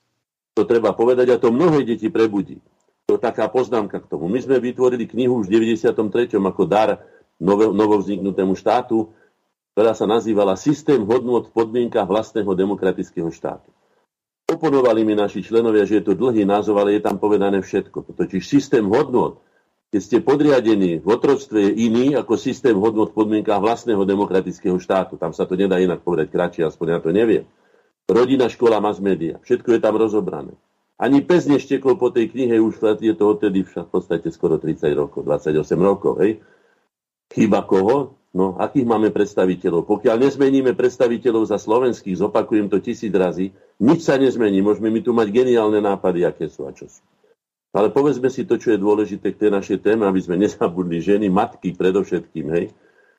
To treba povedať a to mnohé deti prebudí. To je taká poznámka k tomu. My sme vytvorili knihu už v 93. ako dar novovzniknutému štátu, ktorá sa nazývala Systém hodnôt v podmienkach vlastného demokratického štátu. Oponovali mi naši členovia, že je to dlhý názov, ale je tam povedané všetko. Totiž systém hodnôt, keď ste podriadení v otroctve, je iný ako systém hodnôt v podmienkach vlastného demokratického štátu. Tam sa to nedá inak povedať kratšie, aspoň ja to neviem. Rodina, škola, mass media. Všetko je tam rozobrané. Ani pes neštekol po tej knihe, už je to odtedy v podstate skoro 30 rokov, 28 rokov. Hej. Chyba koho? No, akých máme predstaviteľov? Pokiaľ nezmeníme predstaviteľov za slovenských, zopakujem to 1000 razy, nič sa nezmení. Môžeme my tu mať geniálne nápady, aké sú a čo sú. Ale povedzme si to, čo je dôležité k tej našej téme, aby sme nezabudli ženy, matky predovšetkým, hej.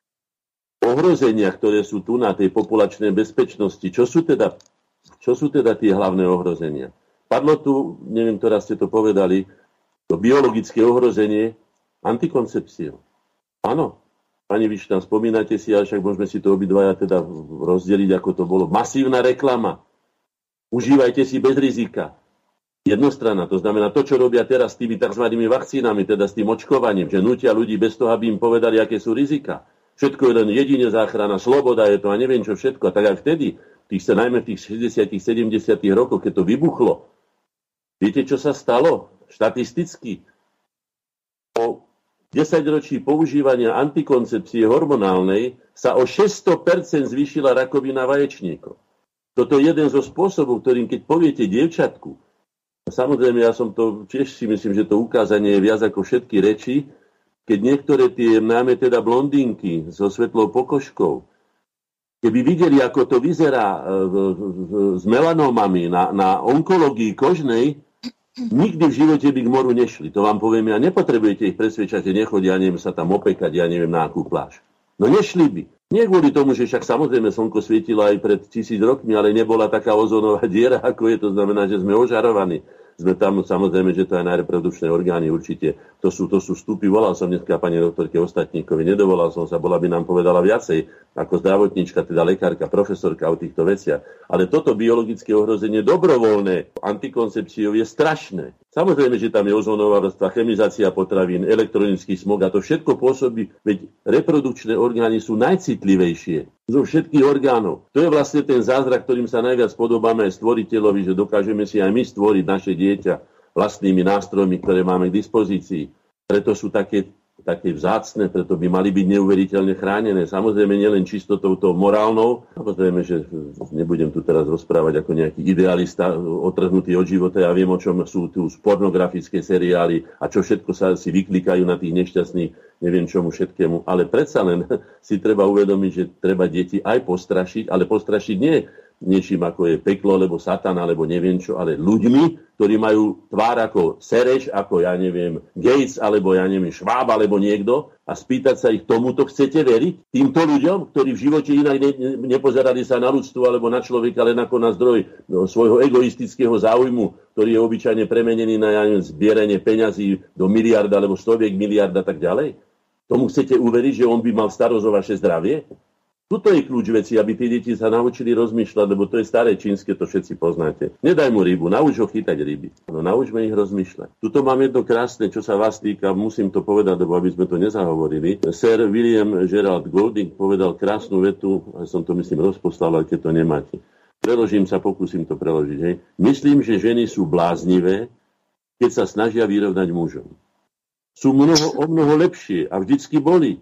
Ohrozenia, ktoré sú tu na tej populačnej bezpečnosti, čo sú teda tie hlavné ohrozenia? Padlo tu, neviem, ktorá ste to povedali, to biologické ohrozenie antikoncepciou. Áno. Pani Višna, spomínate si, ale však môžeme si to obidvaja teda rozdeliť, ako to bolo. Masívna reklama. Užívajte si bez rizika. Jednostranná, to znamená to, čo robia teraz s tými tzv. Vakcínami, teda s tým očkovaním, že nutia ľudí bez toho, aby im povedali, aké sú rizika. Všetko je len jedine záchrana, sloboda je to a neviem čo všetko. A tak aj vtedy, najmä v tých 60 70 rokoch, keď to vybuchlo, viete, čo sa stalo? Štatisticky. Po 10 ročí používania antikoncepcie hormonálnej sa o 600% zvýšila rakovina vaječníkov. Toto je jeden zo spôsobov, ktorým keď poviete dievčatku, a samozrejme ja som to, tiež si myslím, že to ukázanie je viac ako všetky reči, keď niektoré tie máme teda blondínky so svetlou pokožkou, keby videli, ako to vyzerá s melanómami na onkológii kožnej, nikdy v živote by k moru nešli. To vám poviem, ja nepotrebujete ich presvedčať, že nechodia, neviem, sa tam opekať, ja neviem, na akú pláž. No nešli by. Nie kvôli tomu, že však samozrejme slnko svietilo aj pred 1000 rokmi, ale nebola taká ozónová diera, ako je, to znamená, že sme ožarovaní. Sme tam, samozrejme, že to aj na reprodukčné orgány určite. To sú vstupy. Volal som dneska pani doktorke Ostatníkovi, nedovolal som sa, bola by nám povedala viacej, ako zdravotníčka, teda lekárka, profesorka o týchto veciach. Ale toto biologické ohrozenie dobrovoľné antikoncepciou je strašné. Samozrejme, že tam je ozónová vrstva, chemizácia potravín, elektronický smog a to všetko pôsobí, veď reprodukčné orgány sú najcitlivejšie zo všetkých orgánov. To je vlastne ten zázrak, ktorým sa najviac podobáme aj stvoriteľovi, že dokážeme si aj my stvoriť naše dieťa vlastnými nástrojmi, ktoré máme k dispozícii. Preto sú také vzácne, preto by mali byť neuveriteľne chránené. Samozrejme nielen čistotou tou morálnou, samozrejme, že nebudem tu teraz rozprávať ako nejaký idealista otrhnutý od života, ja viem, o čom sú tu pornografické seriály a čo všetko sa si vyklikajú na tých nešťastných, neviem čomu všetkému, ale predsa len si treba uvedomiť, že treba deti aj postrašiť, ale postrašiť nie niečím ako je peklo, alebo satan, alebo neviem čo, ale ľuďmi, ktorí majú tvár ako Sereš, ako ja neviem Gates, alebo ja neviem Schwab, alebo niekto a spýtať sa ich, tomuto chcete veriť? Týmto ľuďom, ktorí v živote inak nepozerali sa na ľudstvo alebo na človeka, len ako na zdroj svojho egoistického záujmu, ktorý je obyčajne premenený na zbieranie peňazí do miliarda alebo stoviek miliard a tak ďalej? Tomu chcete uveriť, že on by mal starosť o vaše zdravie? Tuto je kľúč veci, aby tí deti sa naučili rozmýšľať, lebo to je staré čínske, to všetci poznáte. Nedaj mu rybu, nauč ho chytať ryby. No, naučme ich rozmýšľať. Tuto mám jedno krásne, čo sa vás týka, musím to povedať, lebo aby sme to nezahovorili. Sir William Gerald Golding povedal krásnu vetu, a som to myslím rozposlal, ale keď to nemáte. Preložím sa, pokúsim to preložiť. Hej. Myslím, že ženy sú bláznivé, keď sa snažia vyrovnať mužom. Sú o mnoho lepšie a vždycky boli.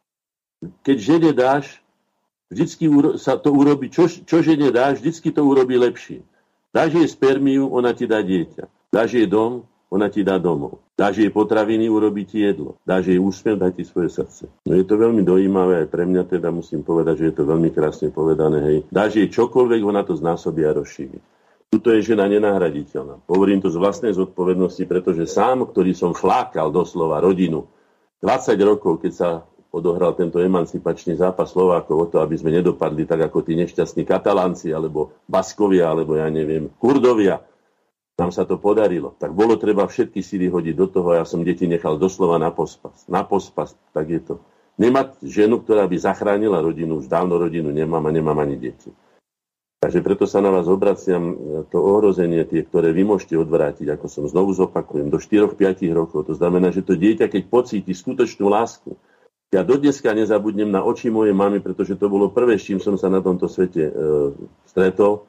Keď žene dáš, vždycky sa to urobí, čo žene dáš, vždycky to urobí lepšie. Dáš jej spermiu, ona ti dá dieťa. Dáš jej dom, ona ti dá domov. Dáš jej potraviny, urobí ti jedlo. Dáš jej úsmev, dá ti svoje srdce. No je to veľmi dojímavé, aj pre mňa teda musím povedať, že je to veľmi krásne povedané. Hej. Dáš jej čokoľvek, ona to znásobí a rozšíri. Tuto je žena nenahraditeľná. Hovorím to z vlastnej zodpovednosti, pretože sám, ktorý som flákal doslova rodinu 20 rokov, keď sa odohral tento emancipačný zápas Slovákov o to, aby sme nedopadli tak ako tí nešťastní Katalánci, alebo Baskovia, alebo ja neviem, Kurdovia. Nám sa to podarilo. Tak bolo treba všetky síly hodiť do toho a ja som deti nechal doslova na pospas. Na pospas, tak je to. Nemať ženu, ktorá by zachránila rodinu, už dávno rodinu nemám a nemám ani deti. Takže preto sa na vás obraciam, to ohrozenie, tie, ktoré vy môžete odvrátiť, ako som znovu zopakujem, do 4-5 rokov. To znamená, že to dieťa, keď pocíti skutočnú lásku, ja dodneska nezabudnem na oči mojej mamy, pretože to bolo prvé, s čím som sa na tomto svete stretol.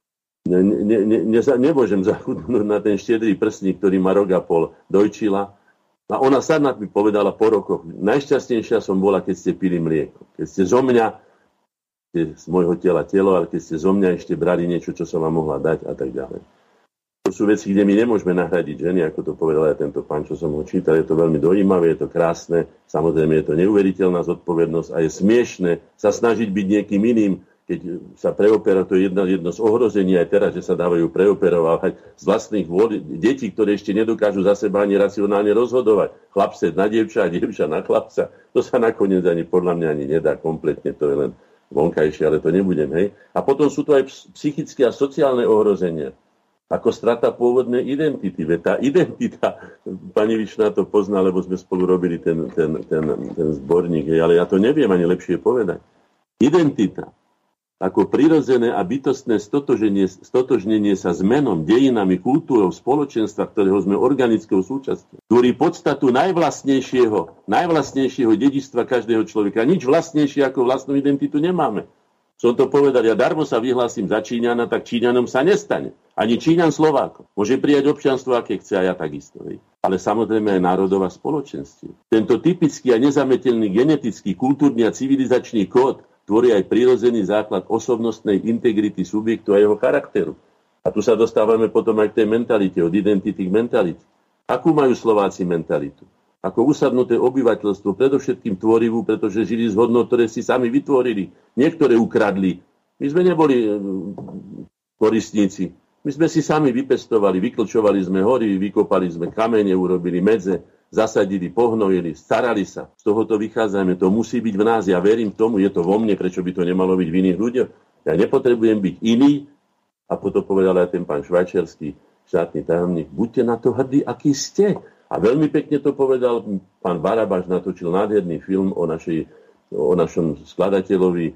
Nemôžem zachudnúť na ten štedrý prsník, ktorý ma rok a pol dojčila. A ona sadná mi povedala po rokoch, najšťastnejšia som bola, keď ste pili mlieko. Keď ste zo mňa, z môjho tela telo, ale keď ste zo mňa ešte brali niečo, čo som vám mohla dať a tak ďalej. To sú veci, kde my nemôžeme nahradiť ženy, ako to povedal aj tento pán, čo som ho čítal. Je to veľmi dojímavé, je to krásne, samozrejme je to neuveriteľná zodpovednosť a je smiešne sa snažiť byť niekým iným, keď sa preoperá, to je jedno z ohrození aj teraz, že sa dávajú preoperovať z vlastných vôľ detí, ktoré ešte nedokážu za seba ani racionálne rozhodovať. Chlapce na dievča a dievča na chlapca. To sa nakoniec ani podľa mňa ani nedá kompletne, to je len vonkajšie, ale to nebudem, hej. A potom sú to aj psychické a sociálne ohrozenia. Ako strata pôvodnej identity. Veď tá identita, pani Višná to pozná, lebo sme spolu robili ten zborník, ale ja to neviem ani lepšie povedať. Identita, ako prirodzené a bytostné stotožnenie sa s menom, dejinami, kultúrou, spoločenstva, ktorého sme organickou súčasťou, ktorý podstatu najvlastnejšieho dedičstva každého človeka. Nič vlastnejšie ako vlastnú identitu nemáme. Som to povedal, ja darmo sa vyhlásim za Číňana, tak Číňanom sa nestane. Ani Číňan Slovákom. Môže prijať občianstvo, aké chce, a ja takisto. Ale samozrejme aj národová spoločenstvo. Tento typický a nezameteľný genetický, kultúrny a civilizačný kód tvorí aj prirodzený základ osobnostnej integrity subjektu a jeho charakteru. A tu sa dostávame potom aj k tej mentalite, od identity k mentalite. Akú majú Slováci mentalitu? Ako usadnuté obyvateľstvo, predovšetkým tvorivú, pretože žili z hodnot, ktoré si sami vytvorili. Niektoré ukradli. My sme neboli koristníci. My sme si sami vypestovali, vyklčovali sme hory, vykopali sme kamene, urobili medze, zasadili, pohnojili, starali sa. Z tohoto vychádzame, to musí byť v nás. Ja verím tomu, je to vo mne, prečo by to nemalo byť v iných ľuďoch. Ja nepotrebujem byť iný. A potom povedal aj ten pán švajčiarsky štátny tajomník, buďte na to hrdí, aký ste. A veľmi pekne to povedal pán Barabáš, natočil nádherný film o našom skladateľovi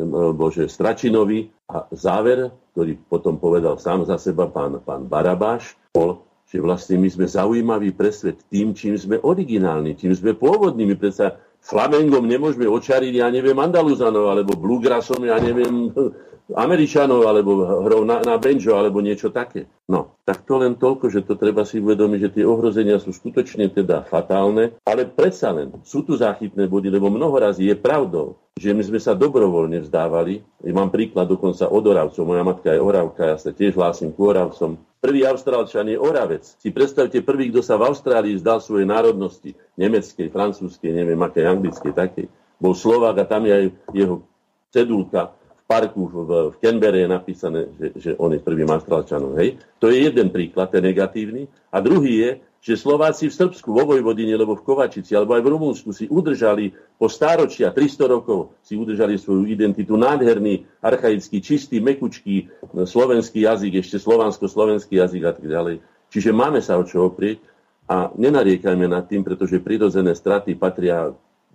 Stračinovi. A záver, ktorý potom povedal sám za seba pán Barabáš, bol, že vlastne my sme zaujímaví pre svet tým, čím sme originálni, čím sme pôvodní. My predsa Flamengom nemôžeme očariť, ja neviem, Andaluzanov, alebo bluegrassom, ja neviem, Američanov, alebo hrou na banjo, alebo niečo také. No, tak to len toľko, že to treba si uvedomiť, že tie ohrozenia sú skutočne teda fatálne, ale predsa len sú tu záchytné body, lebo mnoho razy je pravdou, že my sme sa dobrovoľne vzdávali. Ja mám príklad dokonca od Oravcov, moja matka je Oravka, ja sa tiež hlásim k Oravcom. Prvý Austrálčan je Oravec. Si predstavte, prvý, kto sa v Austrálii vzdal svojej národnosti, nemeckej, francúzskej, neviem akej, anglickej, takej, bol Slovák a tam je aj jeho cedulka v parku v Canberre je napísané, že on je prvým Austrálčanom. Hej? To je jeden príklad, ten negatívny. A druhý je, že Slováci v Srbsku, vo Vojvodine, alebo v Kovačici, alebo aj v Rumunsku si udržali po stáročia, 300 rokov, si udržali svoju identitu. Nádherný, archaický, čistý, mekučký slovenský jazyk, ešte slovansko-slovenský jazyk a tak ďalej. Čiže máme sa o čo oprieť a nenariekajme nad tým, pretože prirodzené straty patria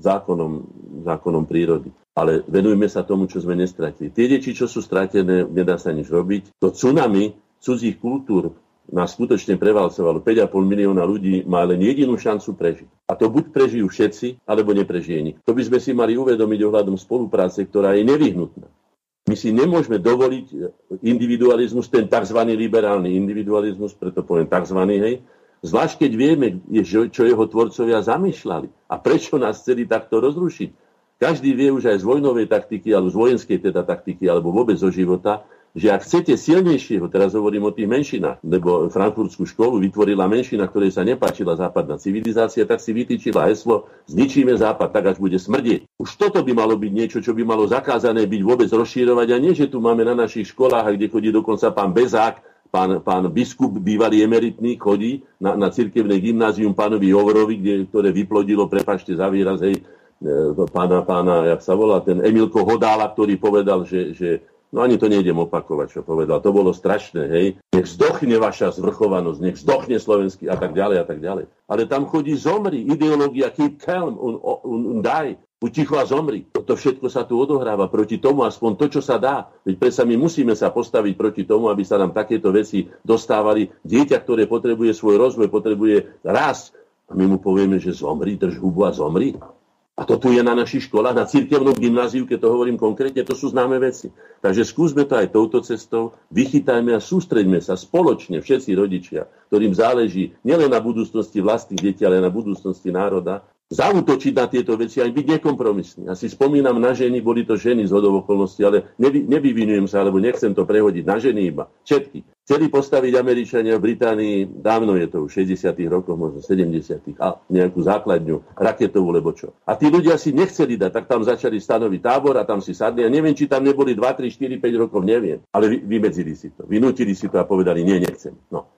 zákonom prírody. Ale venujme sa tomu, čo sme nestratili. Tie deti, čo sú stratené, nedá sa nič robiť. To tsunami cudzích kultúr nás skutočne prevalcovalo. 5,5 milióna ľudí má len jedinú šancu prežiť. A to buď prežijú všetci, alebo neprežije nik. To by sme si mali uvedomiť ohľadom spolupráce, ktorá je nevyhnutná. My si nemôžeme dovoliť individualizmus, ten tzv. Liberálny individualizmus, preto poviem tzv. Hej, zvlášť keď vieme, čo jeho tvorcovia zamýšľali a prečo nás chceli takto rozrušiť. Každý vie už aj z vojnovej taktiky, alebo z vojenskej teda taktiky, alebo vôbec zo života, že ak chcete silnejšieho, teraz hovorím o tých menšinách, lebo frankfurtskú školu vytvorila menšina, ktorej sa nepáčila západná civilizácia, tak si vytýčila heslo zničíme západ, tak až bude smrdieť. Už toto by malo byť niečo, čo by malo zakázané byť vôbec rozšírovať a nie, že tu máme na našich školách, kde chodí dokonca pán Bezák, pán biskup, bývalý emeritný, chodí na cirkevné gymnázium pánovi Jovorovi, ktoré vyplodilo, prepáčte za výraz, hej, pána, jak sa volá, ten Emilko Hodála, ktorý povedal, že no ani to nejdem opakovať, čo povedal. To bolo strašné, hej. Nech zdochne vaša zvrchovanosť, nech zdochne slovenský a tak ďalej a tak ďalej. Ale tam chodí zomri, ideológia keep calm und die. Buď ticho a zomri. To všetko sa tu odohráva proti tomu, aspoň to, čo sa dá. Veď predsa my musíme sa postaviť proti tomu, aby sa nám takéto veci dostávali. Dieťa, ktoré potrebuje svoj rozvoj, potrebuje rásť. A my mu povieme, že zomri, drž hubu a zomri. A to tu je na našich školách, na cirkevnom gymnáziu, keď to hovorím konkrétne, to sú známe veci. Takže skúsme to aj touto cestou, vychytajme a sústreďme sa spoločne, všetci rodičia, ktorým záleží nielen na budúcnosti vlastných detí, ale na budúcnosti národa, zaútočiť na tieto veci a byť nekompromisný. Ja si spomínam na ženy, boli to ženy z hodou okolností, ale nevyvinujem sa, alebo nechcem to prehodiť na ženy iba. Všetky. Chceli postaviť Američania v Británii, dávno je to už 60. rokoch, možno 70. a nejakú základňu, raketovú, lebo čo. A tí ľudia si nechceli dať, tak tam začali stanoviť tábor a tam si sadli. A neviem, či tam neboli 2, 3, 4, 5 rokov, neviem. Ale vymedzili si to. Vynútili si to a povedali, nie, nechcem. No.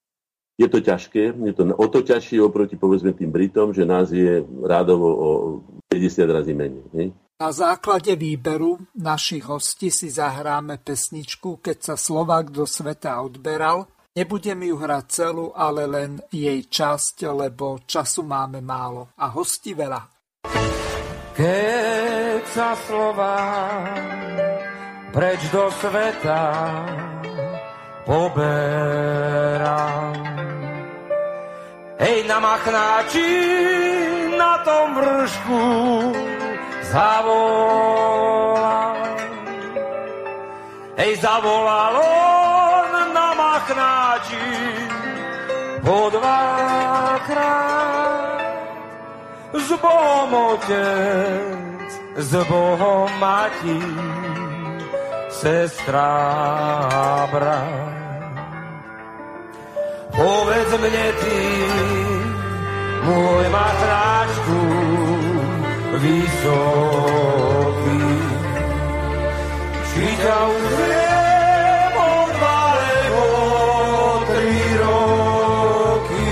Je to ťažké, je to o to ťažšie oproti, povedzme, tým Britom, že nás je rádovo o 50 razy menej. Nie? Na základe výberu našich hostí si zahráme pesničku Keď sa Slovák do sveta odberal. Nebudem ju hrať celú, ale len jej časť, lebo času máme málo a hostí veľa. Keď sa Slovák preč do sveta poberá, hej, na Machnáči, na tom vršku zavolal. Hej, zavolal on na Machnáči po 2-krát. S Bohom otec, s Bohom mati, sestra a brat. Povedz mne ty, môj Machnáčku vysoký, či ťa uzriem od 2 alebo 3 roky,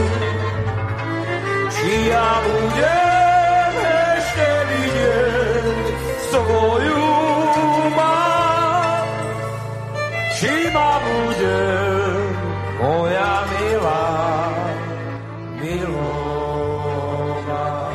či ja budem ešte vidieť svoju mať, či ma budem moja milá milová.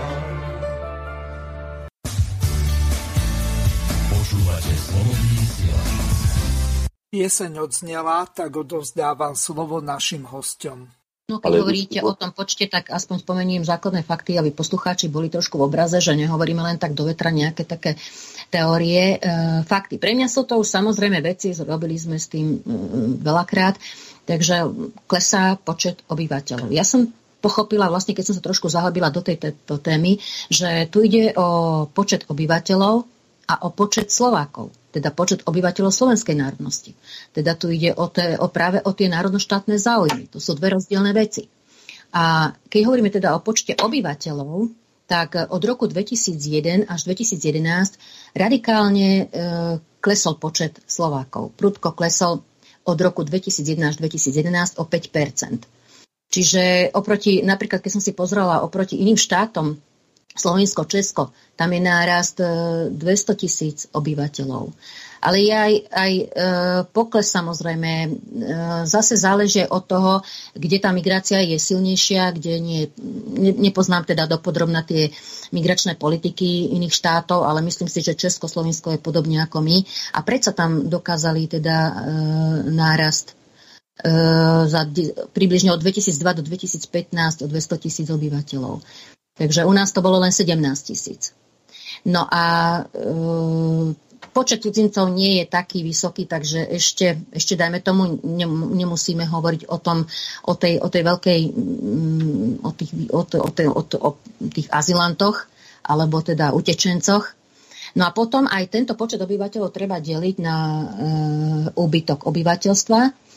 Počúvate Slobodný vysielač. Pieseň odznela, tak odovzdávam slovo našim hosťom. No keď hovoríte o tom počte, tak aspoň spomeniem základné fakty, aby poslucháči boli trošku v obraze, že nehovoríme len tak do vetra nejaké také teórie. Fakty. Pre mňa sú to už samozrejme veci, robili sme s tým veľakrát, takže klesá počet obyvateľov. Ja som pochopila vlastne, keď som sa trošku zahlbila do tejto témy, že tu ide o počet obyvateľov a o počet Slovákov, teda počet obyvateľov slovenskej národnosti. Teda tu ide práve o tie národnoštátne záujmy. To sú dve rozdielne veci. A keď hovoríme teda o počte obyvateľov, tak od roku 2001 až 2011 radikálne klesol počet Slovákov. Prudko klesol od roku 2001 až 2011 o 5%. Čiže napríklad keď som si pozrela oproti iným štátom, Slovensko, Česko, tam je nárast 200 000 obyvateľov. Ale je aj pokles samozrejme. Zase záleží od toho, kde tá migrácia je silnejšia, kde nie. Nepoznám teda dopodrobna tie migračné politiky iných štátov, ale myslím si, že Česko, Slovensko je podobne ako my. A predsa tam dokázali teda nárast približne od 2002 do 2015 o 200 000 obyvateľov. Takže u nás to bolo len 17 000. No a počet cudzincov nie je taký vysoký, takže ešte dajme tomu, nemusíme hovoriť o tej veľkej, o tých azylantoch, alebo teda utečencoch. No a potom aj tento počet obyvateľov treba deliť na úbytok obyvateľstva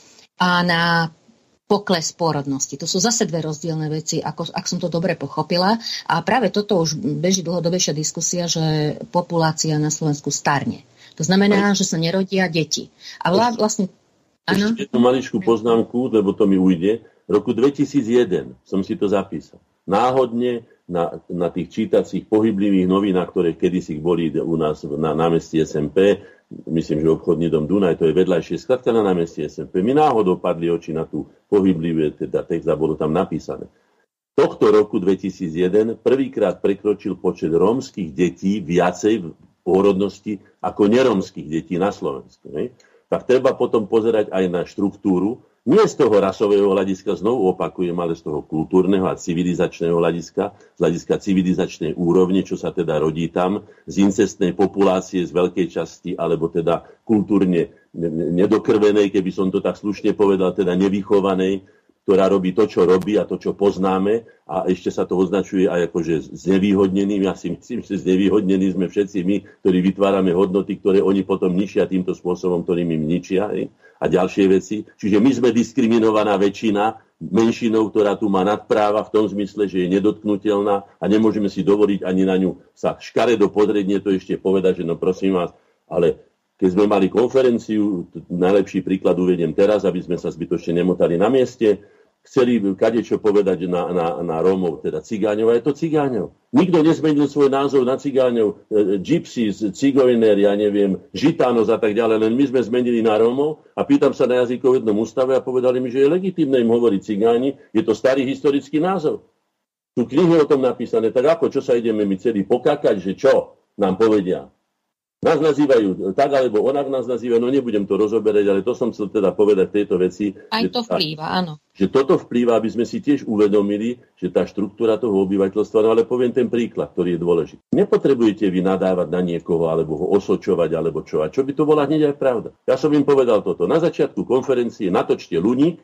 a na pokles pôrodnosti. To sú zase dve rozdielne veci, ak som to dobre pochopila. A práve toto už beží dlhodobejšia diskusia, že populácia na Slovensku starne. To znamená, že sa nerodia deti. A vlastne... Áno? Ešte jednu maličkú poznámku, lebo to mi ujde. V roku 2001 som si to zapísal. Náhodne na tých čítacích pohyblivých novinách, ktoré kedysi boli u nás na námestí SMP, myslím, že obchodný dom Dunaj, to je vedľajšie, skladka na námestí SMP. Mi náhodou padli oči na tú pohyblivé teda text a bolo tam napísané. Tohto roku 2001 prvýkrát prekročil počet rómskych detí viacej v pôrodnosti ako nerómskych detí na Slovensku. Ne? Tak treba potom pozerať aj na štruktúru, nie z toho rasového hľadiska, znovu opakujem, ale z toho kultúrneho a civilizačného hľadiska, z hľadiska civilizačnej úrovne, čo sa teda rodí tam, z incestnej populácie z veľkej časti, alebo teda kultúrne nedokrvenej, keby som to tak slušne povedal, teda nevychovanej, ktorá robí to, čo robí a to, čo poznáme a ešte sa to označuje aj akože znevýhodneným. Ja si myslím, že znevýhodnení sme všetci my, ktorí vytvárame hodnoty, ktoré oni potom ničia týmto spôsobom, ktorým im ničia a ďalšie veci. Čiže my sme diskriminovaná väčšina menšinou, ktorá tu má nadpráva v tom zmysle, že je nedotknutelná a nemôžeme si dovoliť ani na ňu sa škaredo podrieť, nie to ešte povedať, že no prosím vás, ale keď sme mali konferenciu, najlepší príklad uvediem teraz, aby sme sa zbytočne nemotali na mieste, chceli kadečo povedať na Rómov, teda cigáňov, a je to cigáňov. Nikto nezmenil svoj názov na cigáňov, gypsies, cigojner, ja neviem, žitános a tak ďalej, len my sme zmenili na Rómov a pýtam sa na jazykovednom ústave a povedali mi, že je legitímne im hovoriť cigáni, je to starý historický názov. Tu knihy o tom napísané, tak ako, čo sa ideme my celý pokakať, že čo nám povedia. Nás nazývajú tak, alebo onak nás nazývajú, no nebudem to rozoberať, ale to som chcel teda povedať tejto veci. Aj to vplýva, áno. Že toto vplýva, aby sme si tiež uvedomili, že tá štruktúra toho obyvateľstva, no ale poviem ten príklad, ktorý je dôležitý. Nepotrebujete vy nadávať na niekoho, alebo ho osočovať, alebo čo. A čo by to bola hneď aj pravda. Ja som im povedal toto. Na začiatku konferencie natočte Luník,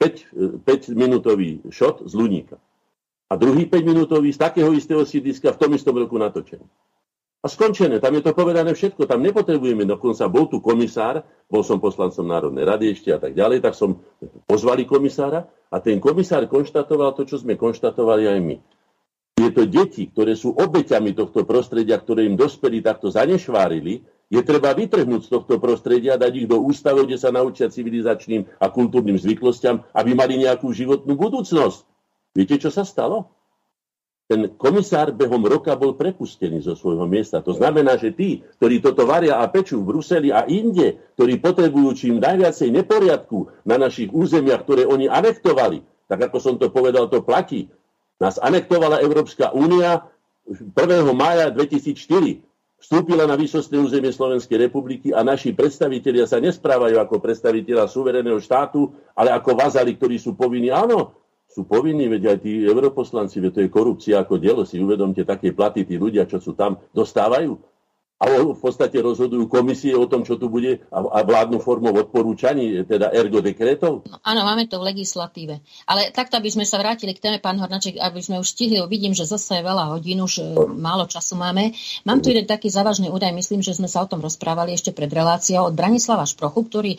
5-minútový šot z Luníka. A druhý 5-minútový z takého istého sídliska v tom istom roku natočený. A skončené, tam je to povedané všetko, tam nepotrebujeme, dokonca bol tu komisár, bol som poslancom Národnej rady ešte a tak ďalej, tak som pozvali komisára a ten komisár konštatoval to, čo sme konštatovali aj my. Je to deti, ktoré sú obeťami tohto prostredia, ktoré im dospelí takto zanešvárili, je treba vytrhnúť z tohto prostredia a dať ich do ústavov, kde sa naučia civilizačným a kultúrnym zvyklostiam, aby mali nejakú životnú budúcnosť. Viete, čo sa stalo? Ten komisár behom roka bol prepustený zo svojho miesta. To znamená, že tí, ktorí toto varia a pečú v Bruseli a inde, ktorí potrebujú čím najviacej neporiadku na našich územiach, ktoré oni anektovali, tak ako som to povedal, to platí. Nás anektovala Európska únia 1. mája 2004. Vstúpila na výsostné územie Slovenskej republiky a naši predstavitelia sa nesprávajú ako predstavitelia suverénneho štátu, ale ako vazali, ktorí sú povinní, áno, sú povinní, veď aj tí europoslanci, veď to je korupcia ako dielo, si uvedomte, také platy tí ľudia, čo sú tam, dostávajú. A v podstate rozhodujú komisie o tom, čo tu bude a vládnu formou odporúčaní, teda ergo dekretov? No, áno, máme to v legislatíve. Ale takto, aby sme sa vrátili k téme, pán Hornáček, aby sme už stihli, vidím, že zase je veľa hodín, už málo času máme. Mám tu jeden taký závažný údaj, myslím, že sme sa o tom rozprávali ešte pred reláciou od Branislava Šprochu, ktorý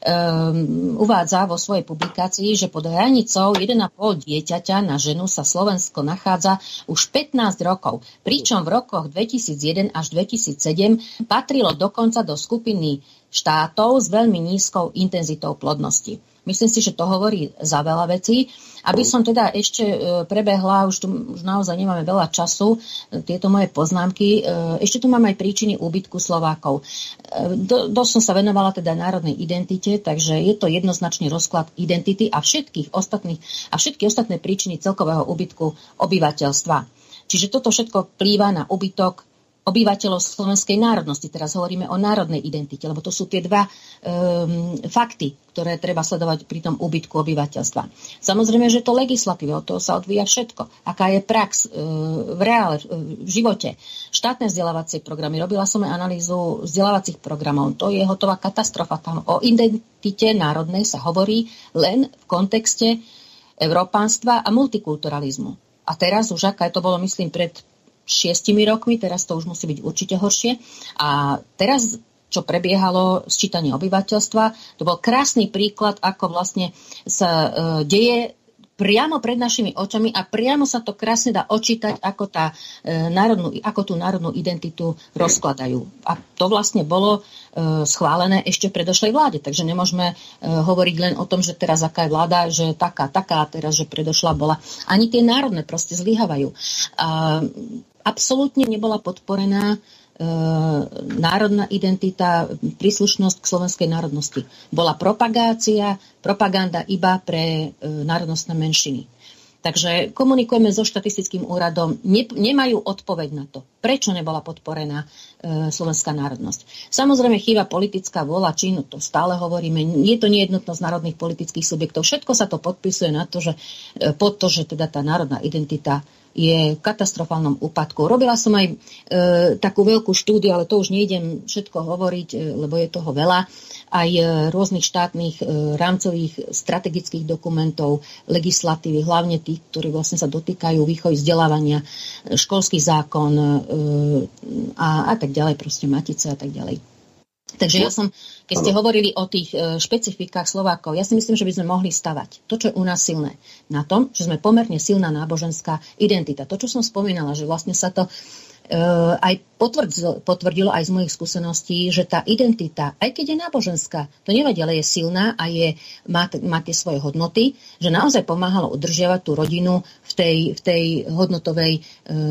uvádza vo svojej publikácii, že pod hranicou 1,5 dieťaťa na ženu sa Slovensko nachádza už 15 rokov. Pričom v rokoch 2001 až 2007 patrilo dokonca do skupiny štátov s veľmi nízkou intenzitou plodnosti. Myslím si, že to hovorí za veľa vecí. Aby som teda ešte prebehla, už naozaj nemáme veľa času, tieto moje poznámky, ešte tu mám aj príčiny úbytku Slovákov. Dosť som sa venovala teda národnej identite, takže je to jednoznačný rozklad identity a všetky ostatné príčiny celkového úbytku obyvateľstva. Čiže toto všetko vplýva na úbytok obyvateľov slovenskej národnosti. Teraz hovoríme o národnej identite, lebo to sú tie dva fakty, ktoré treba sledovať pri tom úbytku obyvateľstva. Samozrejme, že to legislatíve, od toho sa odvíja všetko. Aká je prax v reále, v živote. Štátne vzdelávacie programy. Robila som aj analýzu vzdelávacích programov. To je hotová katastrofa. Tam o identite národnej sa hovorí len v kontexte európanstva a multikulturalizmu. A teraz už, aká to bolo, myslím, pred 6 rokmi, teraz to už musí byť určite horšie. A teraz, čo prebiehalo sčítanie obyvateľstva, to bol krásny príklad, ako vlastne sa deje priamo pred našimi očami a priamo sa to krásne dá odčítať, ako tú národnú identitu rozkladajú. A to vlastne bolo schválené ešte v predošlej vláde. Takže nemôžeme hovoriť len o tom, že teraz aká je vláda, že taká, teraz, že predošla bola. Ani tie národné proste zlyhávajú. Absolútne nebola podporená národná identita, príslušnosť k slovenskej národnosti. Bola propaganda iba pre národnostné menšiny. Takže komunikujeme so štatistickým úradom, nemajú odpoveď na to, prečo nebola podporená slovenská národnosť. Samozrejme chýba politická vôľa činu, to stále hovoríme, je to nejednotnosť národných politických subjektov, všetko sa to podpisuje na to, že pod to, že teda tá národná identita je v katastrofálnom úpadku. Robila som aj takú veľkú štúdiu, ale to už nejdem všetko hovoriť, lebo je toho veľa. Aj rôznych štátnych rámcových strategických dokumentov, legislatívy, hlavne tých, ktorí vlastne sa dotýkajú výchovy vzdelávania, školský zákon a tak ďalej, proste matice a tak ďalej. Takže ja som, keď ste hovorili o tých špecifikách Slovákov, ja si myslím, že by sme mohli stavať to, čo je u nás silné, na tom, že sme pomerne silná náboženská identita. To, čo som spomínala, že vlastne sa to aj potvrdilo aj z mojich skúseností, že tá identita, aj keď je náboženská, to nevadí, ale je silná a má tie svoje hodnoty, že naozaj pomáhalo udržiavať tú rodinu v tej hodnotovej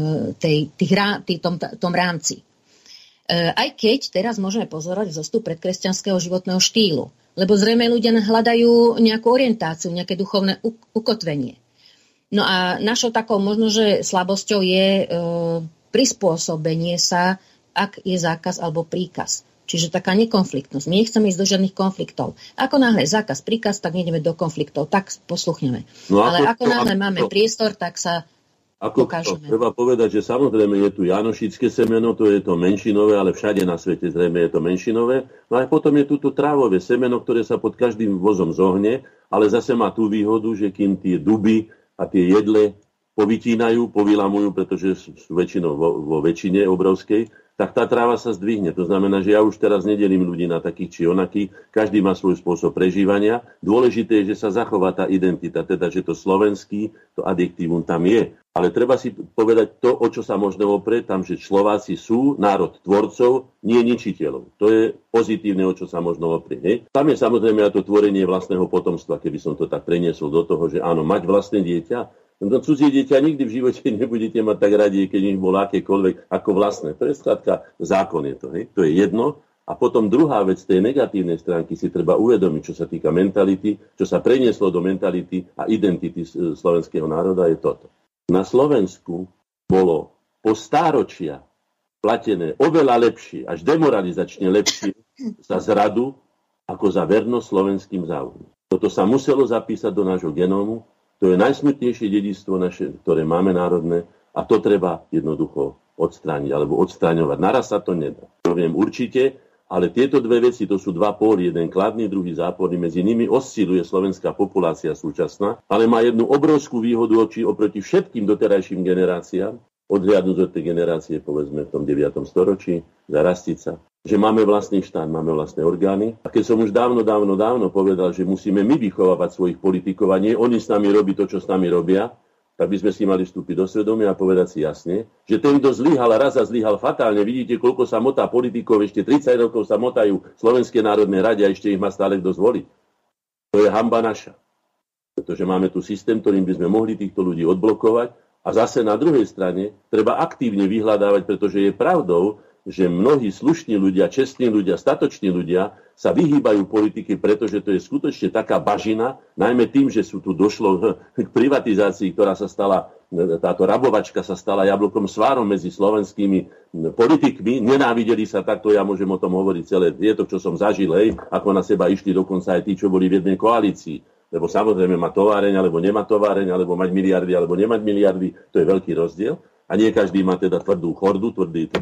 tom rámci. Aj keď teraz môžeme pozorovať vzostup predkresťanského životného štýlu, lebo zrejme ľudia hľadajú nejakú orientáciu, nejaké duchovné ukotvenie. No a našou takou možno, že slabosťou je prispôsobenie sa, ak je zákaz alebo príkaz. Čiže taká nekonfliktnosť. My nechceme ísť do žiadnych konfliktov. Ako náhle je zákaz, príkaz, tak nejdeme do konfliktov, tak posluchneme. No ale ako náhle máme priestor, tak sa treba povedať, že samozrejme je tu janošické semeno, to je to menšinové, ale všade na svete zrejme je to menšinové. No a potom je tu to trávové semeno, ktoré sa pod každým vozom zohne, ale zase má tú výhodu, že kým tie duby a tie jedle povytínajú, povylamujú, pretože sú väčšinou vo väčšine obrovskej, tak tá tráva sa zdvihne. To znamená, že ja už teraz nedelím ľudí na takých či onakých, každý má svoj spôsob prežívania. Dôležité je, že sa zachová tá identita, teda, že to slovenský, to adjektívum tam je. Ale treba si povedať to, o čo sa možno oprieť, tam, že Slováci sú národ tvorcov, nie ničiteľov. To je pozitívne, o čo sa možno oprieť. Ne? Tam je samozrejme aj to tvorenie vlastného potomstva, keby som to tak preniesol do toho, že áno, mať vlastné dieťa. No cudzie dieťa nikdy v živote nebudete mať tak radi, keď ich bolo akékoľvek ako vlastné. To je skladka, zákon je to. Hej? To je jedno. A potom druhá vec tej negatívnej stránky si treba uvedomiť, čo sa týka mentality, čo sa prenieslo do mentality a identity slovenského národa, je toto. Na Slovensku bolo po stáročia platené oveľa lepšie, až demoralizačne lepšie za zradu, ako za vernosť slovenským záujmom. Toto sa muselo zapísať do nášho genómu To je najsmutnejšie dedičstvo naše, ktoré máme národné a to treba jednoducho odstrániť alebo odstráňovať. Naraz sa to nedá. To viem určite, ale tieto dve veci, to sú dva póly, jeden kladný, druhý záporný, medzi nimi osciluje slovenská populácia súčasná, ale má jednu obrovskú výhodu oproti všetkým doterajším generáciám, odhliadnúť od tej generácie, povedzme, v tom 9. storočí, za Rastica, že máme vlastný štát, máme vlastné orgány. A keď som už dávno povedal, že musíme my vychovávať svojich politikov a nie oni s nami robí to, čo s nami robia, tak by sme si mali vstúpiť do svedomia a povedať si jasne, že ten, kto zlyhal a raz a zlyhal fatálne, vidíte, koľko sa motá politikov, ešte 30 rokov sa motajú v Slovenskej národnej rade a ešte ich má stále kto zvoliť. To je hanba naša. Pretože máme tu systém, ktorým by sme mohli týchto ľudí odblokovať a zase na druhej strane treba aktívne vyhľadávať, pretože je pravdou, že mnohí slušní ľudia, čestní ľudia, statoční ľudia sa vyhýbajú politike, pretože to je skutočne taká bažina, najmä tým, že sú tu došlo k privatizácii, ktorá sa stala, táto rabovačka sa stala jablkom svárom medzi slovenskými politikmi. Nenávideli sa takto, ja môžem o tom hovoriť celé. Je to, čo som zažil, hej, ako na seba išli dokonca aj tí, čo boli v jednej koalícii. Lebo samozrejme má továreň, alebo nemá továreň, alebo mať miliardy, alebo nemať miliardy, to je veľký rozdiel. A nie každý má teda tvrdú chordu,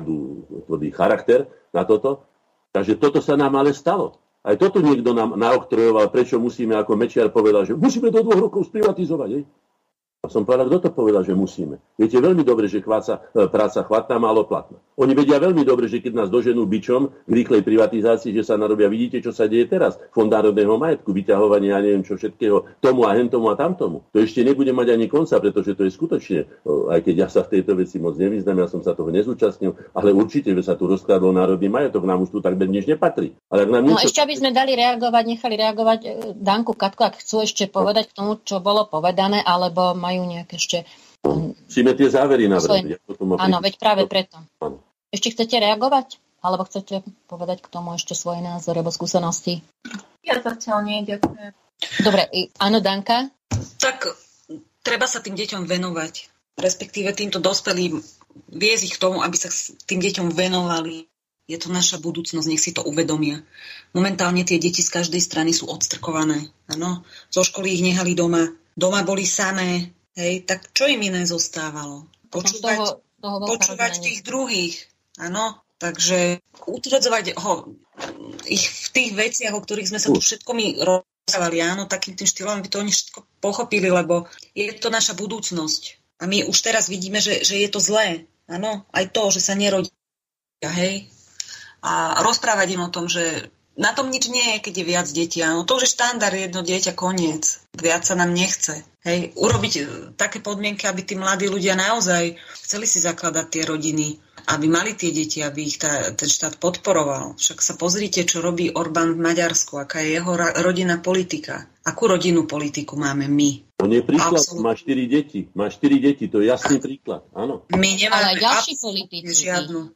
tvrdý charakter na toto. Takže toto sa nám ale stalo. Aj toto niekto nám naoktrojoval, prečo musíme, ako Mečiar povedal, že musíme do 2 rokov sprivatizovať. Hej? A som povedal, kto to povedal, že musíme. Viete veľmi dobre, že práca chvatná, málo platná. Oni vedia veľmi dobre, že keď nás doženú bičom k rýchlej privatizácii, že sa narobia, vidíte, čo sa deje teraz. Fond národného majetku, vyťahovanie, ja neviem čo všetkého, tomu a hentomu a tamtomu. To ešte nebude mať ani konca, pretože to je skutočne, aj keď ja sa v tejto veci moc nevyznám, ja som sa toho nezúčastnil, ale určite, že sa tu rozkladol národný majetok, nám už tu takmer nič nepatrí. Ale ak nám niečo... Ešte aby sme nechali reagovať Danku, Katku, ak chcú ešte povedať k tomu, čo bolo povedané, alebo majú nejaké ešte... Musíme tie závery navrhnúť. Áno, veď práve preto. Áno. Ešte chcete reagovať? Alebo chcete povedať k tomu ešte svoje názory alebo skúsenosti? Ja zatiaľ nie, ďakujem. Dobre, áno, Danka? Tak treba sa tým deťom venovať. Respektíve týmto dospelým viesť ich k tomu, aby sa tým deťom venovali. Je to naša budúcnosť, nech si to uvedomia. Momentálne tie deti z každej strany sú odstrkované. Áno, zo školy ich nehali doma. Doma boli samé. Hej, tak čo im iné zostávalo? Počúvať tých druhých. Áno, takže utvrdzovať ich v tých veciach, o ktorých sme sa tu všetko my rozprávali. Áno, takým tým štýlom by to oni všetko pochopili, lebo je to naša budúcnosť. A my už teraz vidíme, že je to zlé. Áno, aj to, že sa nerodia. Hej. A rozprávať im o tom, že na tom nič nie je, keď je viac detí. Áno, to už je štandard, jedno dieťa, koniec. Viac sa nám nechce. Hej, urobiť také podmienky, aby tí mladí ľudia naozaj chceli si zakladať tie rodiny, aby mali tie deti, aby ich ten štát podporoval. Však sa pozrite, čo robí Orbán v Maďarsku, aká je jeho rodinná politika. Akú rodinnú politiku máme my? On je príklad, má 4 deti. Má 4 deti, to je jasný príklad. Áno. My nemáme ale aj ďalší politici. Žiadnu.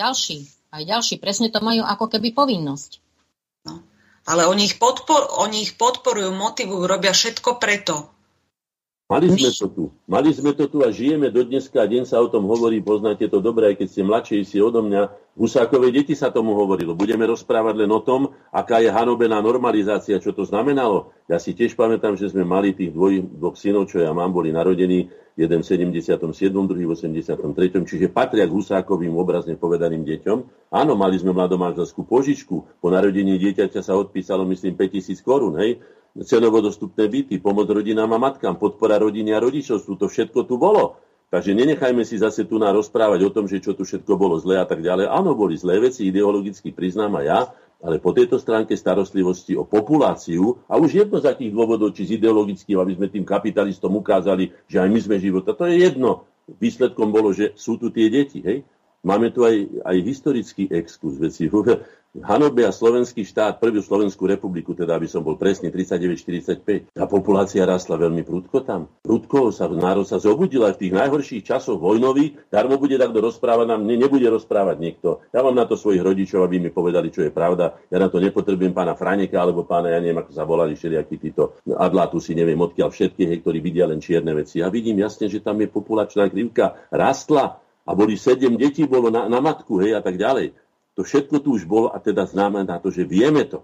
Ďalší, presne to majú ako keby povinnosť. No. Ale oni ich podporujú, motivujú, robia všetko preto. Mali sme to tu a žijeme do dneska a deň sa o tom hovorí, poznáte to dobre, aj keď ste mladšejší odo mňa. Husákovej deti sa tomu hovorilo. Budeme rozprávať len o tom, aká je hanobená normalizácia, čo to znamenalo. Ja si tiež pamätám, že sme mali tých dvoch synov, čo ja mám, boli narodení, jeden v 77., druhý v 83., čiže patria k Husákovým obrazne povedaným deťom. Áno, mali sme mladomanželskú požičku, po narodení dieťaťa sa odpísalo, myslím, 5 000 korún, hej. Cenovo dostupné byty, pomoc rodinám a matkám, podpora rodiny a rodičovstvu, to všetko tu bolo. Takže nenechajme si zase tu rozprávať o tom, že čo tu všetko bolo zlé a tak ďalej. Áno, boli zlé veci, ideologicky priznám aj ja, ale po tejto stránke starostlivosti o populáciu, a už jedno z akých dôvodov, či z ideologických, aby sme tým kapitalistom ukázali, že aj my sme života, to je jedno. Výsledkom bolo, že sú tu tie deti, hej. Máme tu aj historický exkurs veci. Hanobia slovenský štát, prvú Slovenskú republiku, teda aby som bol presný, 39-45. Tá populácia rastla veľmi prudko tam. Prudko národ sa zobudil aj v tých najhorších časoch vojnových. Darmo bude takto rozprávať, nám nebude rozprávať niekto. Ja mám na to svojich rodičov, aby mi povedali, čo je pravda. Ja na to nepotrebujem pána Franeka alebo pána, ja neviem, ako sa volali všelijakí títo Adlátusy, neviem odkiaľ všetkých, ktorí vidia len čierne veci. Ja vidím jasne, že tam je populačná krivka rastla a boli 7 detí, bolo na matku, hej, a tak ďalej. To všetko tu už bolo a teda znamená to, že vieme to.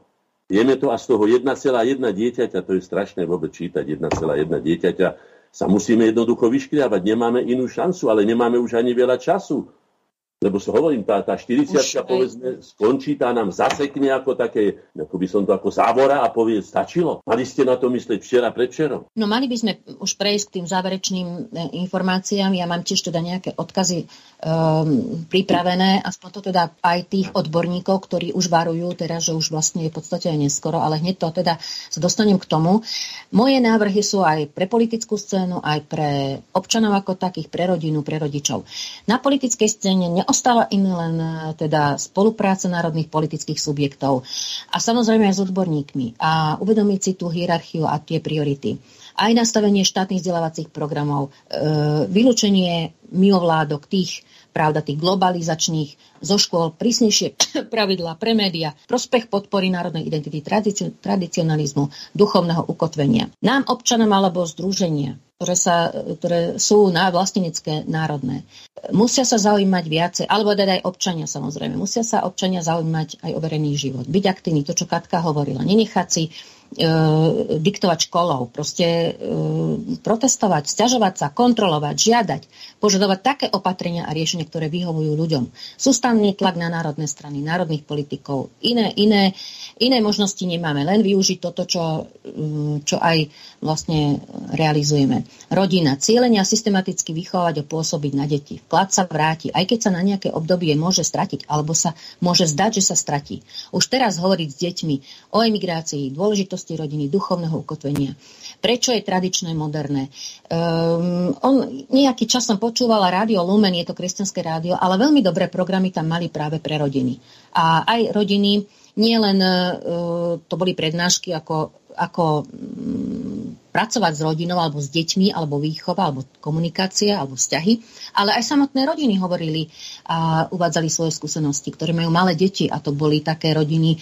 Vieme to a z toho 1,1 dieťaťa, to je strašné vôbec čítať, 1,1 dieťaťa, sa musíme jednoducho vyškriavať. Nemáme inú šancu, ale nemáme už ani veľa času. Lebo sa hovorím, tá 40-ka povedzme skončí, tá nám zasekne ako také, ako by som to ako závora a povie, stačilo. Mali ste na to myslieť včera, predvčerom? No mali by sme už prejsť k tým záverečným informáciám. Ja mám tiež teda nejaké odkazy pripravené, aspoň to teda aj tých odborníkov, ktorí už varujú teraz, že už vlastne je v podstate aj neskoro, ale hneď to teda sa dostanem k tomu. Moje návrhy sú aj pre politickú scénu, aj pre občanov ako takých, pre rodinu, pre rodičov. Na politickej scéne ostala iné len teda spolupráca národných politických subjektov a samozrejme aj s odborníkmi a uvedomiť si tú hierarchiu a tie priority. Aj nastavenie štátnych vzdelávacích programov, vylúčenie mimovládok, tých globalizačných zo škôl, prísnejšie pravidlá pre médiá, prospech podpory národnej identity, tradicionalizmu, duchovného ukotvenia. Nám, občanom alebo združenia, ktoré sú vlastenecké národné, musia sa zaujímať viacej, alebo aj občania samozrejme, musia sa občania zaujímať aj o verejný život. Byť aktívny, to čo Katka hovorila, nenechať si diktovať školou, proste protestovať, sťažovať sa, kontrolovať, žiadať, požadovať také opatrenia a riešenia, ktoré vyhovujú ľuďom. Sústavný tlak na národné strany, národných politikov. Iné možnosti nemáme, len využiť toto, čo aj vlastne realizujeme. Rodina, cieľene a systematicky vychovať a pôsobiť na deti. Vklad sa vráti, aj keď sa na nejaké obdobie môže stratiť, alebo sa môže zdať, že sa stratí. Už teraz hovoriť s deťmi o emigrácii, dôležitosti rodiny, duchovného ukotvenia. Prečo je tradičné, moderné? Nejaký čas som počúvala Rádio Lumen, je to kresťanské rádio, ale veľmi dobré programy tam mali práve pre rodiny. A aj rodiny, nie len to boli prednášky ako pracovať s rodinou, alebo s deťmi, alebo výchova, alebo komunikácia, alebo vzťahy, ale aj samotné rodiny hovorili a uvádzali svoje skúsenosti, ktoré majú malé deti, a to boli také rodiny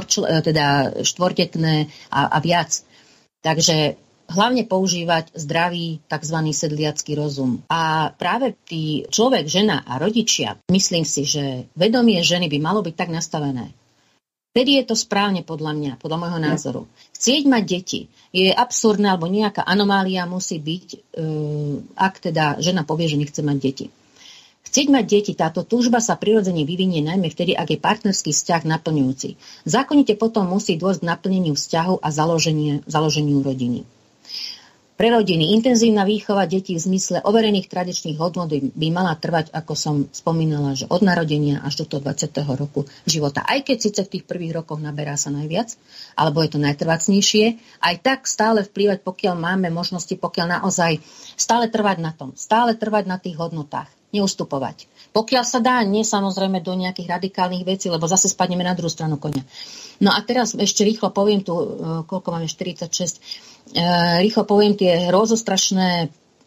štvordetné a viac. Takže hlavne používať zdravý tzv. Sedliacky rozum. A práve človek, žena a rodičia, myslím si, že vedomie ženy by malo byť tak nastavené. Vtedy je to správne podľa mňa, podľa môjho názoru. Chcieť mať deti je absurdné, alebo nejaká anomália musí byť, ak teda žena povie, že nechce mať deti. Chcieť mať deti, táto túžba sa prirodzene vyvinie najmä vtedy, ak je partnerský vzťah naplňujúci. Zákonite potom musí dôjsť k naplneniu vzťahu a založeniu rodiny. Pre rodiny intenzívna výchova detí v zmysle overených tradičných hodnôt by mala trvať, ako som spomínala, že od narodenia až do toho 20. roku života. Aj keď síce v tých prvých rokoch naberá sa najviac, alebo je to najtrvácnejšie, aj tak stále vplývať, pokiaľ máme možnosti, pokiaľ naozaj stále trvať na tom, stále trvať na tých hodnotách, neustupovať. Pokiaľ sa dá, nie samozrejme do nejakých radikálnych vecí, lebo zase spadneme na druhú stranu konia. No a teraz ešte rýchlo poviem tu, koľko máme, 46, rýchlo poviem tie hrozostrašné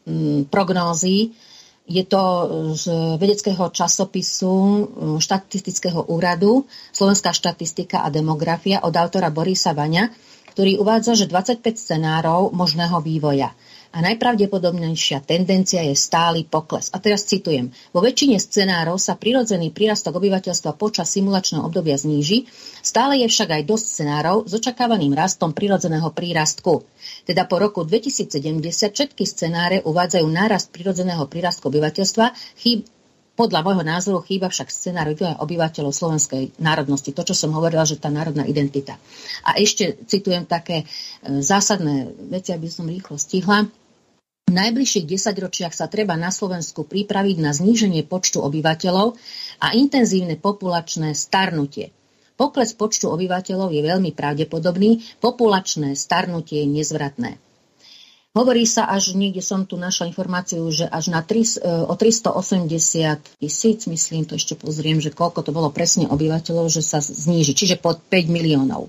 prognózy. Je to z vedeckého časopisu štatistického úradu Slovenská štatistika a demografia od autora Borisa Vaňa, ktorý uvádza, že 25 scenárov možného vývoja. A najpravdepodobnejšia tendencia je stály pokles. A teraz citujem. Vo väčšine scenárov sa prirodzený prírastok obyvateľstva počas simulačného obdobia zníži, stále je však aj dosť scenárov s očakávaným rastom prirodzeného prírastku. Teda po roku 2070 všetky scenáre uvádzajú nárast prirodzeného prírastku obyvateľstva, podľa môjho názoru chýba však scenár vývoja obyvateľov slovenskej národnosti. To, čo som hovorila, že tá národná identita. A ešte citujem také zásadné veci, aby som rýchlo stihla. V najbližších 10 ročiach sa treba na Slovensku pripraviť na zníženie počtu obyvateľov a intenzívne populačné starnutie. Pokles počtu obyvateľov je veľmi pravdepodobný, populačné starnutie je nezvratné. Hovorí sa až, niekde som tu našla informáciu, že až o 380 000, myslím, to ešte pozriem, že koľko to bolo presne obyvateľov, že sa zníži, čiže pod 5 miliónov.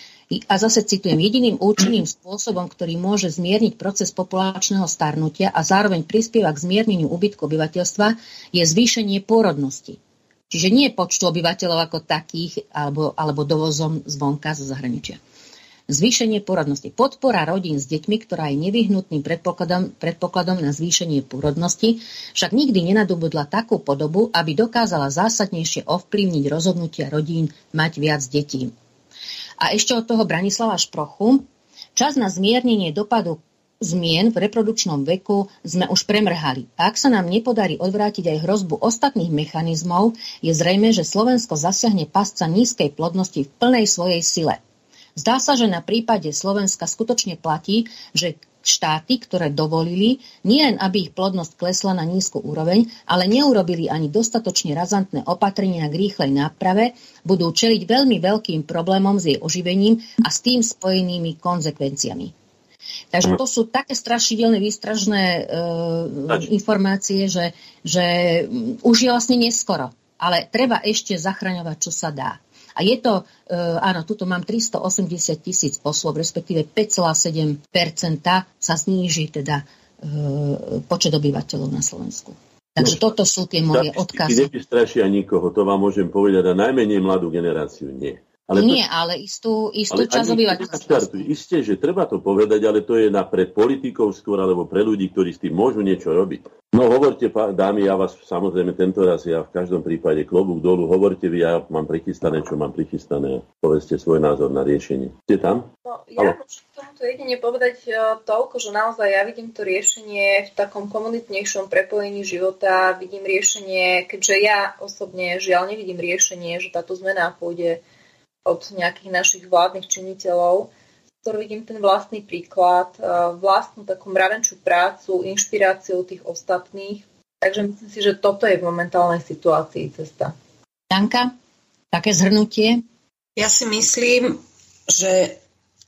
A zase citujem, jediným účinným spôsobom, ktorý môže zmierniť proces populačného starnutia a zároveň prispieva k zmierneniu úbytku obyvateľstva, je zvýšenie pôrodnosti. Čiže nie počtu obyvateľov ako takých, alebo dovozom zvonka zo zahraničia. Zvýšenie pôrodnosti. Podpora rodín s deťmi, ktorá je nevyhnutným predpokladom na zvýšenie pôrodnosti, však nikdy nenadobudla takú podobu, aby dokázala zásadnejšie ovplyvniť rozhodnutia rodín mať viac detí. A ešte od toho Branislava Šprochu. Čas na zmiernenie dopadu zmien v reprodukčnom veku sme už premrhali. A ak sa nám nepodarí odvrátiť aj hrozbu ostatných mechanizmov, je zrejme, že Slovensko zasiahne pasca nízkej plodnosti v plnej svojej sile. Zdá sa, že na prípade Slovenska skutočne platí, že štáty, ktoré dovolili, nielen aby ich plodnosť klesla na nízku úroveň, ale neurobili ani dostatočne razantné opatrenia k rýchlej náprave, budú čeliť veľmi veľkým problémom s jej oživením a s tým spojenými konzekvenciami. Takže to sú také strašidelné, výstražné informácie, že už je vlastne neskoro. Ale treba ešte zachraňovať, čo sa dá. A je to, áno, tuto mám 380 000 osôb, respektíve 5,7% sa zníži teda počet obyvateľov na Slovensku. Takže toto sú tie moje odkazy. Nevystrašia nikoho, to vám môžem povedať, a najmenej mladú generáciu nie. Ale ale istú časť obyvateľstva. Isté, že treba to povedať, ale to je pre politikov skôr, alebo pre ľudí, ktorí s tým môžu niečo robiť. No hovorte, dámy, ja vás samozrejme tento raz, ja v každom prípade klobúk dolu, hovorte vy, ja mám prichystané, čo mám prichystané. Povedzte svoj názor na riešenie. Ste tam? No, ja môžem k tomuto jedine povedať toľko, že naozaj ja vidím to riešenie v takom komunitnejšom prepojení života, vidím riešenie, keďže ja osobne žiaľ nevidím riešenie, že táto zmena pôjde od nejakých našich vládnych činiteľov, ktorý vidím ten vlastný príklad, vlastnú takú mravenčú prácu, inšpiráciu tých ostatných. Takže myslím si, že toto je v momentálnej situácii cesta. Danka, také zhrnutie? Ja si myslím, že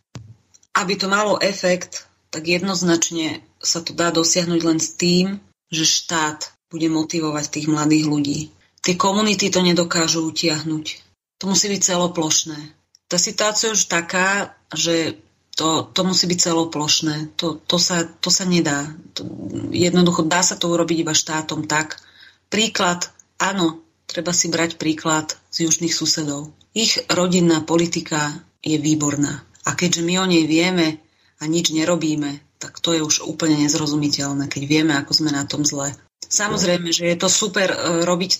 aby to malo efekt, tak jednoznačne sa to dá dosiahnuť len s tým, že štát bude motivovať tých mladých ľudí. Tie komunity to nedokážu utiahnuť. To musí byť celoplošné. Tá situácia je už taká, že to musí byť celoplošné. To sa nedá. Jednoducho dá sa to urobiť iba štátom tak. Príklad, áno, treba si brať príklad z južných susedov. Ich rodinná politika je výborná. A keďže my o nej vieme a nič nerobíme, tak to je už úplne nezrozumiteľné, keď vieme, ako sme na tom zle. Samozrejme, že je to super robiť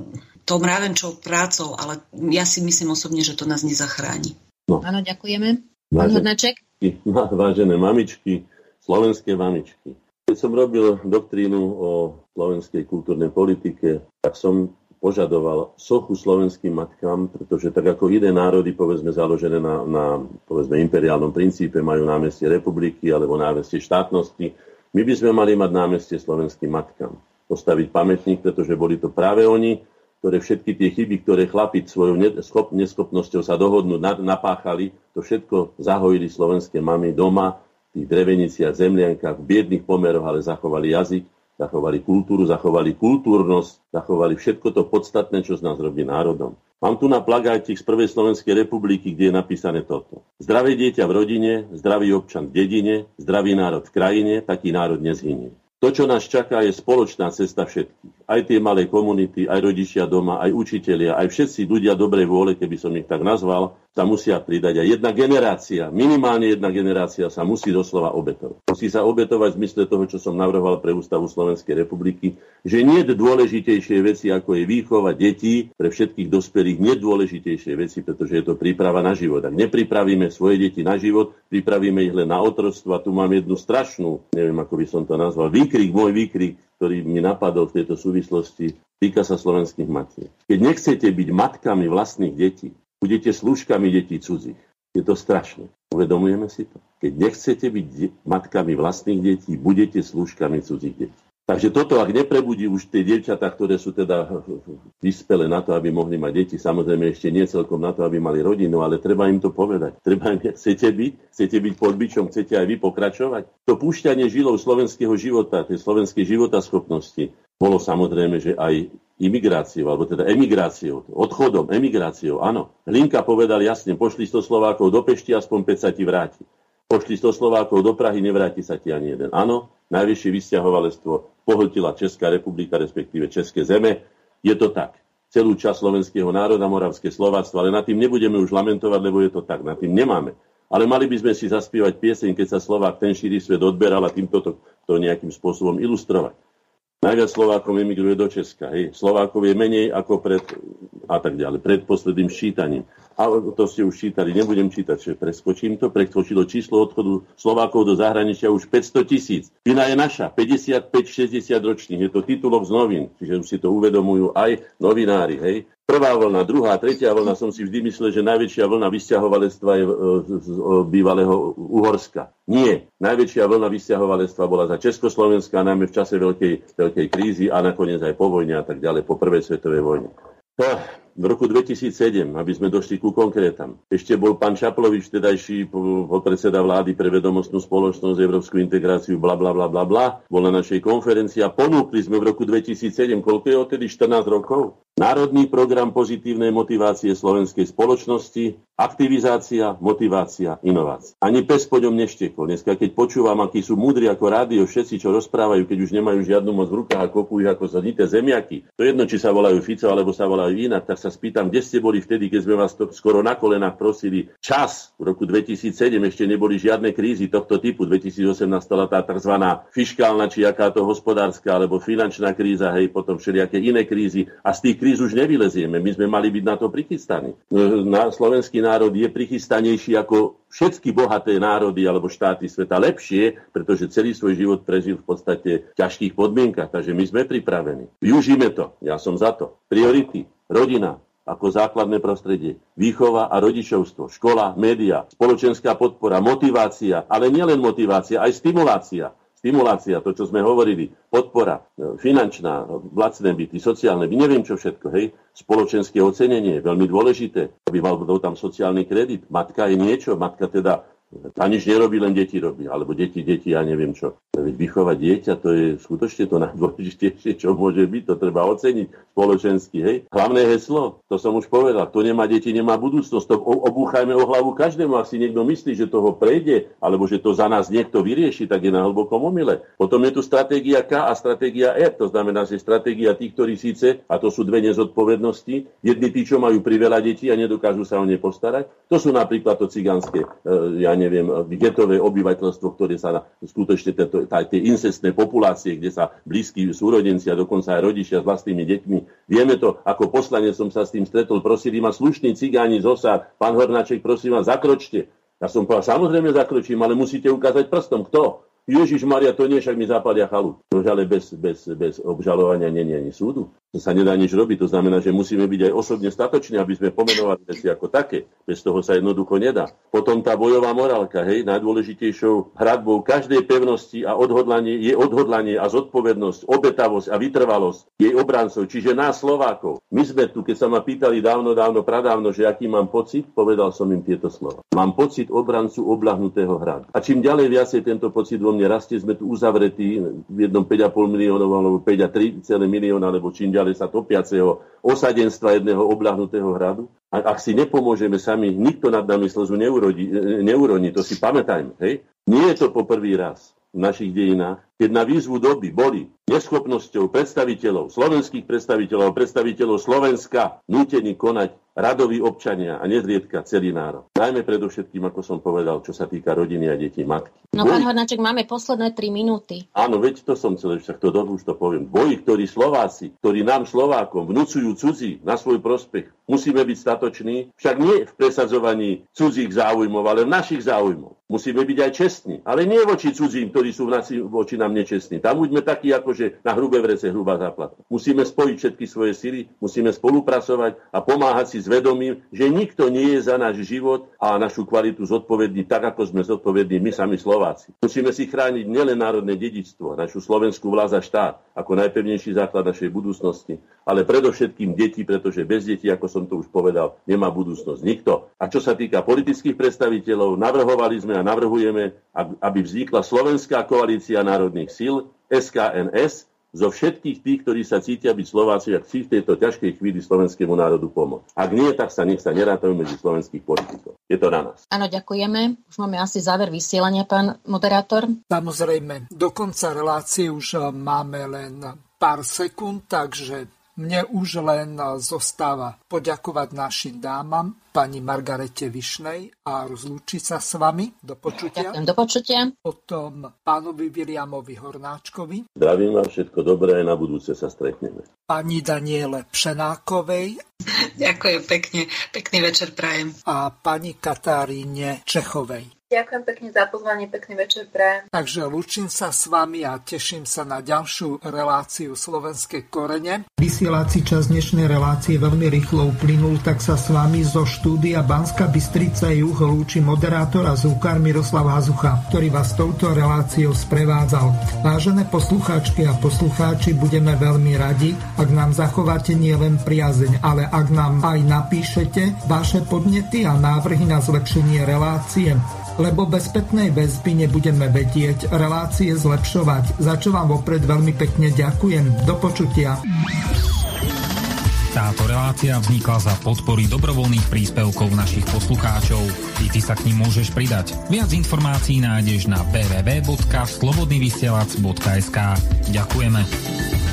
to mravenčou prácou, ale ja si myslím osobne, že to nás nezachráni. No. Áno, ďakujeme. Pán Hornáček? Vážené mamičky, slovenské mamičky. Keď som robil doktrínu o slovenskej kultúrnej politike, tak som požadoval sochu slovenským matkám, pretože tak ako iné národy, povedzme, založené na povedzme, imperiálnom princípe, majú námestie republiky alebo námestie štátnosti, my by sme mali mať námestie slovenským matkám. Postaviť pamätník, pretože boli to práve oni, ktoré všetky tie chyby, ktoré chlapi svojou neschopnosťou sa dohodnúť napáchali, to všetko zahojili slovenské mamy doma, v tých dreveniciach, zemliankách, v biedných pomeroch, ale zachovali jazyk, zachovali kultúru, zachovali kultúrnosť, zachovali všetko to podstatné, čo z nás robí národom. Mám tu na plagátik z prvej Slovenskej republiky, kde je napísané toto. Zdravé dieťa v rodine, zdravý občan v dedine, zdravý národ v krajine, taký národ nezhynie. To, čo nás čaká, je spoločná cesta všetkých. Aj tie malé komunity, aj rodičia doma, aj učitelia, aj všetci ľudia dobrej vôle, keby som ich tak nazval, sa musia pridať. A jedna generácia, minimálne jedna generácia sa musí doslova obetovať. Musí sa obetovať v zmysle toho, čo som navrhoval pre Ústavu Slovenskej republiky, že nie je dôležitejšie veci, ako je výchova detí, pre všetkých dospelých nie je dôležitejšie veci, pretože je to príprava na život. Ak nepripravíme svoje deti na život, pripravíme ich len na otroctvo. A tu mám jednu strašnú, neviem, ako by som to nazval, môj výkrik, ktorý mi napadol v tejto súvislosti, týka sa slovenských matiek. Keď nechcete byť matkami vlastných detí, budete slúžkami detí cudzích. Je to strašné. Uvedomujeme si to? Keď nechcete byť matkami vlastných detí, budete slúžkami cudzích detí. Takže toto, ak neprebudí už tie dievčatá, ktoré sú teda vyspelé na to, aby mohli mať deti, samozrejme ešte nie celkom na to, aby mali rodinu, ale treba im to povedať. Treba im, chcete byť pod bičom, chcete aj vy pokračovať. To púšťanie žilov slovenského života, tej slovenskej životaschopnosti, bolo samozrejme, že aj imigráciou, alebo teda emigráciou, odchodom, emigráciou, áno. Hlinka povedal jasne, pošli 100 Slovákov do Pešti, aspoň 5 sa ti vráti. Pošli 100 Slovákov do Prahy, nevráti sa ti ani jeden. Áno, najvyššie vysťahovalectvo pohltila Česká republika, respektíve České zeme. Je to tak. Celú časť slovenského národa, moravské Slováctvo, ale nad tým nebudeme už lamentovať, lebo je to tak. Nad tým nemáme. Ale mali by sme si zaspievať pieseň, keď sa Slovák ten šíri svet odberal a týmto to nejakým spôsobom ilustrovať. Najviac Slovákov emigruje do Česka. Hej. Slovákov je menej ako pred posledným ščítaním. a to ste už čítali, nebudem čítať, že preskočilo číslo odchodu Slovákov do zahraničia už 500 000. Vina je naša, 55-60 ročných, je to titulok z novín, čiže už si to uvedomujú aj novinári, hej. Prvá vlna, druhá, tretia vlna, som si vždy myslel, že najväčšia vlna vysťahovalectva je z bývalého Uhorska. Nie. Najväčšia vlna vysťahovalectva bola za Československa, najmä v čase veľkej krízy a nakoniec aj po vojne a tak ďalej, po prvej svetovej vojne. V roku 2007, aby sme došli ku konkrétam, ešte bol pán Čaplovič, vtedajší podpredseda vlády pre vedomostnú spoločnosť, európsku integráciu, bla, bla, bla, bla, bla, bol na našej konferencii a ponúkli sme v roku 2007, koľko je odtedy, 14 rokov? Národný program pozitívnej motivácie slovenskej spoločnosti, aktivizácia, motivácia, inovácia. Ani pes po ňom neštekol. Dneska, keď počúvam, akí sú múdri ako rádio, všetci, čo rozprávajú, keď už nemajú žiadnu moc v rukách a kopujú ako zadité zemiaky, to jedno, či sa volajú Fico, alebo sa volajú inak, tak sa spýtam, kde ste boli vtedy, keď sme vás to skoro na kolenách prosili. Čas v roku 2007 ešte neboli žiadne krízy tohto typu. 2018 stala tá tzv. Fiškálna, či akáto hospodárska, alebo finančná kríza, hej, potom všelijaké iné krízy. A z tých kríz už nevylezieme. My sme mali byť na to prichystaní. Slovenský národ je prichystanejší ako všetky bohaté národy alebo štáty sveta, lepšie, pretože celý svoj život prežil v podstate v ťažkých podmienkach. Takže my sme pripravení. Využíme to. Ja som za to. Priority. Rodina ako základné prostredie, výchova a rodičovstvo, škola, média, spoločenská podpora, motivácia, ale nielen motivácia, aj stimulácia. Stimulácia, to, čo sme hovorili, podpora, finančná, vlastné byty, sociálne byty, neviem čo všetko, hej, spoločenské ocenenie, veľmi dôležité, aby mal tam sociálny kredit. Matka je niečo, matka teda a nič nerobí, len deti robí. Alebo deti, ja neviem čo. Veď vychovať dieťa, to je skutočne to najdôležitejšie, čo môže byť. To treba oceniť spoločensky. Hej. Hlavné heslo, to som už povedal, kto nemá deti, nemá budúcnosť. To obúchajme o hlavu každému. Ak si niekto myslí, že toho prejde, alebo že to za nás niekto vyrieši, tak je na hlbokom omyle. Potom je tu stratégia K a stratégia R. To znamená, že stratégia tých, ktorí síce, a to sú dve nezodpovednosti, jedni tí, čo majú priveľa detí a nedokážu sa o ne postarať. To sú napríklad to cigánske, getové obyvateľstvo, ktoré sa skutočne tie incestné populácie, kde sa blízki súrodenci a dokonca aj rodičia s vlastnými deťmi. Vieme to, ako poslanec som sa s tým stretol, prosili ma slušní cigáni z Osad, pán Hornáček, prosím vás, zakročte. Ja som povedal, samozrejme zakročím, ale musíte ukázať prstom, kto? Ježiš Maria, to nie, však mi zapalia chalu. No, ale bez obžalovania nie je ani súdu. To sa nedá nič robiť. To znamená, že musíme byť aj osobne statoční, aby sme pomenovali veci ako také. Bez toho sa jednoducho nedá. Potom tá bojová morálka, hej, najdôležitejšou hradbou každej pevnosti a odhodlanie a zodpovednosť, obetavosť a vytrvalosť jej obrancov, čiže nás Slovákov. My sme tu, keď sa ma pýtali pradávno, že aký mám pocit, povedal som im tieto slova. Mám pocit obrancu obľahnutého hradu. A čím ďalej viacej tento pocit vo mne rastie, sme tu uzavretí v jednom 5,5 miliónov alebo 5,3 milióna, alebo čím ďalej sa topiaceho osadenstva jedného obľahnutého hradu. A ak si nepomôžeme sami, nikto nad nami slzu neuroní, to si pamätajme. Hej? Nie je to po prvý raz v našich dejinách, keď na výzvu doby boli neschopnosťou slovenských predstaviteľov Slovenska nútení konať radoví občania a nezriedka celý národ. Najmä predovšetkým, ako som povedal, čo sa týka rodiny a detí, matky. No pán Hornáček, máme posledné 3 minúty. Áno, veď to som chcel, však to už to poviem. Boji, ktorí nám Slovákom vnúcujú cudzí na svoj prospech, musíme byť statoční, však nie v presadzovaní cudzích záujmov, ale v našich záujmov. Musíme byť aj čestní, ale nie voči cudzím, ktorí sú voči nám nečestní. Tam buďme takí, akože na hrubé vrece hrubá záplata. Musíme spojiť všetky svoje sily, musíme spolupracovať a pomáhať si s vedomím, že nikto nie je za náš život a našu kvalitu zodpovedný tak, ako sme zodpovední my sami Slováci. Musíme si chrániť nielen národné dedičstvo, našu slovenskú vládu a štát ako najpevnejší základ našej budúcnosti, ale predovšetkým deti, pretože bez detí, ako som to už povedal, nemá budúcnosť nikto. A čo sa týka politických predstaviteľov, navrhovali sme a navrhujeme, aby vznikla Slovenská koalícia národných síl, SKNS, zo všetkých tých, ktorí sa cítia byť Slováci a chcú v tejto ťažkej chvíli slovenskému národu pomôcť. Ak nie, tak nech sa nerátajú medzi slovenských politikov. Je to na nás. Áno, ďakujeme. Už máme asi záver vysielania, pán moderátor. Samozrejme, do konca relácie už máme len pár sekúnd, takže Mne už len zostáva poďakovať našim dámam, pani Margarete Višnej a rozlúčiť sa s vami. Do počutia. Ďakujem, do počutia. Potom pánovi Viliamovi Hornáčkovi. Zdravím vám, všetko dobré, na budúce sa stretneme. Pani Daniele Pšenákovej. Ďakujem pekne, pekný večer prajem. A pani Kataríne Čechovej. Ďakujem pekne za pozvanie, pekný večer prajem. Takže lúčim sa s vami a teším sa na ďalšiu reláciu Slovenské korene. Vysielací čas dnešnej relácie veľmi rýchlo uplynul, tak sa s vami zo štúdia Banská Bystrica Juh lúči moderátor a zvukár Miroslav Hazucha, ktorý vás touto reláciou sprevádzal. Vážené poslucháčky a poslucháči, budeme veľmi radi, ak nám zachováte nielen priazeň, ale ak nám aj napíšete vaše podnety a návrhy na zlepšenie relácie, lebo bez spätnej väzby nebudeme vedieť relácie zlepšovať. Za čo vám vopred veľmi pekne ďakujem. Do počutia. Táto relácia vznikla za podpory dobrovoľných príspevkov našich poslucháčov. I ty sa k nim môžeš pridať. Viac informácií nájdeš na www.slobodnyvysielac.sk. Ďakujeme.